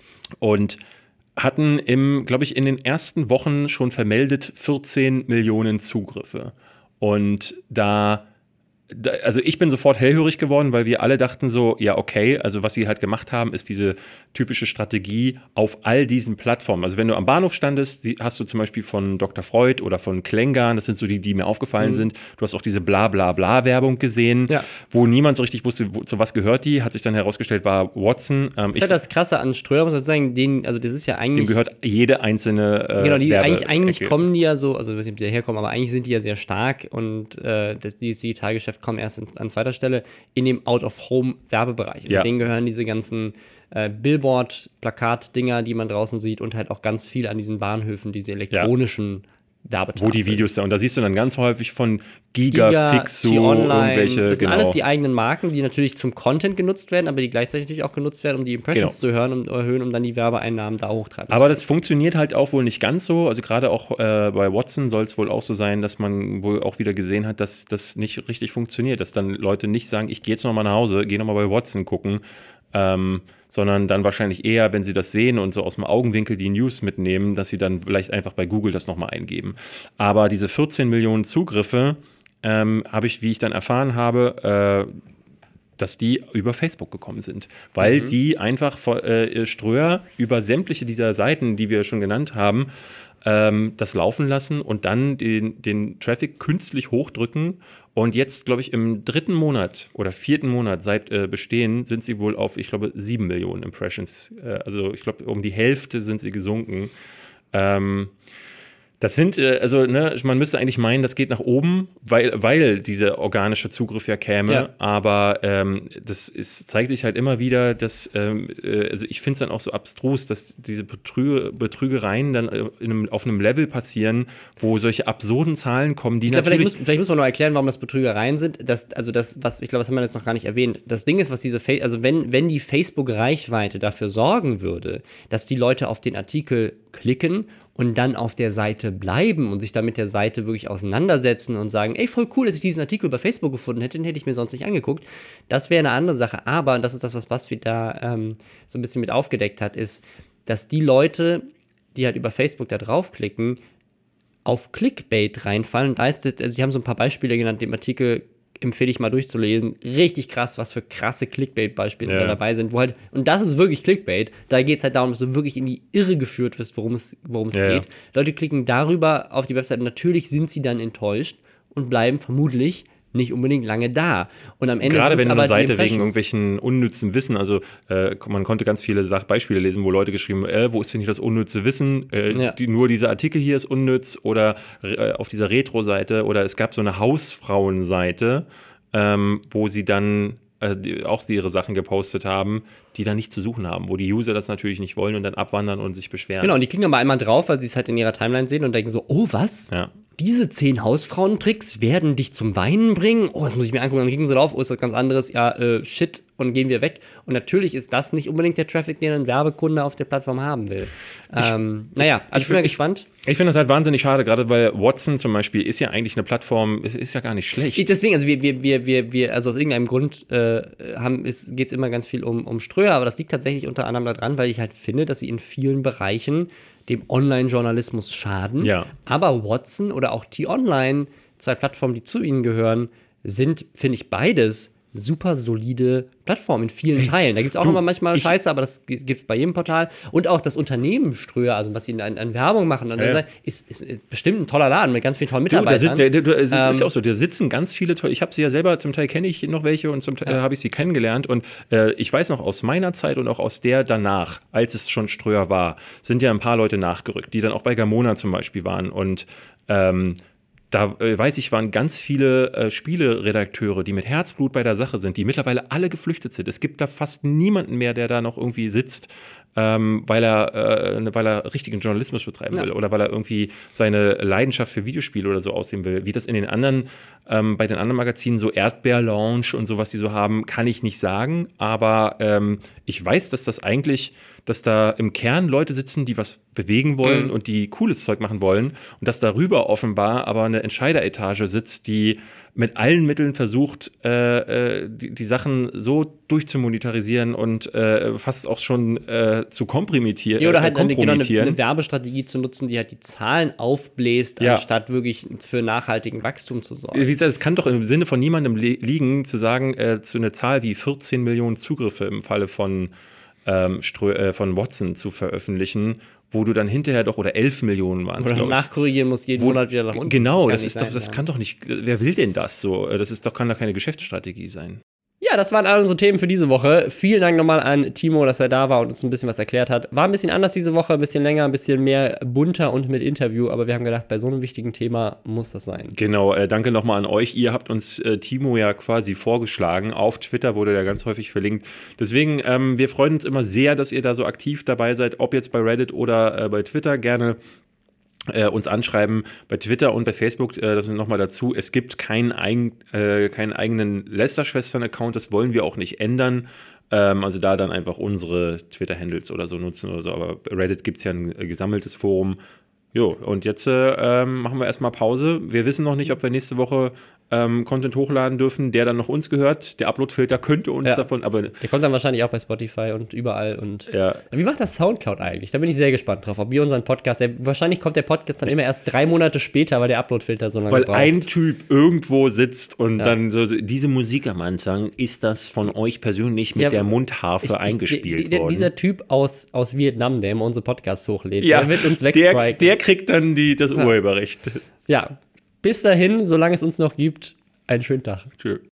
Speaker 1: und hatten im, glaube ich, in den ersten Wochen schon vermeldet vierzehn Millionen Zugriffe. Und da Also ich bin sofort hellhörig geworden, weil wir alle dachten so, ja okay, also was sie halt gemacht haben, ist diese typische Strategie auf all diesen Plattformen. Also wenn du am Bahnhof standest, die hast du zum Beispiel von Doktor Freud oder von Klängern, das sind so die, die mir aufgefallen mhm. sind. Du hast auch diese Bla-Bla-Bla-Werbung gesehen, ja. wo niemand so richtig wusste, wo, zu was gehört die. Hat sich dann herausgestellt, war Watson. Ähm,
Speaker 2: das ist ja das Krasse an Ströer, muss man sagen, den, also das ist ja eigentlich...
Speaker 1: Dem gehört jede einzelne äh,
Speaker 2: Genau, die
Speaker 1: Werbe-
Speaker 2: eigentlich, eigentlich
Speaker 1: Ecke.
Speaker 2: kommen die ja so, also ich weiß nicht, ob die daherkommen, aber eigentlich sind die ja sehr stark und äh, das Digitalgeschäft kommen erst in, an zweiter Stelle in dem Out-of-Home-Werbebereich. Also
Speaker 1: ja.
Speaker 2: denen gehören diese ganzen äh, Billboard-Plakat-Dinger, die man draußen sieht und halt auch ganz viel an diesen Bahnhöfen, diese elektronischen ja. Werbetafeln.
Speaker 1: Wo die Videos da, und da siehst du dann ganz häufig von Giga, Giga Fixu, irgendwelche,
Speaker 2: das sind
Speaker 1: genau.
Speaker 2: alles die eigenen Marken, die natürlich zum Content genutzt werden, aber die gleichzeitig natürlich auch genutzt werden, um die Impressions genau. zu hören und erhöhen, um dann die Werbeeinnahmen da hochtreiben
Speaker 1: Aber das funktioniert halt auch wohl nicht ganz so, also gerade auch äh, bei Watson soll es wohl auch so sein, dass man wohl auch wieder gesehen hat, dass das nicht richtig funktioniert, dass dann Leute nicht sagen, ich gehe jetzt nochmal nach Hause, gehe nochmal bei Watson gucken, ähm, sondern dann wahrscheinlich eher, wenn sie das sehen und so aus dem Augenwinkel die News mitnehmen, dass sie dann vielleicht einfach bei Google das nochmal eingeben. Aber diese vierzehn Millionen Zugriffe ähm, habe ich, wie ich dann erfahren habe, äh, dass die über Facebook gekommen sind. Weil mhm. die einfach äh, Ströer über sämtliche dieser Seiten, die wir schon genannt haben, ähm, das laufen lassen und dann den, den Traffic künstlich hochdrücken. Und jetzt, glaube ich, im dritten Monat oder vierten Monat seit äh, Bestehen sind sie wohl auf, ich glaube, sieben Millionen Impressions. Äh, also ich glaube, um die Hälfte sind sie gesunken. Ähm, Das sind, äh, also ne, man müsste eigentlich meinen, das geht nach oben, weil, weil dieser organische Zugriff ja käme. Ja. Aber ähm, das ist, zeigt sich halt immer wieder, dass, ähm, äh, also ich finde es dann auch so abstrus, dass diese Betrü- Betrügereien dann in einem, auf einem Level passieren, wo solche absurden Zahlen kommen, die
Speaker 2: ich glaub,
Speaker 1: natürlich...
Speaker 2: Vielleicht muss, vielleicht muss man noch erklären, warum das Betrügereien sind. Das, also das, was, ich glaube, das haben wir jetzt noch gar nicht erwähnt. Das Ding ist, was diese, Fa- also wenn, wenn die Facebook-Reichweite dafür sorgen würde, dass die Leute auf den Artikel klicken und dann auf der Seite bleiben und sich dann mit der Seite wirklich auseinandersetzen und sagen, ey, voll cool, dass ich diesen Artikel bei Facebook gefunden hätte, den hätte ich mir sonst nicht angeguckt. Das wäre eine andere Sache. Aber, und das ist das, was BuzzFeed da ähm, so ein bisschen mit aufgedeckt hat, ist, dass die Leute, die halt über Facebook da draufklicken, auf Clickbait reinfallen. Da ist das, also die haben so ein paar Beispiele genannt, dem Artikel empfehle ich mal durchzulesen. Richtig krass, was für krasse Clickbait-Beispiele
Speaker 1: ja.
Speaker 2: da dabei sind. Wo halt, und das ist wirklich Clickbait. Da geht es halt darum, dass du wirklich in die Irre geführt wirst, worum es, worum es
Speaker 1: ja,
Speaker 2: geht.
Speaker 1: Ja.
Speaker 2: Leute klicken darüber auf die Website. Natürlich sind sie dann enttäuscht und bleiben vermutlich nicht unbedingt lange da. Und am Ende
Speaker 1: gerade wenn
Speaker 2: aber
Speaker 1: eine Seite wegen irgendwelchen unnützen Wissen, also äh, man konnte ganz viele Sach- Beispiele lesen, wo Leute geschrieben haben, äh, wo ist denn hier das unnütze Wissen? Äh,
Speaker 2: ja.
Speaker 1: die, nur dieser Artikel hier ist unnütz oder äh, auf dieser Retro-Seite oder es gab so eine Hausfrauenseite, Ähm, wo sie dann äh, die, auch ihre Sachen gepostet haben, die dann nicht zu suchen haben, wo die User das natürlich nicht wollen und dann abwandern und sich beschweren.
Speaker 2: Genau, und die klicken aber einmal drauf, weil sie es halt in ihrer Timeline sehen und denken so, oh, was?
Speaker 1: Ja.
Speaker 2: Diese zehn Hausfrauentricks werden dich zum Weinen bringen? Oh, das muss ich mir angucken. Dann klicken sie drauf, oh, ist das ganz anderes. Ja, äh, shit, und gehen wir weg. Und natürlich ist das nicht unbedingt der Traffic, den ein Werbekunde auf der Plattform haben will. Ich, ähm, naja, also ich bin mal gespannt.
Speaker 1: Ich, ich finde das halt wahnsinnig schade, gerade weil Watson zum Beispiel ist ja eigentlich eine Plattform, ist, ist ja gar nicht schlecht.
Speaker 2: Ich, deswegen, also wir, wir, wir, wir, wir, also aus irgendeinem Grund äh, geht es immer ganz viel um, um Ströer, aber das liegt tatsächlich unter anderem daran, weil ich halt finde, dass sie in vielen Bereichen dem Online-Journalismus schaden.
Speaker 1: Ja.
Speaker 2: Aber Watson oder auch T-Online, zwei Plattformen, die zu ihnen gehören, sind, finde ich, beides super solide Plattform in vielen
Speaker 1: Ey,
Speaker 2: Teilen. Da gibt es auch
Speaker 1: du,
Speaker 2: noch mal manchmal
Speaker 1: ich-
Speaker 2: Scheiße, aber das gibt es bei jedem Portal. Und auch das Unternehmen Ströer, also was sie an, an Werbung machen, an der
Speaker 1: Ja.
Speaker 2: Seite, ist, ist, ist bestimmt ein toller Laden mit ganz vielen tollen
Speaker 1: Du, da
Speaker 2: Mitarbeitern.
Speaker 1: sit, der, der, der, es
Speaker 2: Ähm,
Speaker 1: ist ja auch so, da sitzen ganz viele tolle, ich habe sie ja selber, zum Teil kenne ich noch welche und zum Teil äh, habe ich sie kennengelernt und äh, ich weiß noch aus meiner Zeit und auch aus der danach, als es schon Ströer war, sind ja ein paar Leute nachgerückt, die dann auch bei Gamona zum Beispiel waren und ähm, da äh, weiß ich, waren ganz viele äh, Spieleredakteure, die mit Herzblut bei der Sache sind, die mittlerweile alle geflüchtet sind. Es gibt da fast niemanden mehr, der da noch irgendwie sitzt, ähm, weil er äh, weil er richtigen Journalismus betreiben
Speaker 2: Ja.
Speaker 1: will oder weil er irgendwie seine Leidenschaft für Videospiele oder so ausleben will. Wie das in den anderen, ähm, bei den anderen Magazinen, so Erdbeer Lounge und sowas, die so haben, kann ich nicht sagen. Aber ähm, ich weiß, dass das eigentlich, dass da im Kern Leute sitzen, die was bewegen wollen
Speaker 2: Mhm.
Speaker 1: und die cooles Zeug machen wollen und dass darüber offenbar aber eine Entscheideretage sitzt, die mit allen Mitteln versucht, äh, äh, die, die Sachen so durchzumonetarisieren und äh, fast auch schon äh, zu kompromittieren.
Speaker 2: Ja, oder halt
Speaker 1: äh,
Speaker 2: eine, genau, eine,
Speaker 1: kompromittieren.
Speaker 2: eine Werbestrategie zu nutzen, die halt die Zahlen aufbläst,
Speaker 1: Ja.
Speaker 2: anstatt wirklich für nachhaltigen Wachstum zu sorgen.
Speaker 1: Wie gesagt, es kann doch im Sinne von niemandem li- liegen, zu sagen, äh, zu einer Zahl wie vierzehn Millionen Zugriffe im Falle von, ähm, Strö äh, von Watson zu veröffentlichen, wo du dann hinterher doch, oder elf Millionen waren es,
Speaker 2: Oder
Speaker 1: glaube ich.
Speaker 2: nachkorrigieren muss jeden
Speaker 1: Wo-
Speaker 2: Monat wieder nach unten.
Speaker 1: Genau,
Speaker 2: kann
Speaker 1: das,
Speaker 2: nicht
Speaker 1: ist
Speaker 2: sein,
Speaker 1: doch, das
Speaker 2: ja.
Speaker 1: kann doch nicht, wer will denn das so? Das ist doch, kann doch keine Geschäftsstrategie sein.
Speaker 2: Ja, das waren all unsere Themen für diese Woche. Vielen Dank nochmal an Timo, dass er da war und uns ein bisschen was erklärt hat. War ein bisschen anders diese Woche, ein bisschen länger, ein bisschen mehr bunter und mit Interview, aber wir haben gedacht, bei so einem wichtigen Thema muss das sein.
Speaker 1: Genau, äh, danke nochmal an euch. Ihr habt uns äh, Timo ja quasi vorgeschlagen. Auf Twitter wurde der ganz häufig verlinkt. Deswegen, ähm, wir freuen uns immer sehr, dass ihr da so aktiv dabei seid, ob jetzt bei Reddit oder äh, bei Twitter. Gerne äh, uns anschreiben. Bei Twitter und bei Facebook, äh, das nochmal dazu, es gibt keinen, eigen, äh, keinen eigenen Lästerschwestern-Account, das wollen wir auch nicht ändern. Ähm, also da dann einfach unsere Twitter-Handles oder so nutzen oder so. Aber bei Reddit gibt es ja ein äh, gesammeltes Forum. Jo, und jetzt äh, ähm, machen wir erstmal Pause. Wir wissen noch nicht, ob wir nächste Woche ähm, Content hochladen dürfen, der dann noch uns gehört. Der Upload-Filter könnte uns
Speaker 2: Ja.
Speaker 1: davon, aber
Speaker 2: Der kommt dann wahrscheinlich auch bei Spotify und überall. Und
Speaker 1: ja.
Speaker 2: Wie macht das Soundcloud eigentlich? Da bin ich sehr gespannt drauf, ob wir unseren Podcast, der, wahrscheinlich kommt der Podcast dann immer erst drei Monate später, weil der Uploadfilter so lange
Speaker 1: Weil
Speaker 2: braucht.
Speaker 1: ein Typ irgendwo sitzt und
Speaker 2: Ja.
Speaker 1: dann so, so, diese Musik am Anfang, ist das von euch persönlich mit
Speaker 2: Ja,
Speaker 1: der Mundharfe
Speaker 2: Ich- ich-
Speaker 1: eingespielt
Speaker 2: die- die-
Speaker 1: worden?
Speaker 2: Dieser Typ aus, aus Vietnam, der immer unsere Podcasts hochlädt,
Speaker 1: ja,
Speaker 2: der wird uns
Speaker 1: der,
Speaker 2: wegstriken.
Speaker 1: der kriegt dann die, das Urheberrecht.
Speaker 2: Ja, bis dahin, solange es uns noch gibt, einen schönen Tag.
Speaker 1: Tschö.